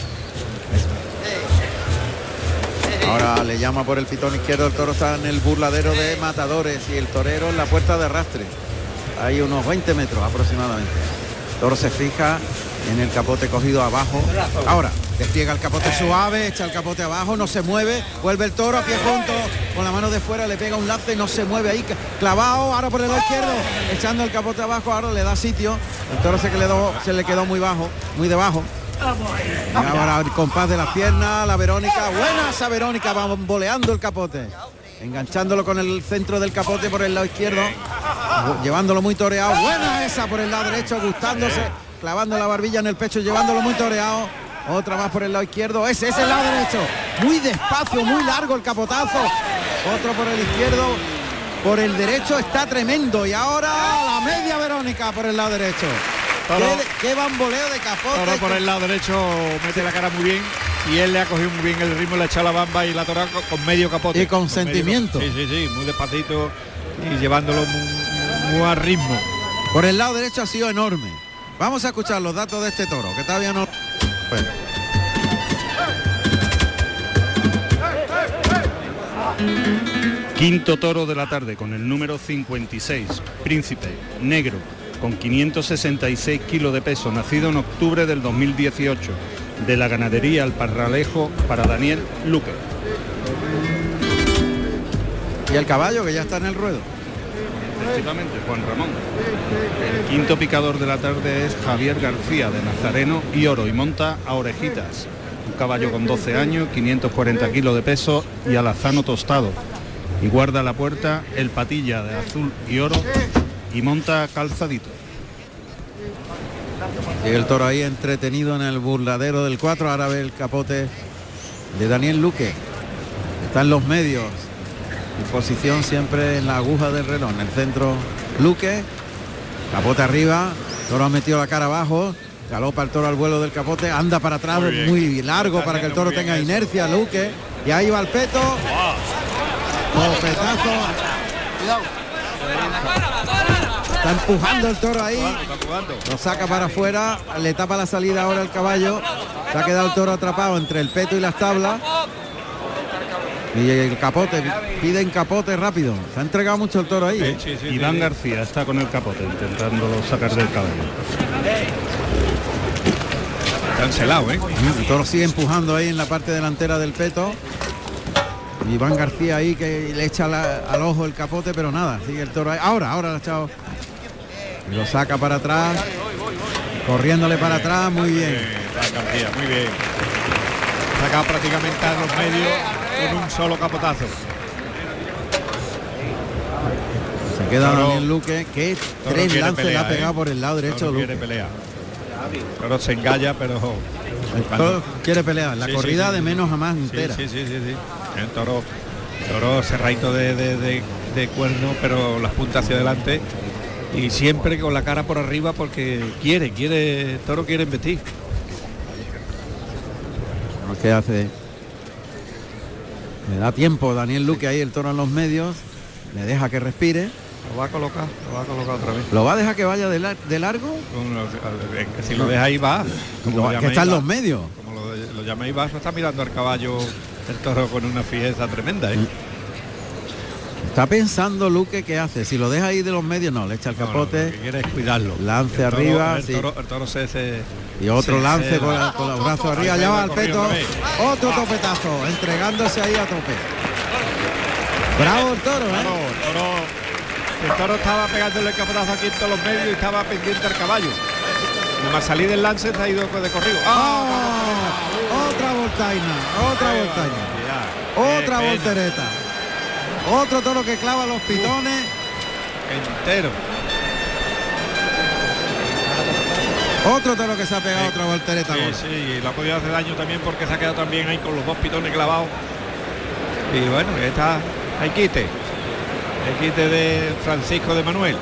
Ahora le llama por el pitón izquierdo, el toro está en el burladero de matadores y el torero en la puerta de arrastre. Hay unos 20 metros aproximadamente. El toro se fija en el capote cogido abajo. Ahora despliega el capote suave, echa el capote abajo, no se mueve, vuelve el toro a pie junto, con la mano de fuera le pega un lazo y no se mueve ahí, clavado, ahora por el lado izquierdo, echando el capote abajo, ahora le da sitio, el toro se le quedó muy bajo, muy debajo. Y ahora el compás de las piernas, la Verónica, buena esa Verónica, va boleando el capote, enganchándolo con el centro del capote por el lado izquierdo, llevándolo muy toreado, buena esa por el lado derecho, gustándose, clavando la barbilla en el pecho, llevándolo muy toreado. Otra más por el lado izquierdo, ese es el lado derecho, muy despacio, muy largo el capotazo, otro por el izquierdo, por el derecho está tremendo y ahora la media Verónica por el lado derecho. Qué bamboleo de capote. Ahora por el lado derecho mete la cara muy bien y él le ha cogido muy bien el ritmo, le ha echado la bamba y la torada con medio capote. Y con sentimiento. Sí, muy despacito y llevándolo muy a ritmo. Por el lado derecho ha sido enorme. Vamos a escuchar los datos de este toro, que todavía no... Bueno. Quinto toro de la tarde con el número 56, Príncipe, negro, con 566 kilos de peso, nacido en octubre del 2018, de la ganadería El Parralejo, para Daniel Luque. Y el caballo que ya está en el ruedo. Efectivamente, Juan Ramón. El quinto picador de la tarde es Javier García, de Nazareno y Oro, y monta a Orejitas, un caballo con 12 años, 540 kilos de peso y alazano tostado, y guarda la puerta el Patilla, de azul y oro, y monta Calzadito. Sigue el toro ahí entretenido en el burladero del 4, ahora ve el capote de Daniel Luque, está en los medios. En posición siempre en la aguja del reloj, en el centro Luque, capote arriba, toro ha metido la cara abajo, galopa el toro al vuelo del capote, anda para atrás, muy largo para que el toro tenga inercia, Luque, y ahí va el peto, copetazo, Está empujando el toro ahí. Lo saca para afuera, le tapa la salida ahora el caballo. Se ha quedado el toro atrapado entre el peto y las tablas. Y el capote, piden capote rápido. Se ha entregado mucho el toro ahí. Iván García está con el capote intentándolo sacar del caballo. Cancelado, ¿eh? El toro sigue empujando ahí en la parte delantera del peto. Iván García ahí que le echa al ojo el capote, pero nada, sigue el toro ahí. Ahora lo ha echado. Y lo saca para atrás. Corriéndole para atrás, muy bien. García, muy bien. Sacado prácticamente a los medios con un solo capotazo. Se queda Daniel Luque, que 3 lances le ha pegado por el lado derecho. Luque quiere pelear. Pero se engalla, pero el toro quiere pelear. La corrida de menos a más entera. Sí. El toro cerradito de cuerno, pero las puntas hacia adelante y siempre con la cara por arriba porque el toro quiere embestir. ¿Qué hace? Le da tiempo Daniel Luque ahí, el toro en los medios, le deja que respire. Lo va a colocar otra vez. ¿Lo va a dejar que vaya de largo? Si lo deja ahí va. Que está en los medios. Como lo llama ahí va, está mirando al caballo el toro con una fijeza tremenda, ¿eh? Está pensando Luque qué hace. Si lo deja ahí de los medios, no, le echa el capote. Lo que quiere es cuidarlo. Lance arriba. El toro y otro lance con los brazos arriba, allá va al peto. Otro topetazo, entregándose ahí a tope. Bravo el toro, ¿eh? El toro estaba pegándole el capotazo aquí en todos los medios y estaba pendiente al caballo. Como al salir del lance se ha ido de corrido. Otra voltaina, otra voltereta. Otro toro que clava los pitones. Entero. Otro toro que se ha pegado otra voltereta. Sí, y lo ha podido hacer daño también porque se ha quedado también ahí con los 2 pitones clavados. Y bueno, está hay quite. El quite de Francisco de Manuel.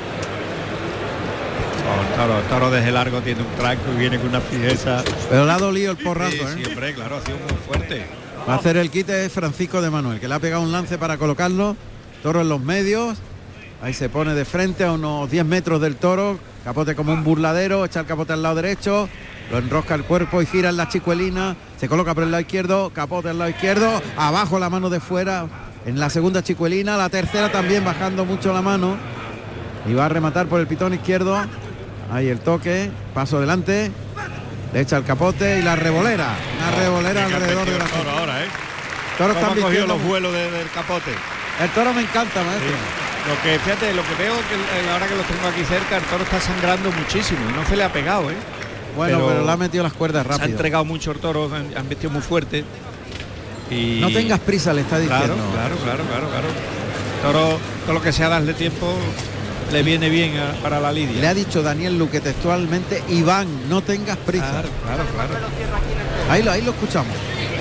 El toro desde largo tiene un tranco y viene con una fijeza. Pero le ha dolido el porrazo, Sí, hombre, claro, ha sido muy fuerte. Va a hacer el quite Francisco de Manuel, que le ha pegado un lance para colocarlo. Toro en los medios. Ahí se pone de frente a unos 10 metros del toro. Capote como un burladero, echa el capote al lado derecho. Lo enrosca el cuerpo y gira en la chicuelina. Se coloca por el lado izquierdo. Capote al lado izquierdo. Abajo la mano de fuera. En la segunda chicuelina. La tercera también bajando mucho la mano. Y va a rematar por el pitón izquierdo. Ahí el toque. Paso adelante. Le echa el capote y la revolera. Una revolera alrededor de la toro ahora, Toro está cogido los vuelos del capote. El toro me encanta, maestro. Sí. Lo que veo que ahora que lo tengo aquí cerca, el toro está sangrando muchísimo y no se le ha pegado, Bueno, pero le ha metido las cuerdas rápido. Se ha entregado mucho el toro, han vestido muy fuerte. Y no tengas prisa, le está diciendo. Claro. Todo lo que sea darle tiempo le viene bien para la lidia. Le ha dicho Daniel Luque textualmente: Iván, no tengas prisa. Claro. Ahí lo escuchamos.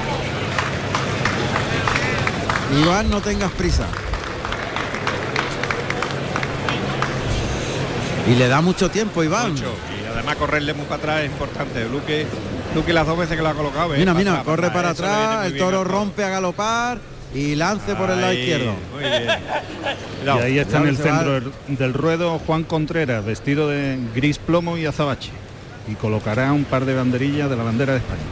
Iván, no tengas prisa. Y le da mucho tiempo, Iván. Y además correrle muy para atrás es importante. Luque las 2 veces que lo ha colocado. Mira, corre para atrás, el toro rompe a galopar y lance por el lado izquierdo. Muy bien. Y ahí está en el centro del ruedo Juan Contreras, vestido de gris plomo y azabache. Y colocará un par de banderillas de la bandera de España.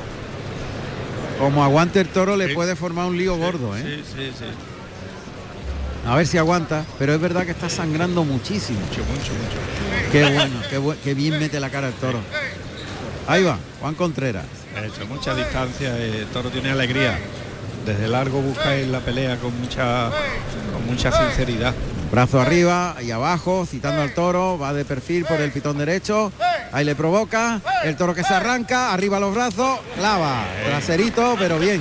Como aguante el toro le puede formar un lío gordo, Sí. A ver si aguanta, pero es verdad que está sangrando muchísimo. Mucho. Qué bueno, qué bien mete la cara el toro. Ahí va, Juan Contreras. Ha hecho mucha distancia, el toro tiene alegría. Desde largo busca en la pelea con mucha sinceridad. Brazo arriba y abajo, citando al toro, va de perfil por el pitón derecho. Ahí le provoca, el toro que se arranca, arriba los brazos, clava, traserito, pero bien.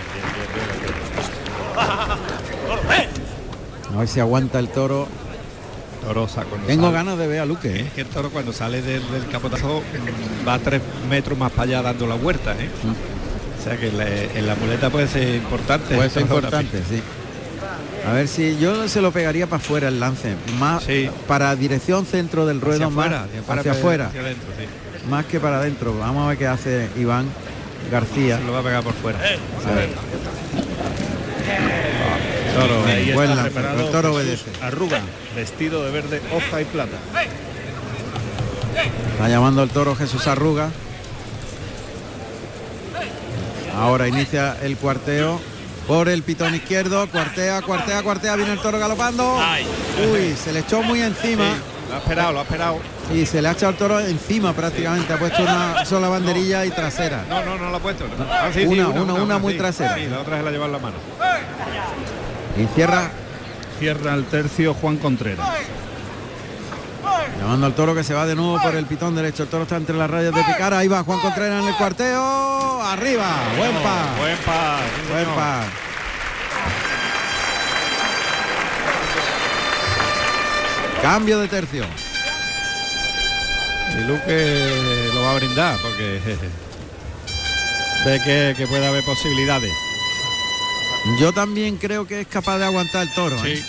A ver si aguanta el toro. Tengo ganas de ver a Luque. Es que el toro cuando sale del capotazo va 3 metros más para allá dando la vuelta. O sea que en la muleta puede ser importante. Puede ser importante, sí. A ver si yo se lo pegaría para afuera el lance, más para dirección centro del ruedo, hacia afuera, más que para adentro. Vamos a ver qué hace Iván García. Se lo va a pegar por fuera. toro, ahí buen está lance, preparado el toro Jesús obedece. Arruga, vestido de verde, hoja y plata. Está llamando el toro Jesús Arruga. Ahora inicia el cuarteo por el pitón izquierdo, cuartea, viene el toro galopando. Uy, se le echó muy encima. Sí, lo ha esperado. Y se le ha echado el toro encima prácticamente, ha puesto una sola banderilla y trasera. No lo ha puesto. Una muy trasera. Sí, la otra se la lleva en la mano. Y Cierra el tercio Juan Contreras. llamando al toro que se va de nuevo por el pitón derecho. El toro está entre las rayas de picar. Ahí va Juan Contreras en el cuarteo. Arriba. Buen par. Cambio de tercio. Y Luque lo va a brindar porque ve que puede haber posibilidades. Yo también creo que es capaz de aguantar el toro. Sí.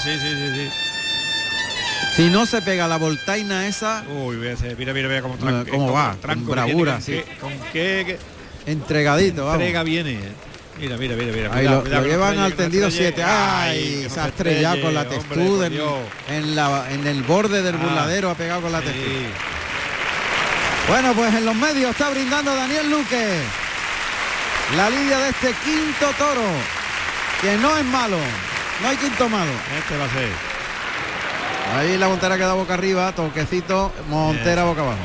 Si no se pega la voltaina esa. Uy, mira cómo va, tranco, con bravura, sí. Con qué entregadito, vamos. Entrega viene. Mira. Ahí lo llevan al tendido 7. Ay, se ha estrellado con la textura en el borde del burladero, ha pegado con la textura. Bueno, pues en los medios está brindando Daniel Luque la lidia de este quinto toro, que no es malo, no hay quinto malo. Este va a ser. Ahí la Montera queda boca arriba, toquecito, Montera boca abajo.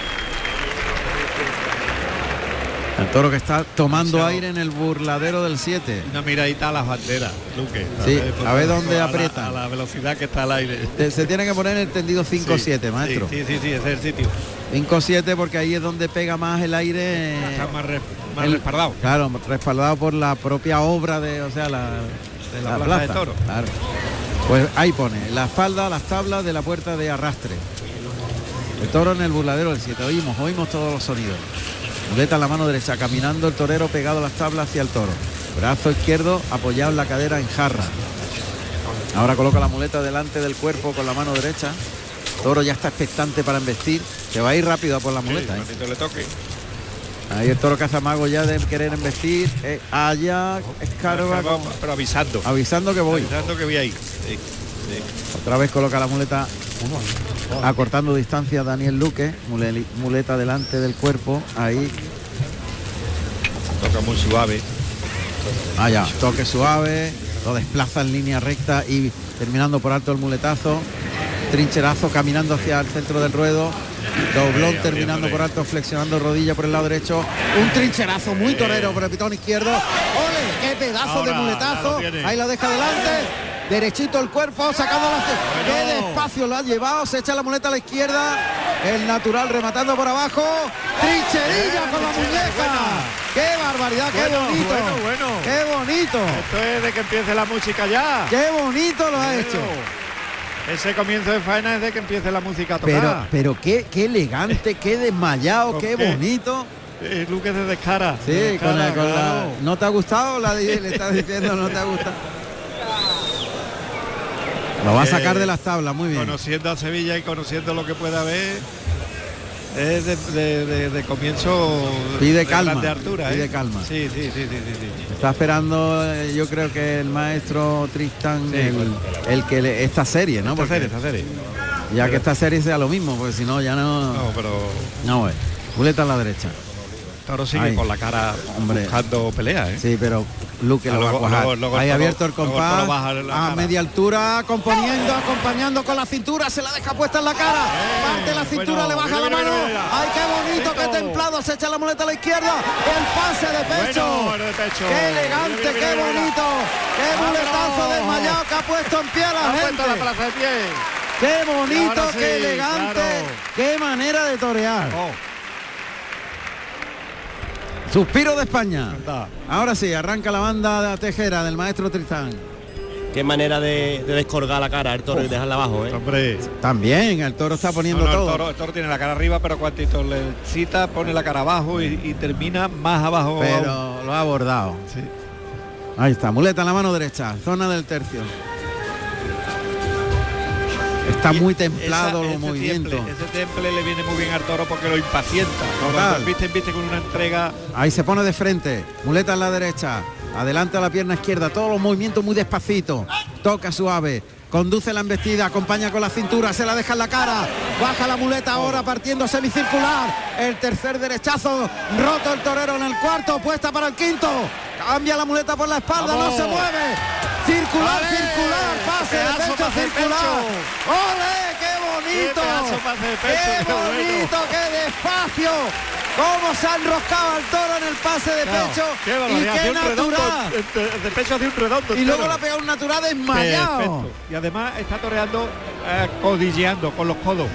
El toro que está tomando aire en el burladero del 7. Una miradita a las banderas, Luque. Sí, a ver dónde aprieta. A la velocidad que está al aire. Se tiene que poner en el tendido 5-7, maestro. Sí, ese es el sitio. 5-7 porque ahí es donde pega más el aire. Está más respaldado. Claro, respaldado por la propia obra de la plaza de toro. Claro. Pues ahí pone la espalda, las tablas de la puerta de arrastre. El toro en el burladero del 7. Oímos todos los sonidos. Muleta en la mano derecha, caminando el torero pegado a las tablas hacia el toro. Brazo izquierdo apoyado en la cadera en jarra. Ahora coloca la muleta delante del cuerpo con la mano derecha. Toro ya está expectante para embestir. Se va a ir rápido a por la muleta. Le toque. Ahí el toro caza-mago ya de querer embestir. Allá escarba. Pero avisando. Avisando que voy. Avisando que voy ahí. Sí. Otra vez coloca la muleta acortando distancia a Daniel Luque. Muleta delante del cuerpo. Ahí. Toca muy suave. Allá, toque suave. Lo desplaza en línea recta y terminando por alto el muletazo. Trincherazo caminando hacia el centro del ruedo. Doblón terminando por alto, flexionando rodilla por el lado derecho. Un trincherazo muy torero por el pitón izquierdo. ¡Ole! ¡Qué pedazo de muletazo! Ahí la deja delante. Derechito el cuerpo, sacando la... ¡Qué despacio lo ha llevado! Se echa la muleta a la izquierda. El natural rematando por abajo. ¡Trincherilla con la muñeca! ¡Qué barbaridad! ¡Qué bonito! Bueno. ¡Qué bonito! Esto es de que empiece la música ya. ¡Qué bonito lo ha hecho! Ese comienzo de faena es de que empiece la música a tocar. Pero qué elegante, qué desmayado, qué bonito. Luque de descara. Sí, de descara, con la... ¿No te ha gustado? Le está diciendo, no te ha gustado. Lo va a sacar de las tablas, muy bien. Conociendo a Sevilla y conociendo lo que pueda haber, es de comienzo. Pide calma. De altura, pide calma. Sí. Está esperando, yo creo que el maestro Tristán, el que esta serie, ¿no? Esta serie. Ya que esta serie sea lo mismo, porque si no ya no. No, pero. No, muleta a la derecha. Toro sigue con la cara buscando pelea, ¿eh? Sí, pero Luque lo va a cuajar. Ahí abierto el compás a media altura, acompañando con la cintura, se la deja puesta en la cara, parte la cintura, le baja la mano. ¡Ay, qué bonito, qué templado! Se echa la muleta a la izquierda, el pase de pecho. ¡Qué elegante, qué bonito! ¡Qué muletazo desmayado que ha puesto en pie a la gente! ¡Qué bonito, qué elegante! ¡Qué manera de torear! Suspiro de España. Ahora sí, arranca la banda de la tejera del maestro Tristán. Qué manera de descolgar la cara el toro y dejarla abajo, ¿eh? Hombre. También, el toro está poniendo todo. El toro tiene la cara arriba, pero cuantito le cita, pone la cara abajo y termina más abajo. Pero lo ha abordado. Sí. Ahí está, muleta en la mano derecha, zona del tercio. Está muy templado los movimientos. Ese temple le viene muy bien al toro porque lo impacienta. Viste con una entrega. Ahí se pone de frente. Muleta en la derecha. Adelanta la pierna izquierda, todos los movimientos muy despacito. Toca suave. Conduce la embestida, acompaña con la cintura, se la deja en la cara, baja la muleta ahora partiendo semicircular, el tercer derechazo, roto el torero en el cuarto, puesta para el quinto, cambia la muleta por la espalda, no se mueve, circular, ¡ale! Circular, pase de pecho, circular, ¡ole, qué bonito! ¡Qué bonito, qué despacio! Cómo se ha enroscado el toro en el pase de pecho y qué natural. De pecho hacia un redondo. Y luego la pega un natural desmayado. Perfecto. Y además está toreando codilleando con los codos,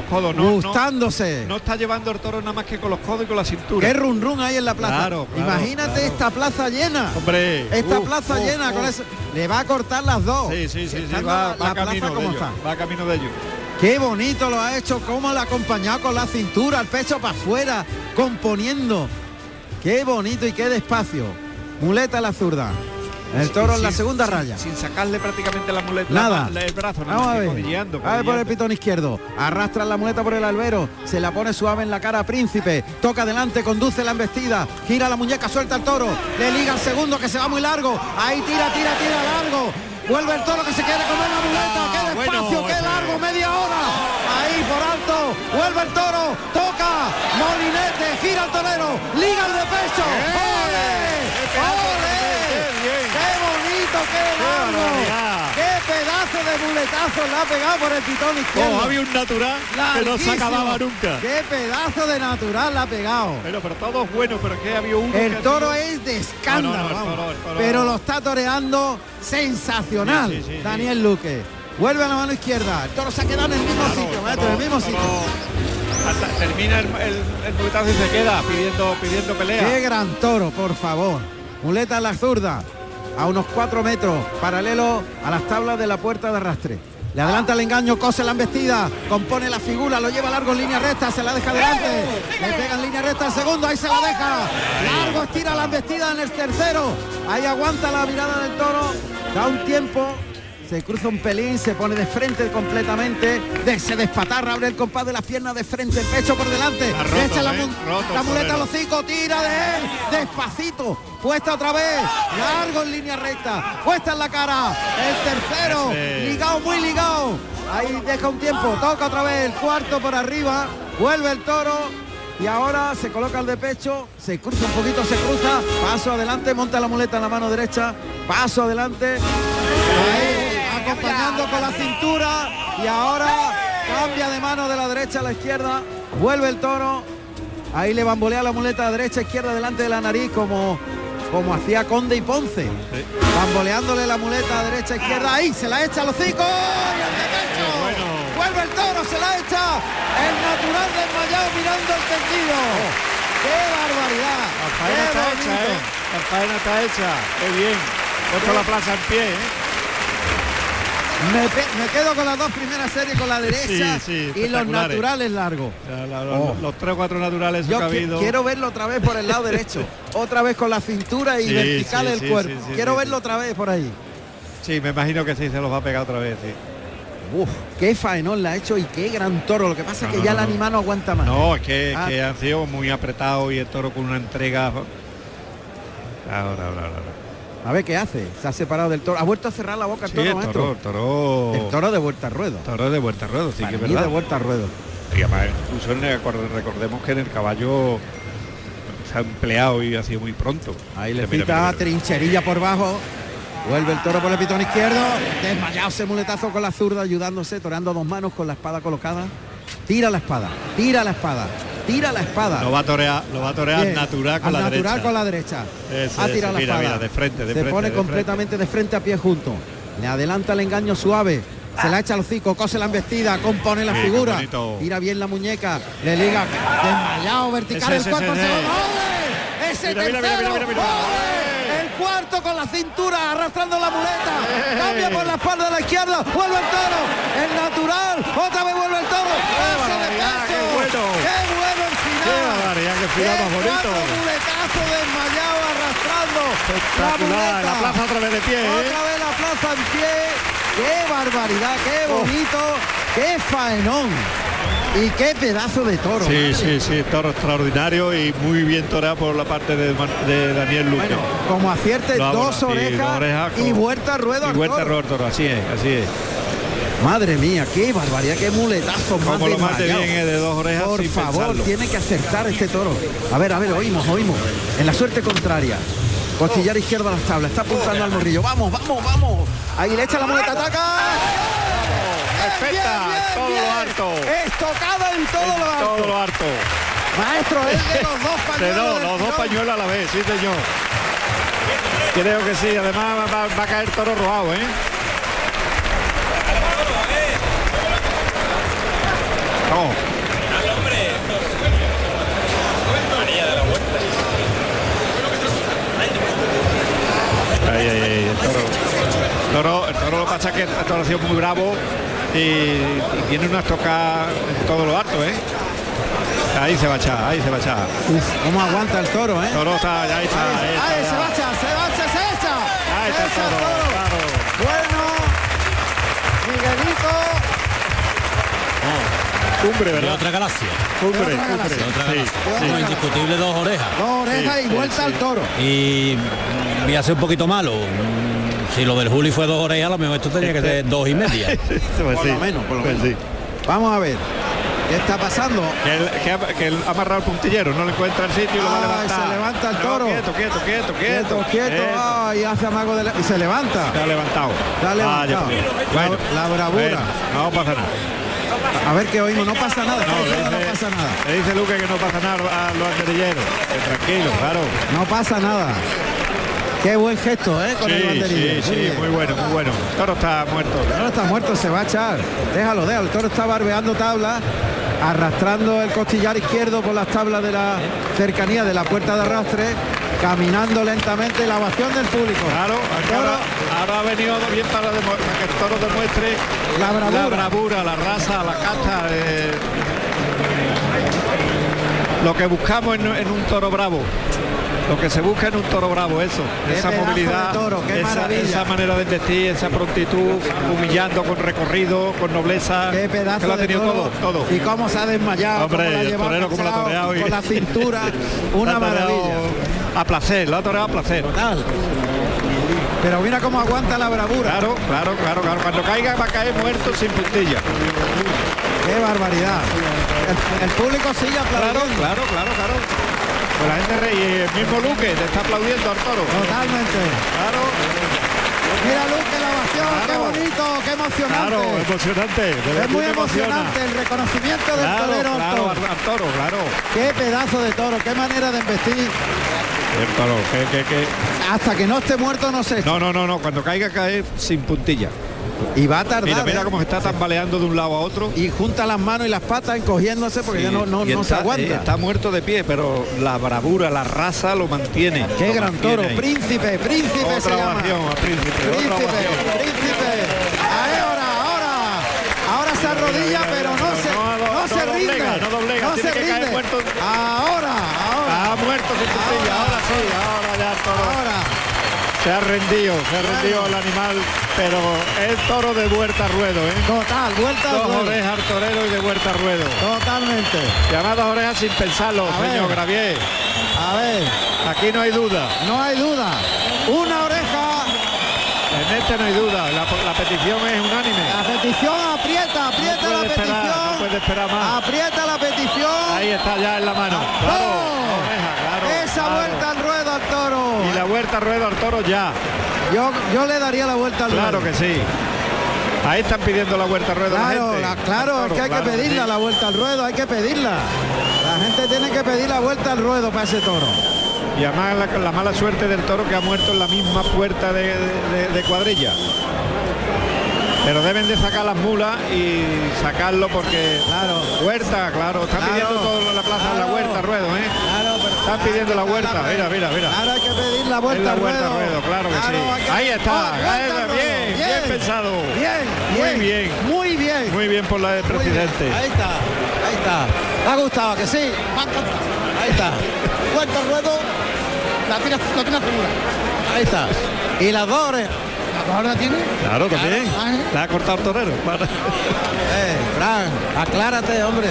gustándose. No está llevando el toro nada más que con los codos y con la cintura. Qué run run hay en la plaza. Claro, imagínate esta plaza llena. Hombre, esta plaza llena con eso. Le va a cortar las dos. Sí, va camino de ellos. Va camino de ellos. Qué bonito lo ha hecho, cómo le ha acompañado con la cintura, el pecho para afuera, componiendo. Qué bonito y qué despacio. Muleta a la zurda. El toro en la segunda raya. Sin sacarle prácticamente la muleta. Nada. El brazo. Vamos a ver. A ver por el pitón izquierdo. Arrastra la muleta por el albero. Se la pone suave en la cara a Príncipe. Toca adelante, conduce la embestida. Gira la muñeca, suelta el toro. Le liga el segundo que se va muy largo. Ahí tira largo. Vuelve el toro que se quiere comer la muleta. ¡Qué despacio, qué largo! ¡Media hora! Ahí por alto. Vuelve el toro. Toca. Molinete. Gira el torero. Liga el de pecho. ¡Ole! ¡Ole! ¡Qué bonito, qué largo! ¡Qué pedazo de muletazo le ha pegado por el pitón izquierdo! Había un natural que no se acababa nunca. ¡Qué pedazo de natural le ha pegado! Pero todo es bueno, pero que había uno. El toro es de escándalo, el toro. Pero lo está toreando sensacional. Sí. Daniel Luque. Vuelve a la mano izquierda. El toro se ha quedado en el mismo sitio, maestro, en el mismo sitio. Hasta termina el muletazo y se queda pidiendo pelea. ¡Qué gran toro, por favor! Muleta en la zurda, a unos 4 metros, paralelo a las tablas de la puerta de arrastre. Le adelanta el engaño, cose la embestida, compone la figura, lo lleva largo en línea recta, se la deja adelante, le pega en línea recta el segundo, ahí se la deja, largo estira la embestida en el tercero, ahí aguanta la mirada del toro, da un tiempo, se cruza un pelín, se pone de frente completamente, se despatarra, abre el compás de las piernas de frente, el pecho por delante, echa la muleta al hocico, tira de él, despacito, puesta otra vez, largo en línea recta, puesta en la cara, el tercero, ligado, muy ligado, ahí deja un tiempo, toca otra vez, el cuarto por arriba, vuelve el toro, y ahora se coloca el de pecho, se cruza un poquito, se cruza, paso adelante, monta la muleta en la mano derecha, paso adelante, ahí, acompañando con la cintura, y ahora cambia de mano de la derecha a la izquierda, vuelve el toro, ahí le bambolea la muleta derecha, izquierda, delante de la nariz, como hacía Conde y Ponce, bamboleándole la muleta derecha, izquierda, ahí se la echa al hocico, y el de pecho, vuelve el toro, se la echa, el natural desmayado mirando el tendido, ¡qué barbaridad! La faena está hecha, qué bien, puesto la plaza en pie, Me quedo con las dos primeras series, con la derecha y los naturales largos. Los 3 o 4 naturales que ha habido. Quiero verlo otra vez por el lado derecho. Otra vez con la cintura y vertical el cuerpo. Quiero verlo otra vez por ahí. Sí, me imagino que sí, se los va a pegar otra vez, sí. Uf, qué faenón la ha hecho y qué gran toro. Lo que pasa es que ya el animal no aguanta más. No, es que han sido muy apretados y el toro con una entrega. Ahora. A ver qué hace. Se ha separado del toro. Ha vuelto a cerrar la boca el toro, maestro. El toro de vuelta al ruedo. Toro de vuelta al ruedo, sí, que es verdad. De vuelta al ruedo. Y además, incluso recordemos que en el caballo se ha empleado y ha sido muy pronto. Ahí le cita trincherilla por bajo. Vuelve el toro por el pitón izquierdo. Desmayado ese muletazo con la zurda, ayudándose, toreando a dos manos con la espada colocada. Tira la espada. Lo va a torear bien, natural con la derecha. Con la derecha. Ha tirado la espada. Mira, de frente. Se pone completamente de frente a pie junto. Le adelanta el engaño suave. Se la echa al hocico, cose la embestida, compone la figura. Tira bien la muñeca. Le liga. Desmayado, vertical el cuerpo. Ese tercero. El cuarto con la cintura, arrastrando la muleta. Cambia por la espalda de la izquierda. Vuelve el toro. El natural. Otra vez vuelve el toro. ¡Qué bueno el final! ¡Qué barbaridad! ¡Qué final más bonito! Muletazo desmayado arrastrando espectacular, la plaza otra vez de pie, otra vez la plaza en pie. ¡Qué barbaridad! ¡Qué bonito! ¡Qué faenón! Y qué pedazo de toro. Sí, toro extraordinario y muy bien toreado por la parte de Daniel Luque. Bueno, como acierte, dos orejas y vuelta al ruedo. Y vuelta al ruedo al toro, así es. Madre mía, qué barbaridad, qué muletazo más como lo mate bien de dos orejas. Por favor, pensarlo. tiene que acertar este toro. A ver, oímos. En la suerte contraria. Costillar izquierdo a las tablas, está apuntando al morrillo. Vamos. Ahí le echa la muleta, ataca. Respeta, todo lo harto. Estocada en todo lo harto. Maestro, es de los dos pañuelos. Los dos pañuelos a la vez, sí señor. Creo que sí, además va a caer toro robado, Ahí, el toro lo que pasa es que el toro ha sido muy bravo y tiene una estocada en todo lo harto, Ahí se va a echar. ¿Cómo aguanta el toro, El toro está, ahí está. Se va a echar. Ahí está el toro, claro. Bueno, Miguelito. Cumbre, ¿verdad? De otra galaxia. Cumbre. Sí. Indiscutible dos orejas. Y vuelta al toro. Y voy a ser un poquito malo. Si lo del Juli fue dos orejas, a lo mejor esto tenía que ser 2,5. Por lo menos. Sí. Vamos a ver. ¿Qué está pasando? Que él ha amarrado el puntillero, no le encuentra el sitio y lo va a levantar. Se levanta el toro. Quieto. Y hace amago y se levanta. Se ha levantado. Bueno, la bravura. No pasa nada. A ver qué oímos, no pasa nada. No pasa nada. Le dice Luque que no pasa nada a los banderilleros. Tranquilo, claro. No pasa nada. Qué buen gesto, con el banderillero. Sí, muy bueno. El toro está muerto. Se va a echar. Déjalo. El toro está barbeando tablas, arrastrando el costillar izquierdo por las tablas de la cercanía de la puerta de arrastre, caminando lentamente, la ovación del público. Claro, ahora ha venido bien para que el toro demuestre la bravura, la raza, la casta, lo que buscamos en un toro bravo. Lo que se busca en un toro bravo, esa movilidad, esa manera de vestir, esa prontitud, humillando con recorrido, con nobleza, qué pedazo que lo ha tenido todo. Y cómo se ha desmayado, hombre, el torero como lo ha toreado, con la cintura, una maravilla. A placer, lo ha toreado a placer. Total. Pero mira cómo aguanta la bravura. Claro. Cuando caiga va a caer muerto sin puntilla. Qué barbaridad. El público sigue aplaudiendo. Claro. Pues la gente reí, el mismo Luque te está aplaudiendo al toro. Totalmente. Claro. Mira Luque, la ovación, qué bonito, qué emocionante. Claro, emocionante. Es muy emocionante el reconocimiento del torero al toro, claro. Qué pedazo de toro, qué manera de embestir. El toro, que hasta que no esté muerto no sé. No, cuando caiga cae sin puntilla. Y va a tardar. Mira cómo se está tambaleando de un lado a otro. Y junta las manos y las patas encogiéndose porque ya no se aguanta. Está muerto de pie, pero la bravura, la raza lo mantiene. Qué gran toro, príncipe otra se llama. Ovación a príncipe. Ahora se arrodilla, pero no se rinde. No doblega, no tiene se que rinde. caer muerto. Ahora. Ha muerto sin puntilla, ahora ya el toro. Se ha rendido el animal, pero es toro de vuelta a ruedo, Total, vuelta a ruedo. Dos orejas al torero y de vuelta a ruedo. Totalmente. Llamadas orejas sin pensarlo, señor Gravier. A ver. Aquí no hay duda. No hay duda. Una oreja. En este no hay duda. La petición es unánime. La petición aprieta la petición. No puede esperar más. Aprieta la petición. Ahí está ya en la mano. Esa vuelta al ruedo al toro. Y la vuelta al ruedo al toro ya. Yo le daría la vuelta al ruedo. Claro que sí. Ahí están pidiendo la vuelta al ruedo. Claro, es que hay que pedirla, la vuelta al ruedo, hay que pedirla. La gente tiene que pedir la vuelta al ruedo para ese toro. Y además la mala suerte del toro que ha muerto en la misma puerta de cuadrilla. Pero deben de sacar las mulas y sacarlo porque huerta, están pidiendo toda la plaza de la huerta ruedo, están pidiendo la huerta, mira. Ahora hay que pedir la vuelta al ruedo. Claro que sí. Ahí está, bien pensado. Muy bien por la del presidente. Ahí está. ¿Le ha gustado que sí? Ahí está. Vuelta al ruedo, la tira segura. Ahí está. Y las dos orejas. ¿Ahora tiene? Claro, también. Claro. Le ha cortado el torero. Fran, aclárate, hombre.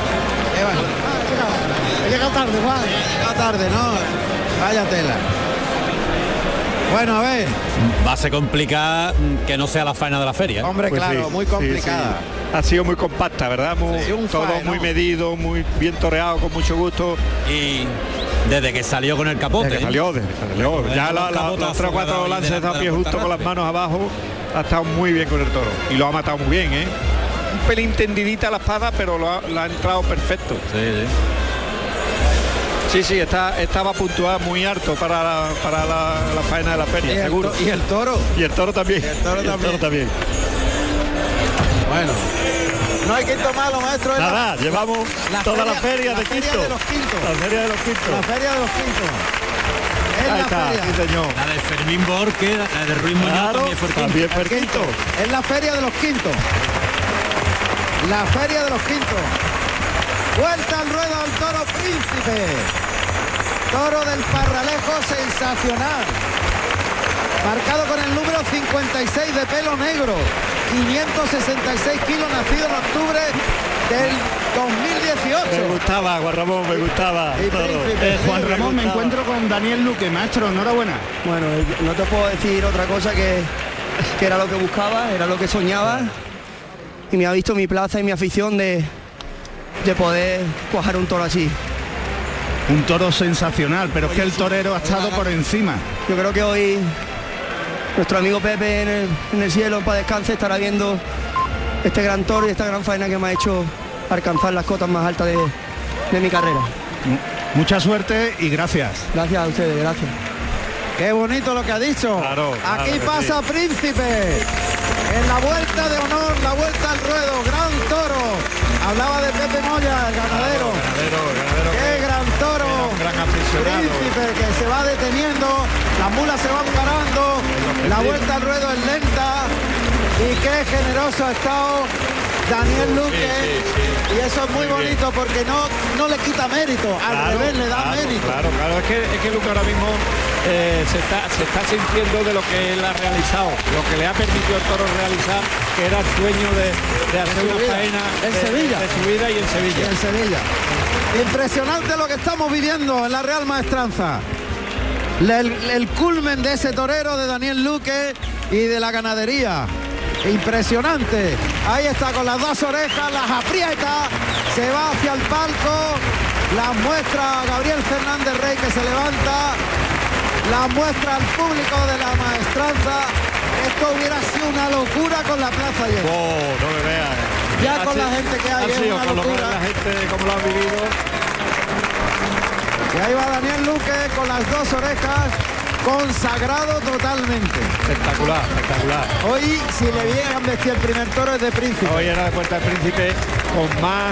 He llegado tarde, Juan. He llegado tarde, ¿no? Vaya tela. Bueno, a ver. Va a ser complicada que no sea la faena de la feria. Hombre, pues claro, sí, muy complicada. Sí. Ha sido muy compacta, ¿verdad? Todo faenón. muy medido, muy bien toreado, con mucho gusto. Y desde que salió con el capote. Desde que salió. Ya las 3 o 4 lances a pie justo con las manos abajo. Ha estado muy bien con el toro. Y lo ha matado muy bien, ¿eh? Un pelín tendidita la espada, pero la ha entrado perfecto. Sí, estaba puntuada muy harto para la faena de la feria, seguro. ¿Y el toro? Y el toro también. Bueno, no hay quinto malo, maestro. Nada, llevamos toda la feria de Quinto. La feria de los Quintos. La feria de los Quintos. Ahí está, sí, señor. La de Fermín Borque, la de Ruiz Muñoz también fue quinto. Es la feria de los Quintos. La feria de los Quintos. Vuelta al ruedo al toro Príncipe. Toro del Parralejo sensacional. Marcado con el número 56 de pelo negro. 566 kilos, nacido en octubre del 2018. Me gustaba, Juan Ramón, me gustaba. Juan Ramón, me encuentro con Daniel Luque, maestro, enhorabuena. Bueno, no te puedo decir otra cosa que era lo que buscaba, era lo que soñaba. Y me ha visto mi plaza y mi afición de poder cuajar un toro así. Un toro sensacional, pero es que el torero ha estado por encima. Yo creo que hoy nuestro amigo Pepe en el cielo, para descanse, estará viendo este gran toro y esta gran faena que me ha hecho alcanzar las cotas más altas de mi carrera. Mucha suerte y gracias. Gracias a ustedes, gracias. Qué bonito lo que ha dicho. Claro, aquí pasa sí. Príncipe. En la vuelta de honor, la vuelta al ruedo, gran toro. Hablaba de Pepe Moya, el ganadero. Ganadero. Qué gran toro. Gran aficionado. Príncipe que se va deteniendo, las mulas se van parando, la vuelta al ruedo es lenta. Y qué generoso ha estado Daniel Luque. Sí. Y eso es muy bonito porque no le quita mérito, al revés le da mérito. Claro, es que Luque ahora mismo se está sintiendo de lo que él ha realizado, lo que le ha permitido al toro realizar, que era el sueño de hacer una faena en Sevilla, de su vida y en Sevilla. Impresionante lo que estamos viviendo en la Real Maestranza. El culmen de ese torero de Daniel Luque y de la ganadería. Impresionante. Ahí está con las dos orejas, las aprieta, se va hacia el palco, las muestra Gabriel Fernández Rey, que se levanta, las muestra al público de la Maestranza. Esto hubiera sido una locura con la plaza llena. No me veas. Ya con la gente que hay, es una locura. La gente como lo ha vivido. Y ahí va Daniel Luque con las dos orejas, consagrado totalmente. Espectacular. Hoy, si le vieran vestir el primer toro, es de Príncipe. Hoy era de Puerta del Príncipe con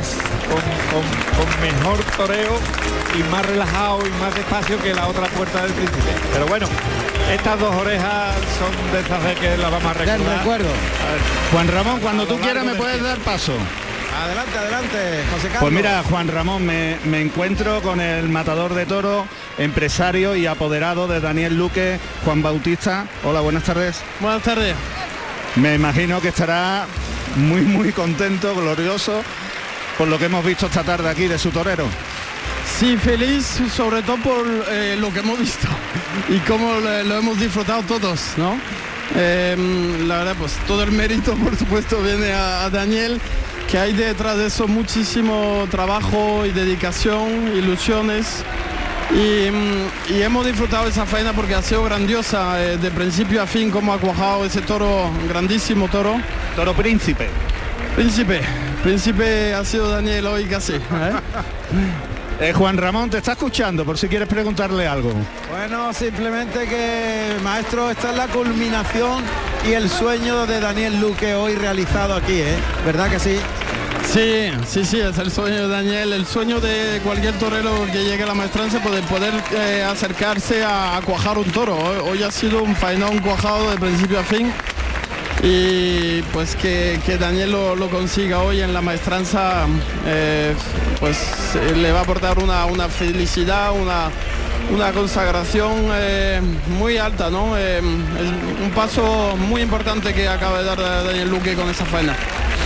mejor toreo y más relajado y más despacio que la otra Puerta del Príncipe. Pero bueno, estas dos orejas son de esas que las vamos a recordar. De acuerdo. Juan Ramón, cuando tú quieras me puedes dar paso. Adelante, José Carlos. Pues mira, Juan Ramón, me encuentro con el matador de toro, empresario y apoderado de Daniel Luque, Juan Bautista. Hola, buenas tardes. Buenas tardes. Me imagino que estará muy contento, glorioso, por lo que hemos visto esta tarde aquí de su torero. Sí, feliz sobre todo por lo que hemos visto y cómo lo hemos disfrutado todos, ¿no? La verdad, pues todo el mérito, por supuesto, viene a Daniel, que hay detrás de eso muchísimo trabajo y dedicación, ilusiones. Y hemos disfrutado esa faena porque ha sido grandiosa, de principio a fin, cómo ha cuajado ese toro, grandísimo toro. Toro Príncipe. Príncipe ha sido Daniel hoy casi. Juan Ramón te está escuchando por si quieres preguntarle algo. Bueno, simplemente que, maestro, esta es la culminación y el sueño de Daniel Luque hoy realizado aquí, ¿verdad que sí? Sí, es el sueño de Daniel, el sueño de cualquier torero que llegue a la Maestranza, poder acercarse a cuajar un toro. Hoy ha sido un faenón cuajado de principio a fin. Y pues que Daniel lo consiga hoy en la Maestranza, pues le va a aportar una felicidad, una consagración muy alta, ¿no? Es un paso muy importante que acaba de dar Daniel Luque con esa faena.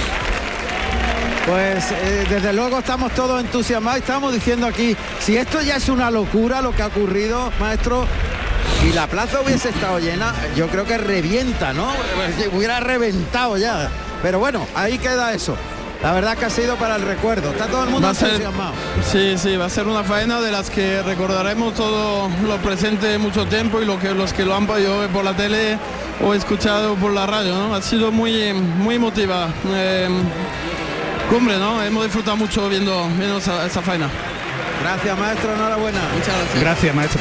Pues desde luego estamos todos entusiasmados, estamos diciendo aquí, si esto ya es una locura lo que ha ocurrido, maestro, y la plaza hubiese estado llena, yo creo que revienta, ¿no? Hubiera reventado ya. Pero bueno, ahí queda eso. La verdad que ha sido para el recuerdo. Está todo el mundo entusiasmado. Sí, va a ser una faena de las que recordaremos todos los presentes mucho tiempo y los que lo han podido ver por la tele o escuchado por la radio, ¿no? Ha sido muy emotiva. Cumbre, ¿no? Hemos disfrutado mucho viendo esa faena. Gracias, maestro, enhorabuena. Muchas gracias. Gracias, maestro.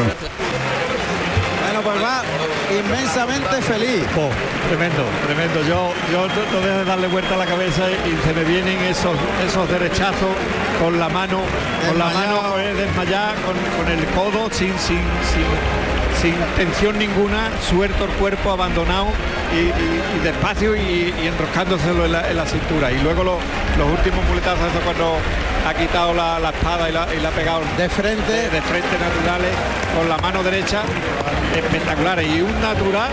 Bueno, pues va inmensamente feliz. Tremendo. Yo no dejo de darle vuelta a la cabeza y se me vienen esos derechazos con la mano desmayada, con el codo sin tensión ninguna, suelto el cuerpo, abandonado y despacio y enroscándoselo en la cintura. Y luego los últimos muletazos, eso cuando ha quitado la espada y la ha pegado de frente naturales con la mano derecha, espectaculares. Y un natural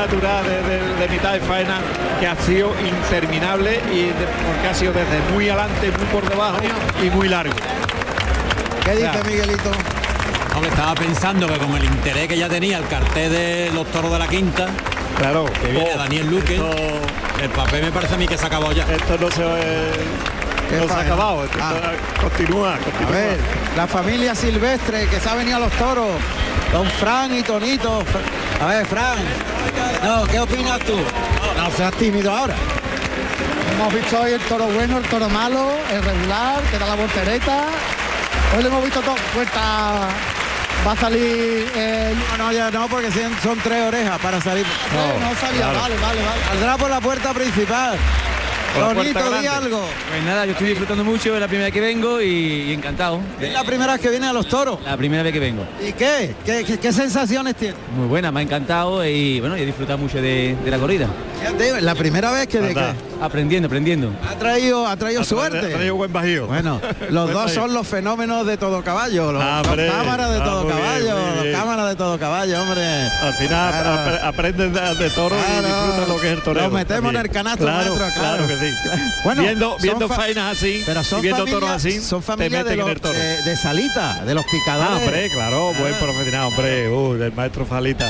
de mitad de faena que ha sido interminable porque ha sido desde muy adelante, muy por debajo y muy largo. ¿Qué dice Miguelito? Hombre, estaba pensando que con el interés que ya tenía el cartel de los toros de la quinta, claro, que viene Daniel Luque, el papel me parece a mí que se ha acabado ya. Esto no se ha acabado, continúa. A ver, la familia Silvestre que se ha venido a los toros, don Fran y Tonito. A ver, Fran, no, ¿qué opinas tú? No seas tímido ahora. Hemos visto hoy el toro bueno, el toro malo, el regular, que da la voltereta. Hoy lo hemos visto todo. Va a salir no, ya no, porque son 3 orejas para salir. No salía, claro. Vale. Saldrá por la puerta principal. Bonito, di algo. Pues nada, yo estoy disfrutando mucho, es la primera vez que vengo y encantado. ¿Es la primera vez que viene a los toros? La primera vez que vengo. ¿Y qué? ¿Qué sensaciones tiene? Muy buena, me ha encantado y bueno, he disfrutado mucho de la corrida. La primera vez que aprendiendo. Ha traído suerte. Ha traído buen bajío. Bueno, los dos son los fenómenos de todo caballo, los cámaras de todo caballo, los cámaras de todo caballo, hombre. Al final aprenden de toro y disfrutan lo que es el toreo. Lo metemos también en el canasto, maestro, claro que sí. Bueno, viendo faenas así, pero son viendo familia, toros así, son familia te meten en el toro. De Salita, de los picadores. Hombre, claro, buen profesional, hombre, del maestro Salita.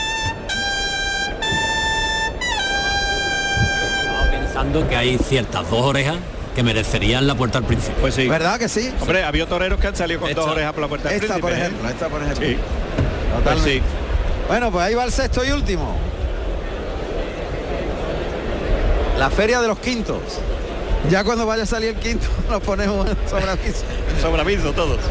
Que hay ciertas 2 orejas que merecerían la puerta al príncipe. Pues sí. ¿Verdad que sí? Hombre, había toreros que han salido con 2 orejas por la puerta del príncipe. Esta por ejemplo. Sí. Totalmente. Pues sí. Bueno, pues ahí va el sexto y último. La feria de los quintos. Ya cuando vaya a salir el quinto nos ponemos sobre aviso. Sobre aviso todos.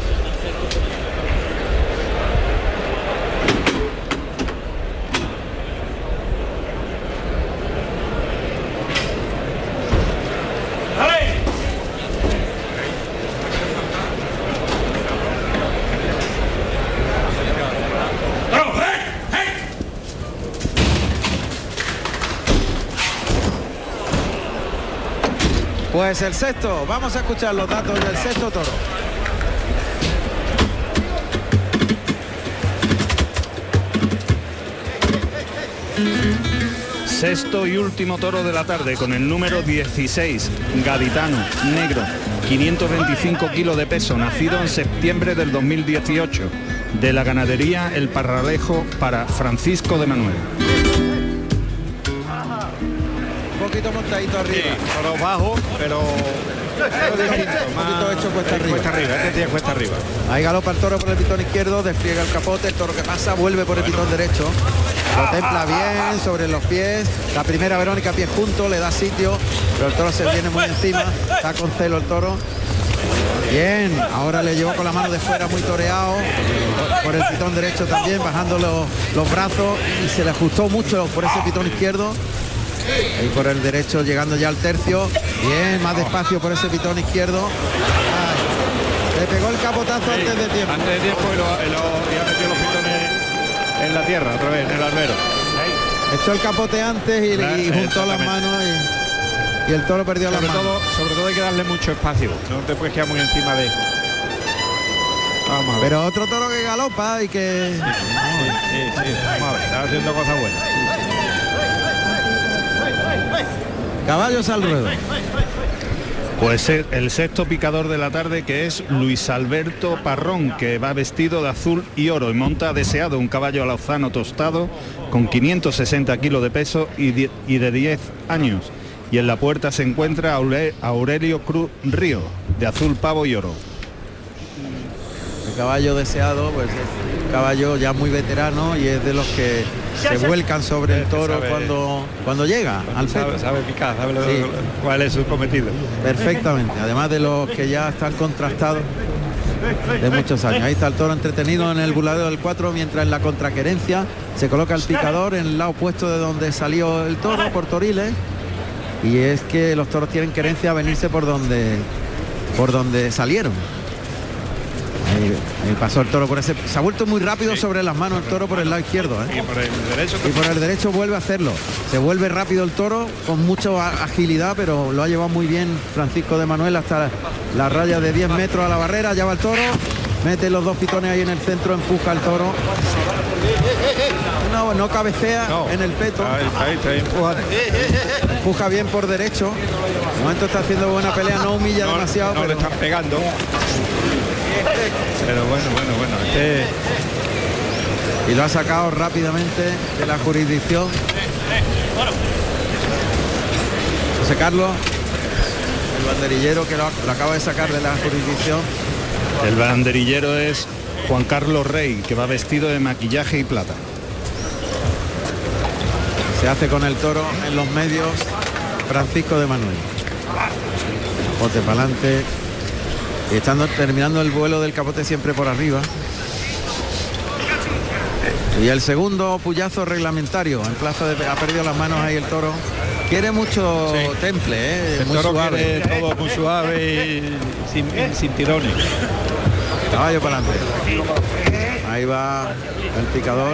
Pues el sexto, vamos a escuchar los datos del sexto toro. Sexto y último toro de la tarde con el número 16, gaditano, negro, 525 kilos de peso, nacido en septiembre del 2018, de la ganadería El Parralejo para Francisco de Manuel. Un poquito montadito arriba. Sí, toro bajo, pero un poquito hecho cuesta arriba. Este día cuesta arriba. Ahí galopa el toro por el pitón izquierdo, despliega el capote, el toro que pasa vuelve por el pitón derecho. Lo templa bien sobre los pies. La primera Verónica pies juntos, le da sitio, pero el toro se viene muy encima. Está con celo el toro. Bien, ahora le llevó con la mano de fuera muy toreado. Por el pitón derecho también, bajando los brazos. Y se le ajustó mucho por ese pitón izquierdo. Ahí por el derecho llegando ya al tercio. Bien, más despacio por ese pitón izquierdo. Ay, le pegó el capotazo antes de tiempo. Antes de tiempo y ha metido los pitones en la tierra otra vez, en el albero. Echó el capote antes y juntó las manos y el toro perdió las manos. Sobre todo hay que darle mucho espacio. No te puedes quedar muy encima de... vamos a ver. Pero otro toro que galopa y que... Sí, vamos a ver, está haciendo cosas buenas. Caballos al ruedo. Pues el sexto picador de la tarde, que es Luis Alberto Parrón, que va vestido de azul y oro y monta Deseado, un caballo alauzano tostado con 560 kilos de peso y de 10 años. Y en la puerta se encuentra Aurelio Cruz Río, de azul pavo y oro. El caballo Deseado, pues es un caballo ya muy veterano y es de los que se vuelcan sobre el toro cuando llega al peto. Sabe picar, sabe cuál es su cometido. Perfectamente, además de los que ya están contrastados de muchos años. Ahí está el toro entretenido en el buladero del 4, mientras en la contraquerencia se coloca el picador en el lado opuesto de donde salió el toro, por Toriles. Y es que los toros tienen querencia a venirse por donde salieron. Ahí pasó el toro por ese, se ha vuelto muy rápido sobre las manos el toro por el lado izquierdo, y por el derecho vuelve a hacerlo, se vuelve rápido el toro con mucha agilidad, pero lo ha llevado muy bien Francisco de Manuel hasta la raya de 10 metros a la barrera. Ya va el toro, mete los dos pitones ahí en el centro, empuja el toro, no cabecea en el peto, empuja bien por derecho. De momento está haciendo buena pelea, no humilla demasiado, pero le están pegando. Pero bueno. Y lo ha sacado rápidamente de la jurisdicción José Carlos, el banderillero, que lo acaba de sacar de la jurisdicción. El banderillero es Juan Carlos Rey, que va vestido de maquillaje y plata. Se hace con el toro en los medios Francisco de Manuel. Capote para adelante. Y estando terminando el vuelo del capote siempre por arriba. Y el segundo puyazo reglamentario en plaza de... Ha perdido las manos ahí el toro. Quiere mucho temple, el muy toro suave. Quiere todo muy suave y sin tirones. Caballo para adelante. Ahí va el picador.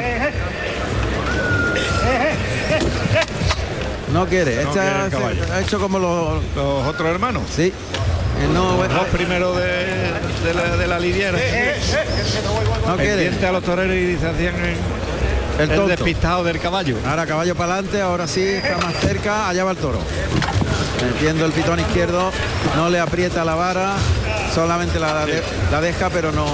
No quiere. Ha hecho como los otros hermanos. Sí. Los primeros de la lidiera. No quiere. A los toreros y se hacían el despistado del caballo. Ahora caballo para adelante, ahora sí está más cerca, allá va el toro. Metiendo el pitón izquierdo, no le aprieta la vara, solamente la deja, pero no.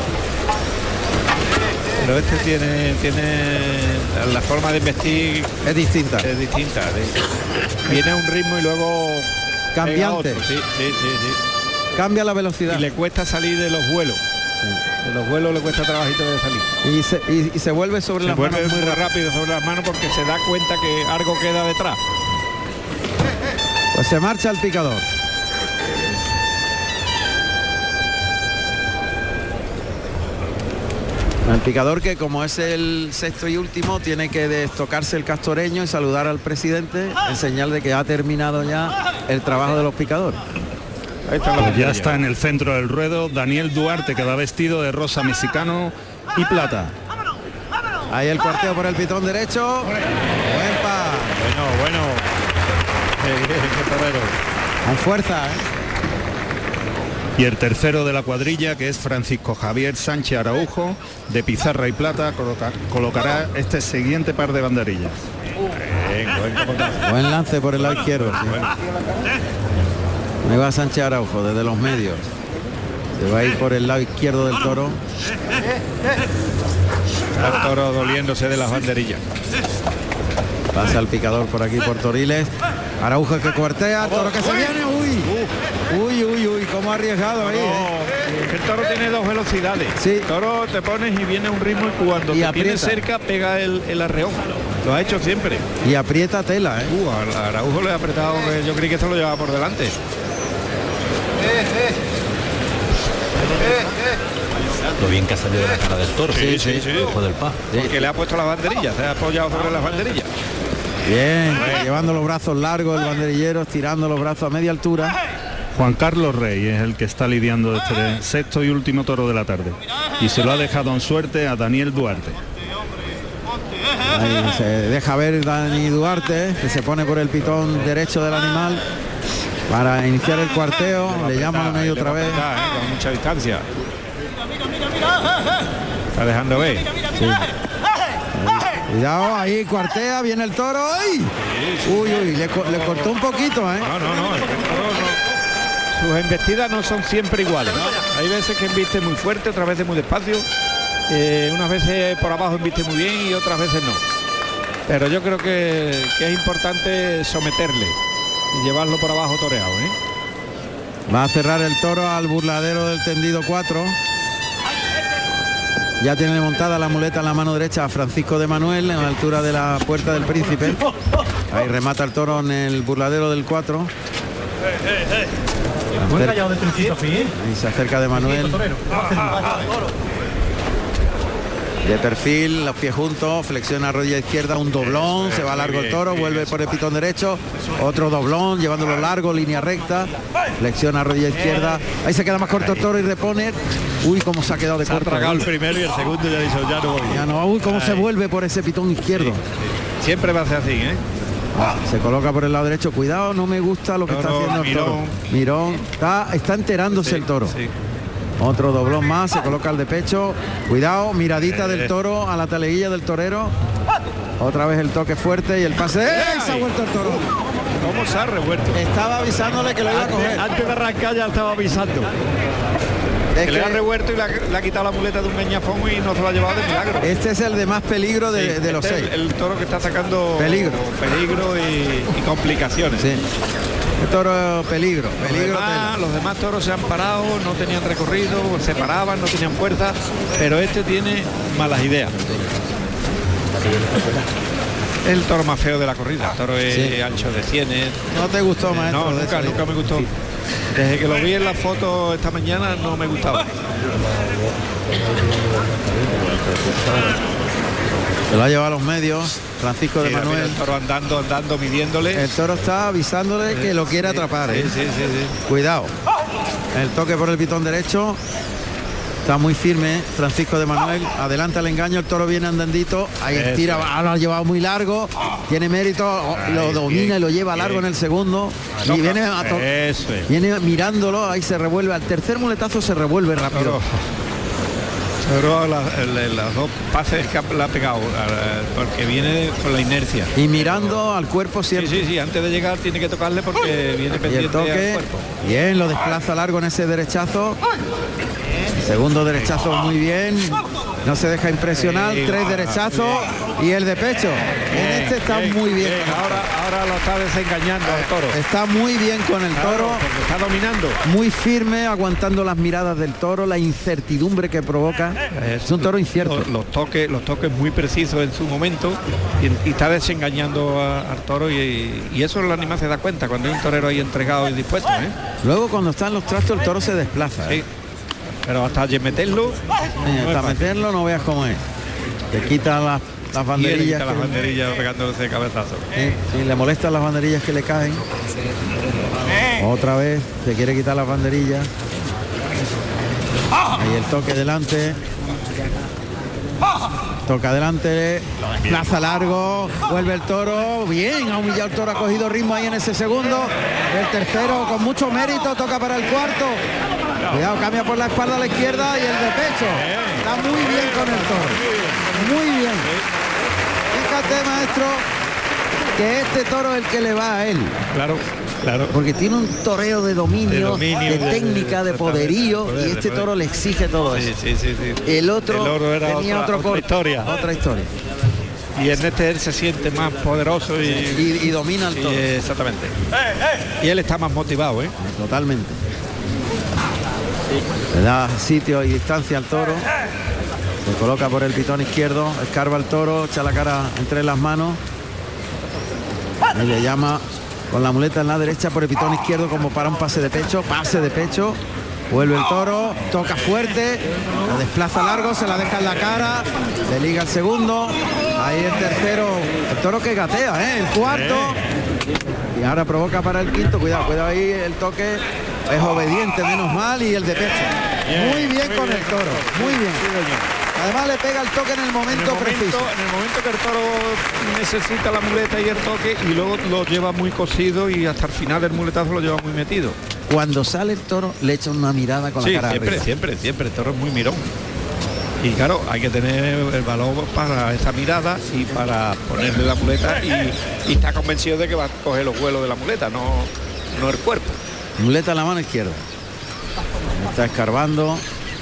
Pero este tiene la forma de investir es distinta. Viene a un ritmo y luego cambiante. Sí. Cambia la velocidad. Y le cuesta salir de los vuelos. Sí. De los vuelos le cuesta trabajito de salir. Y se vuelve sobre las manos muy rápido sobre las manos porque se da cuenta que algo queda detrás. Pues se marcha el picador. El picador, que como es el sexto y último, tiene que destocarse el castoreño y saludar al presidente en señal de que ha terminado ya el trabajo de los picadores. Pues ya está en el centro del ruedo Daniel Duarte, que va vestido de rosa mexicano y plata. Ahí el cuarteo por el pitón derecho. Buen pa. Bueno. Con fuerza, Y el tercero de la cuadrilla, que es Francisco Javier Sánchez Araujo, de pizarra y plata, colocará este siguiente par de banderillas. Buen lance por el lado izquierdo. Sí. Ahí va Sánchez Araujo desde los medios. Se va a ir por el lado izquierdo del toro. El toro doliéndose de las banderillas. Pasa el picador por aquí por Toriles. Araujo que cuartea, toro que se viene. Uy, cómo ha arriesgado ahí. El toro tiene dos velocidades. Sí. El toro te pones y viene a un ritmo y cuando te tiene cerca pega el arreón. Lo ha hecho siempre. Y aprieta tela, A Araujo le ha apretado, yo creí que se lo llevaba por delante. Lo bien que ha salido de la cara del toro. Sí. Ojo del pa. Porque le ha puesto las banderillas, se ha apoyado sobre las banderillas. Bien, llevando los brazos largos el banderillero, tirando los brazos a media altura. Juan Carlos Rey es el que está lidiando este sexto y último toro de la tarde. Y se lo ha dejado en suerte a Daniel Duarte. Ahí se deja ver Dani Duarte, que se pone por el pitón derecho del animal para iniciar el cuarteo. Le llama a medio otra vez. Con mucha distancia. Está dejando ver. Sí. Cuidado, ahí cuartea, viene el toro. ¡Ay! Uy, le cortó un poquito, ¿eh? No, el toro no. Sus embestidas no son siempre iguales. Hay veces que embiste muy fuerte, otras veces muy despacio. Unas veces por abajo embiste muy bien y otras veces no. Pero yo creo que es importante someterle y llevarlo por abajo toreado, ¿eh? Va a cerrar el toro al burladero del tendido 4. Ya tiene montada la muleta en la mano derecha a Francisco de Manuel en la altura de la Puerta del Príncipe. Ahí remata el toro en el burladero del 4. Ahí se acerca de Manuel. De perfil, los pies juntos, flexiona rodilla izquierda, un doblón, se va largo el toro, vuelve por el pitón derecho, otro doblón, llevándolo largo, línea recta, flexiona rodilla izquierda, ahí se queda más corto el toro y repone. Uy, cómo se ha quedado de corto. Se ha tragado el primero y el segundo ya dicho, ya no voy. Ya no, uy, cómo se vuelve por ese pitón izquierdo. Sí. Siempre va a ser así, ¿eh? Se coloca por el lado derecho, cuidado, no me gusta lo que está haciendo el toro. Mirón, está enterándose el toro. Sí. Otro doblón más, se coloca el de pecho. Cuidado, miradita del toro a la taleguilla del torero. Otra vez el toque fuerte y el pase. ¡Eh! Se ha vuelto el toro. ¿Cómo se ha revuelto? Estaba avisándole que lo iba a coger. Antes de arrancar ya estaba avisando. Es que le ha revuelto y le ha quitado la muleta de un meñafón y no se lo ha llevado de milagro. Este es el de más peligro de los 6. El toro que está sacando peligro y complicaciones. Sí. El toro peligro. Los demás toros se han parado, no tenían recorrido, se paraban, no tenían fuerza, pero este tiene malas ideas. El toro más feo de la corrida, el toro es ancho de sienes. ¿No te gustó, maestro? No, nunca me gustó. Desde que lo vi en la foto esta mañana no me gustaba. Se lo ha llevado a los medios Francisco de Manuel. El toro andando, midiéndole. El toro está avisándole que lo quiere atrapar. Sí. Cuidado. El toque por el pitón derecho. Está muy firme Francisco de Manuel. Adelanta el engaño, el toro viene andandito. Ahí estira, lo ha llevado muy largo. Tiene mérito, lo domina y lo lleva largo en el segundo. Y viene viene mirándolo, ahí se revuelve. Al tercer muletazo se revuelve rápido. Pero los dos pases que le ha pegado, porque viene con la inercia. Y mirando al cuerpo siempre. Sí, antes de llegar tiene que tocarle porque viene pendiente al cuerpo. Bien, lo desplaza largo en ese derechazo. Segundo derechazo muy bien. No se deja impresionar. 3 derechazos y el de pecho. En este está muy bien. Ahora lo está desengañando el toro. Está muy bien con el toro. Está dominando. Muy firme, aguantando las miradas del toro, la incertidumbre que provoca. Es un toro incierto. Los toques muy precisos en su momento y está desengañando al toro y eso el animal se da cuenta cuando hay un torero ahí entregado y dispuesto. Luego cuando están los trastos el toro se desplaza. Sí. Pero hasta meterlo, meterlo no veas cómo es. Te quita las banderillas. Las banderillas pegándose de cabezazo. Sí, le molestan las banderillas que le caen. Otra vez se quiere quitar las banderillas. Ahí el toque delante. Toca adelante, plaza largo, vuelve el toro, bien, ha humillado el toro, ha cogido ritmo ahí en ese segundo. El tercero con mucho mérito, toca para el cuarto. Cuidado, cambia por la espalda a la izquierda y el de pecho. Está muy bien con el toro. Muy bien. Fíjate, maestro, que este toro es el que le va a él. Claro. Porque tiene un toreo de dominio, de técnica, de poderío, y este toro le exige todo eso. Sí. El otro tenía otra historia. Y en este él se siente más poderoso y domina el toro. Exactamente. Y él está más motivado, Totalmente. Le da sitio y distancia al toro. Se coloca por el pitón izquierdo, escarba el toro, echa la cara entre las manos. Y le llama con la muleta en la derecha por el pitón izquierdo como para un pase de pecho. Vuelve el toro, toca fuerte, la desplaza largo, se la deja en la cara, le liga el segundo, ahí el tercero, el toro que gatea, el cuarto, y ahora provoca para el quinto, cuidado ahí el toque, es obediente, menos mal, y el de pecho. Muy bien con el toro, muy bien. Además le pega el toque en el momento preciso. En el momento que el toro necesita la muleta y el toque, y luego lo lleva muy cosido y hasta el final el muletazo lo lleva muy metido. Cuando sale el toro le echa una mirada con la cara siempre, el toro es muy mirón. Y claro, hay que tener el valor para esa mirada y para ponerle la muleta y está convencido de que va a coger los vuelos de la muleta, no el cuerpo. Muleta en la mano izquierda. Está escarbando.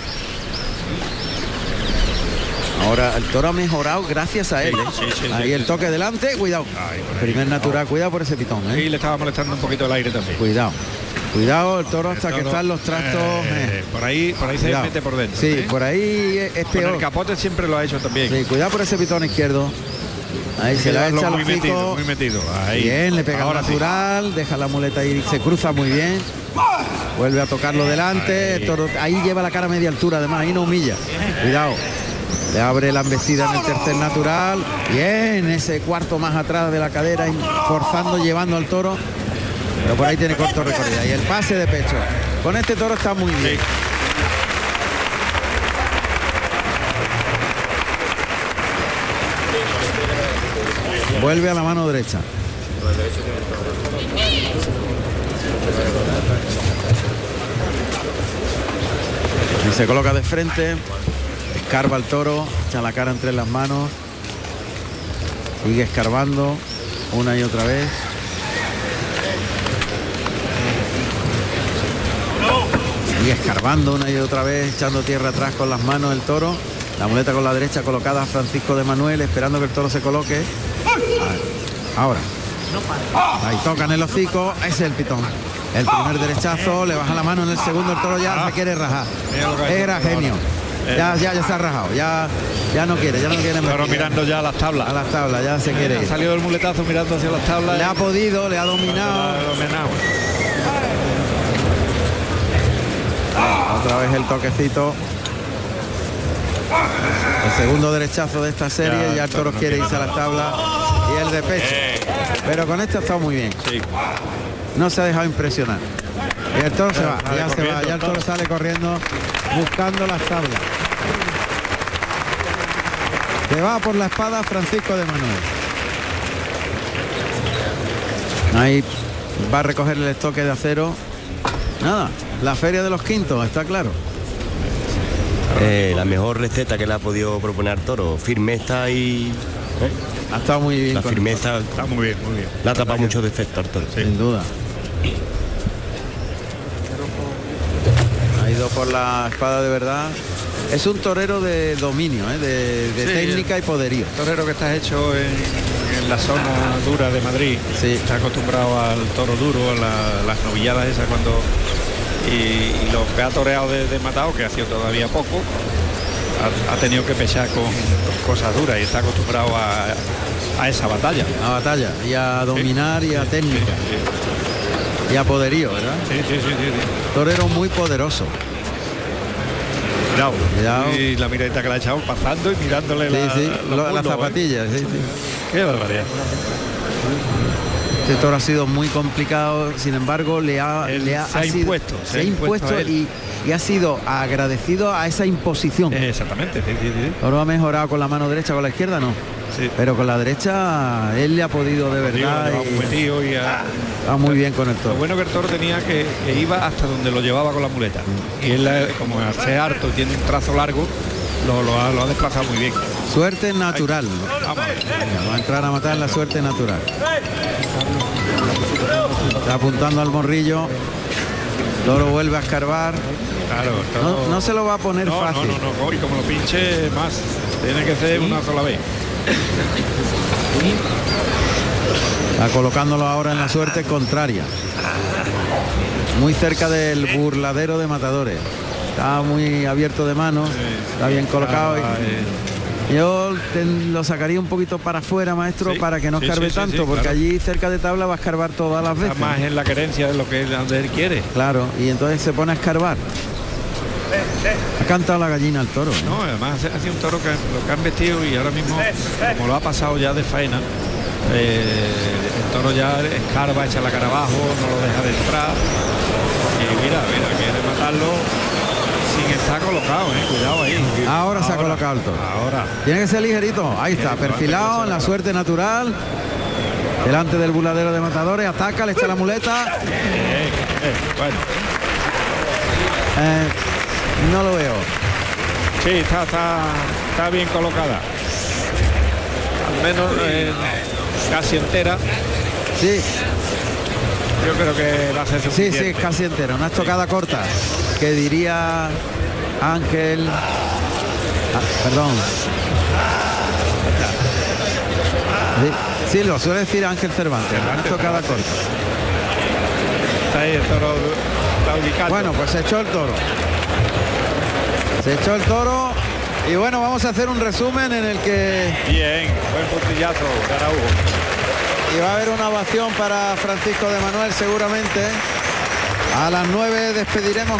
Ahora el toro ha mejorado gracias a él. Ahí el toque delante, cuidado. Primer natural, cuidado por ese pitón. Y le estaba molestando un poquito el aire también. Cuidado el toro hasta que están los trastos. Por ahí se mete por dentro. Sí, por ahí es peor. Con el capote siempre lo ha hecho también. Sí, cuidado por ese pitón izquierdo. Ahí se la echa muy metido. Ahí. Bien, le pega ahora natural, sí. Deja la muleta ir, se cruza muy bien. Vuelve a tocarlo delante. El toro ahí lleva la cara a media altura, además, ahí no humilla. Cuidado. Le abre la embestida en el tercer natural. Bien, ese cuarto más atrás de la cadera, forzando, llevando al toro. Pero por ahí tiene corto recorrido. Y el pase de pecho. Con este toro está muy bien. Vuelve a la mano derecha. Y se coloca de frente. Escarba el toro, echa la cara entre las manos, sigue escarbando una y otra vez. Sigue escarbando una y otra vez, echando tierra atrás con las manos el toro. La muleta con la derecha colocada a Francisco de Manuel, esperando que el toro se coloque. Ahora. Ahí tocan el hocico, ese es el pitón. El primer derechazo, le baja la mano en el segundo, el toro ya se quiere rajar. Era genio. Ya se ha rajado, ya no quiere pero mirando ya a las tablas. A las tablas, ya se quiere ir. Ha salido el muletazo mirando hacia las tablas. Le ha podido, le ha dominado. Otra vez el toquecito. El segundo derechazo de esta serie, ya el toro quiere irse a las tablas. Y el de pecho. Pero con esto ha estado muy bien. No se ha dejado impresionar. Y el toro se va, ya el toro sale corriendo buscando las tablas. Se va por la espada Francisco de Manuel. Ahí va a recoger el estoque de acero. Nada, la feria de los quintos, está claro. La mejor receta que le ha podido proponer Toro, firmeza y... Ha estado muy bien. La firmeza está muy bien. La tapa muchos defectos al toro. Sin duda. Ha ido por la espada de verdad. Es un torero de dominio, de técnica y poderío. Torero que está hecho en la zona dura de Madrid. Sí. Está acostumbrado al toro duro, a las novilladas esas cuando... Y lo que ha toreado de Matao, que ha sido todavía poco, ha tenido que pechar con cosas duras y está acostumbrado a esa batalla. A batalla, y a dominar y a técnica. Y a poderío, ¿verdad? Sí. Torero muy poderoso. Cuidado. Y la miradita que le ha echado pasando y mirándole las zapatillas. Sí. Qué barbaridad. Este toro ha sido muy complicado, sin embargo se ha impuesto y ha sido agradecido a esa imposición. Exactamente, sí. Toro ha mejorado con la mano derecha, con la izquierda no. Sí. Pero con la derecha él le ha podido de verdad va muy bien con el toro. Lo bueno que el toro tenía que iba hasta donde lo llevaba con la muleta. Y él, como al ser harto y tiene un trazo largo, lo ha desplazado muy bien. Suerte natural. Va a entrar a matar la suerte natural. Está apuntando al morrillo. Toro vuelve a escarbar. Claro, no se lo va a poner fácil. No. Y como lo pinche más, tiene que ser una sola vez. Está colocándolo ahora en la suerte contraria. Muy cerca del burladero de matadores. Está muy abierto de manos, está bien colocado. Yo lo sacaría un poquito para afuera, maestro, para que no escarbe tanto, porque allí cerca de tabla va a escarbar todas las veces. Más en la querencia de lo que donde él quiere. Claro, y entonces se pone a escarbar. Ha cantado la gallina al toro. No, además ha sido un toro que lo que han vestido y ahora mismo, como lo ha pasado ya de faena, el toro ya escarba, echa la cara abajo, no lo deja de entrar. Y mira, quiere matarlo sin estar colocado, cuidado ahí. Ahora se ha colocado el toro. Ahora. Tiene que ser ligerito. Ahí está, perfilado en la suerte natural. Delante del burladero de matadores, ataca, le echa la muleta. Bueno. No lo veo. Sí, está bien colocada. Al menos casi entera. Sí. Yo creo que la hace suficiente. Sí, casi entera. Una estocada corta. Que diría Ángel. Perdón. Sí, lo suele decir Ángel Cervantes. Una estocada corta. Está ahí el toro. Está ubicado. Bueno, pues se echó el toro. Se echó el toro. Y bueno, vamos a hacer un resumen en el que... Bien, buen puntillazo de Araujo. Y va a haber una ovación para Francisco de Manuel seguramente. A las 9 despediremos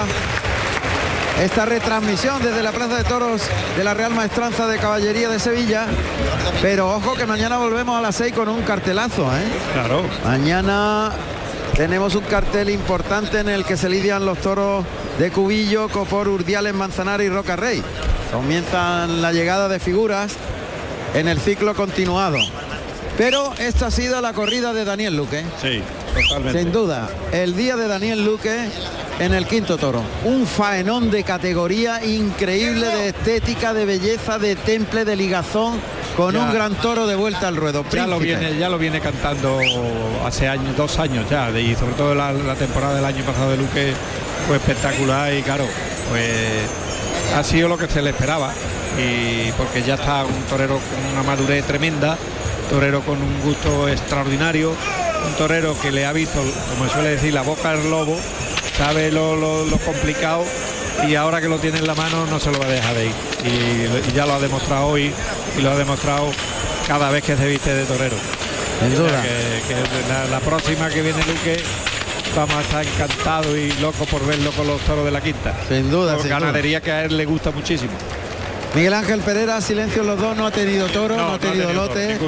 esta retransmisión desde la Plaza de Toros de la Real Maestranza de Caballería de Sevilla. Pero ojo que mañana volvemos a las 6 con un cartelazo, ¿eh? Claro. Mañana tenemos un cartel importante en el que se lidian los toros de Cubillo, por Urdiales, Manzanares y Roca Rey. Comienzan la llegada de figuras en el ciclo continuado. Pero esta ha sido la corrida de Daniel Luque. Sí, totalmente. Sin duda, el día de Daniel Luque en el quinto toro. Un faenón de categoría increíble, de estética, de belleza, de temple, de ligazón, con un gran toro de vuelta al ruedo. Ya lo viene cantando hace años, 2 años ya, y sobre todo la temporada del año pasado de Luque fue espectacular y claro, pues ha sido lo que se le esperaba, y porque ya está un torero con una madurez tremenda, torero con un gusto extraordinario, un torero que le ha visto, como suele decir, la boca del lobo, sabe lo complicado, y ahora que lo tiene en la mano no se lo va a dejar de ir, y ya lo ha demostrado hoy, y lo ha demostrado cada vez que se viste de torero. Sin duda. Que la próxima que viene Luque vamos a estar encantados y locos por verlo con los toros de la quinta. Sin duda. Por ganadería que a él le gusta muchísimo. Miguel Ángel Pereira, silencio los dos, no ha tenido toro, no ha tenido lote.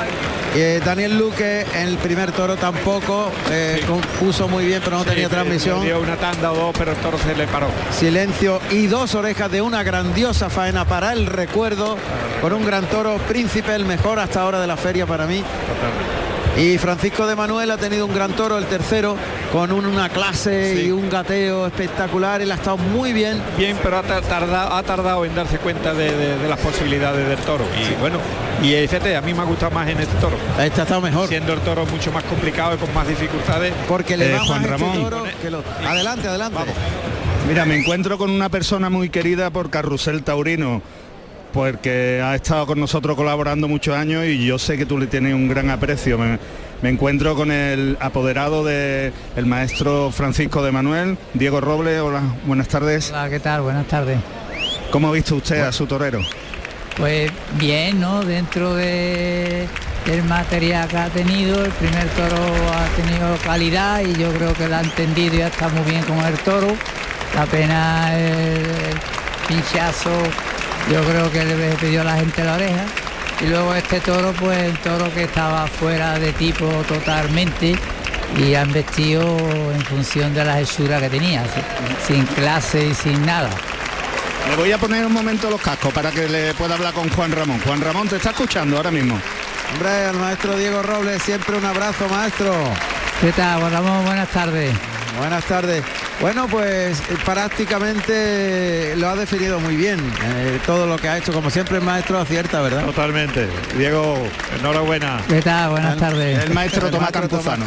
Daniel Luque en el primer toro tampoco, puso muy bien, pero no tenía transmisión. Dio una tanda o dos, pero el toro se le paró. Silencio y 2 orejas de una grandiosa faena para el recuerdo, con un gran toro, Príncipe, el mejor hasta ahora de la feria para mí. Totalmente. Y Francisco de Manuel ha tenido un gran toro, el tercero, con una clase y un gateo espectacular. Él ha estado muy bien. Bien, pero ha tardado en darse cuenta de las posibilidades del toro. Y bueno, y fíjate, a mí me ha gustado más en este toro. Este ha estado mejor. Siendo el toro mucho más complicado y con más dificultades. Porque le va Juan más Ramón. este toro que lo... Adelante. Vamos. Mira, me encuentro con una persona muy querida por Carrusel Taurino, porque ha estado con nosotros colaborando muchos años y yo sé que tú le tienes un gran aprecio. Me encuentro con el apoderado del maestro Francisco de Manuel, Diego Robles. Hola, buenas tardes. Hola, ¿qué tal? Buenas tardes. ¿Cómo ha visto usted a su torero? Pues bien, ¿no? Dentro del material que ha tenido, el primer toro ha tenido calidad y yo creo que lo ha entendido y está muy bien con el toro. La pena el pinchazo, yo creo que le pidió a la gente la oreja. Y luego este toro, pues el toro que estaba fuera de tipo totalmente y han vestido en función de la hechura que tenía, sin clase y sin nada. Le voy a poner un momento los cascos para que le pueda hablar con Juan Ramón. Juan Ramón, te está escuchando ahora mismo. Hombre, al maestro Diego Robles, siempre un abrazo, maestro. ¿Qué tal, Juan Ramón? Buenas tardes. Buenas tardes. Bueno, pues prácticamente lo ha definido muy bien. Todo lo que ha hecho, como siempre, el maestro acierta, ¿verdad? Totalmente. Diego, enhorabuena. ¿Qué tal? Buenas tardes. El maestro Tomás Campuzano.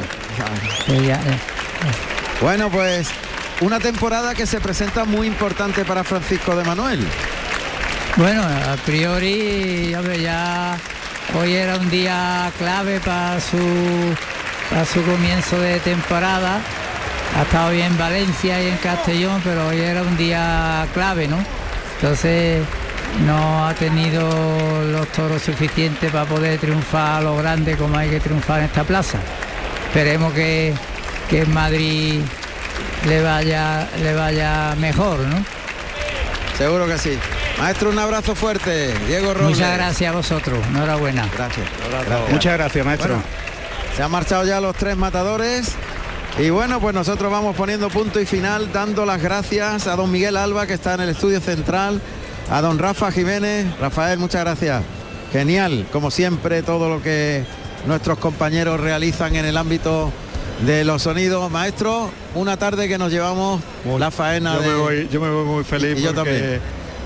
Bueno, pues una temporada que se presenta muy importante para Francisco de Manuel. Bueno, a priori, ya hoy era un día clave para su comienzo de temporada. Ha estado bien en Valencia y en Castellón, pero hoy era un día clave, ¿no? Entonces no ha tenido los toros suficientes para poder triunfar a lo grande como hay que triunfar en esta plaza. Esperemos que en Madrid le vaya mejor, ¿no? Seguro que sí. Maestro, un abrazo fuerte. Diego Robles. Muchas gracias a vosotros. Enhorabuena. Gracias. Muchas gracias, maestro. Bueno, se han marchado ya los 3 matadores. Y bueno, pues nosotros vamos poniendo punto y final, dando las gracias a don Miguel Alba, que está en el estudio central, a don Rafa Jiménez. Rafael, muchas gracias. Genial, como siempre, todo lo que nuestros compañeros realizan en el ámbito de los sonidos. Maestro, una tarde que nos llevamos la faena yo me voy muy feliz. Y yo también.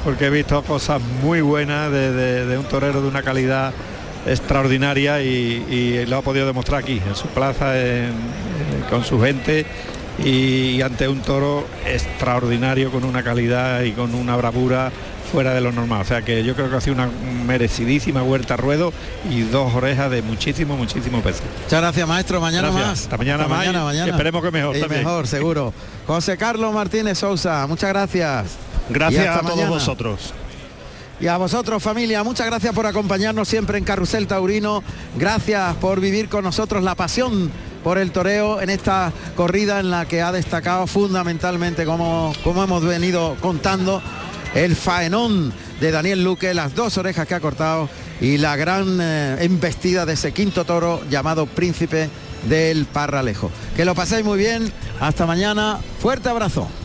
porque he visto cosas muy buenas de un torero de una calidad extraordinaria y lo ha podido demostrar aquí, en su plaza, con su gente y ante un toro extraordinario, con una calidad y con una bravura fuera de lo normal. O sea que yo creo que ha sido una merecidísima vuelta a ruedo y 2 orejas de muchísimo peso. Muchas gracias, maestro. Mañana gracias. más. Hasta mañana más. Mañana. Esperemos que mejor también. Mejor, seguro. José Carlos Martínez Sousa, muchas gracias. Gracias a todos mañana. vosotros. Y a vosotros, familia, muchas gracias por acompañarnos siempre en Carrusel Taurino. Gracias por vivir con nosotros la pasión por el toreo en esta corrida en la que ha destacado fundamentalmente, como hemos venido contando, el faenón de Daniel Luque, las 2 orejas que ha cortado y la gran embestida de ese quinto toro llamado Príncipe del Parralejo. Que lo paséis muy bien. Hasta mañana. Fuerte abrazo.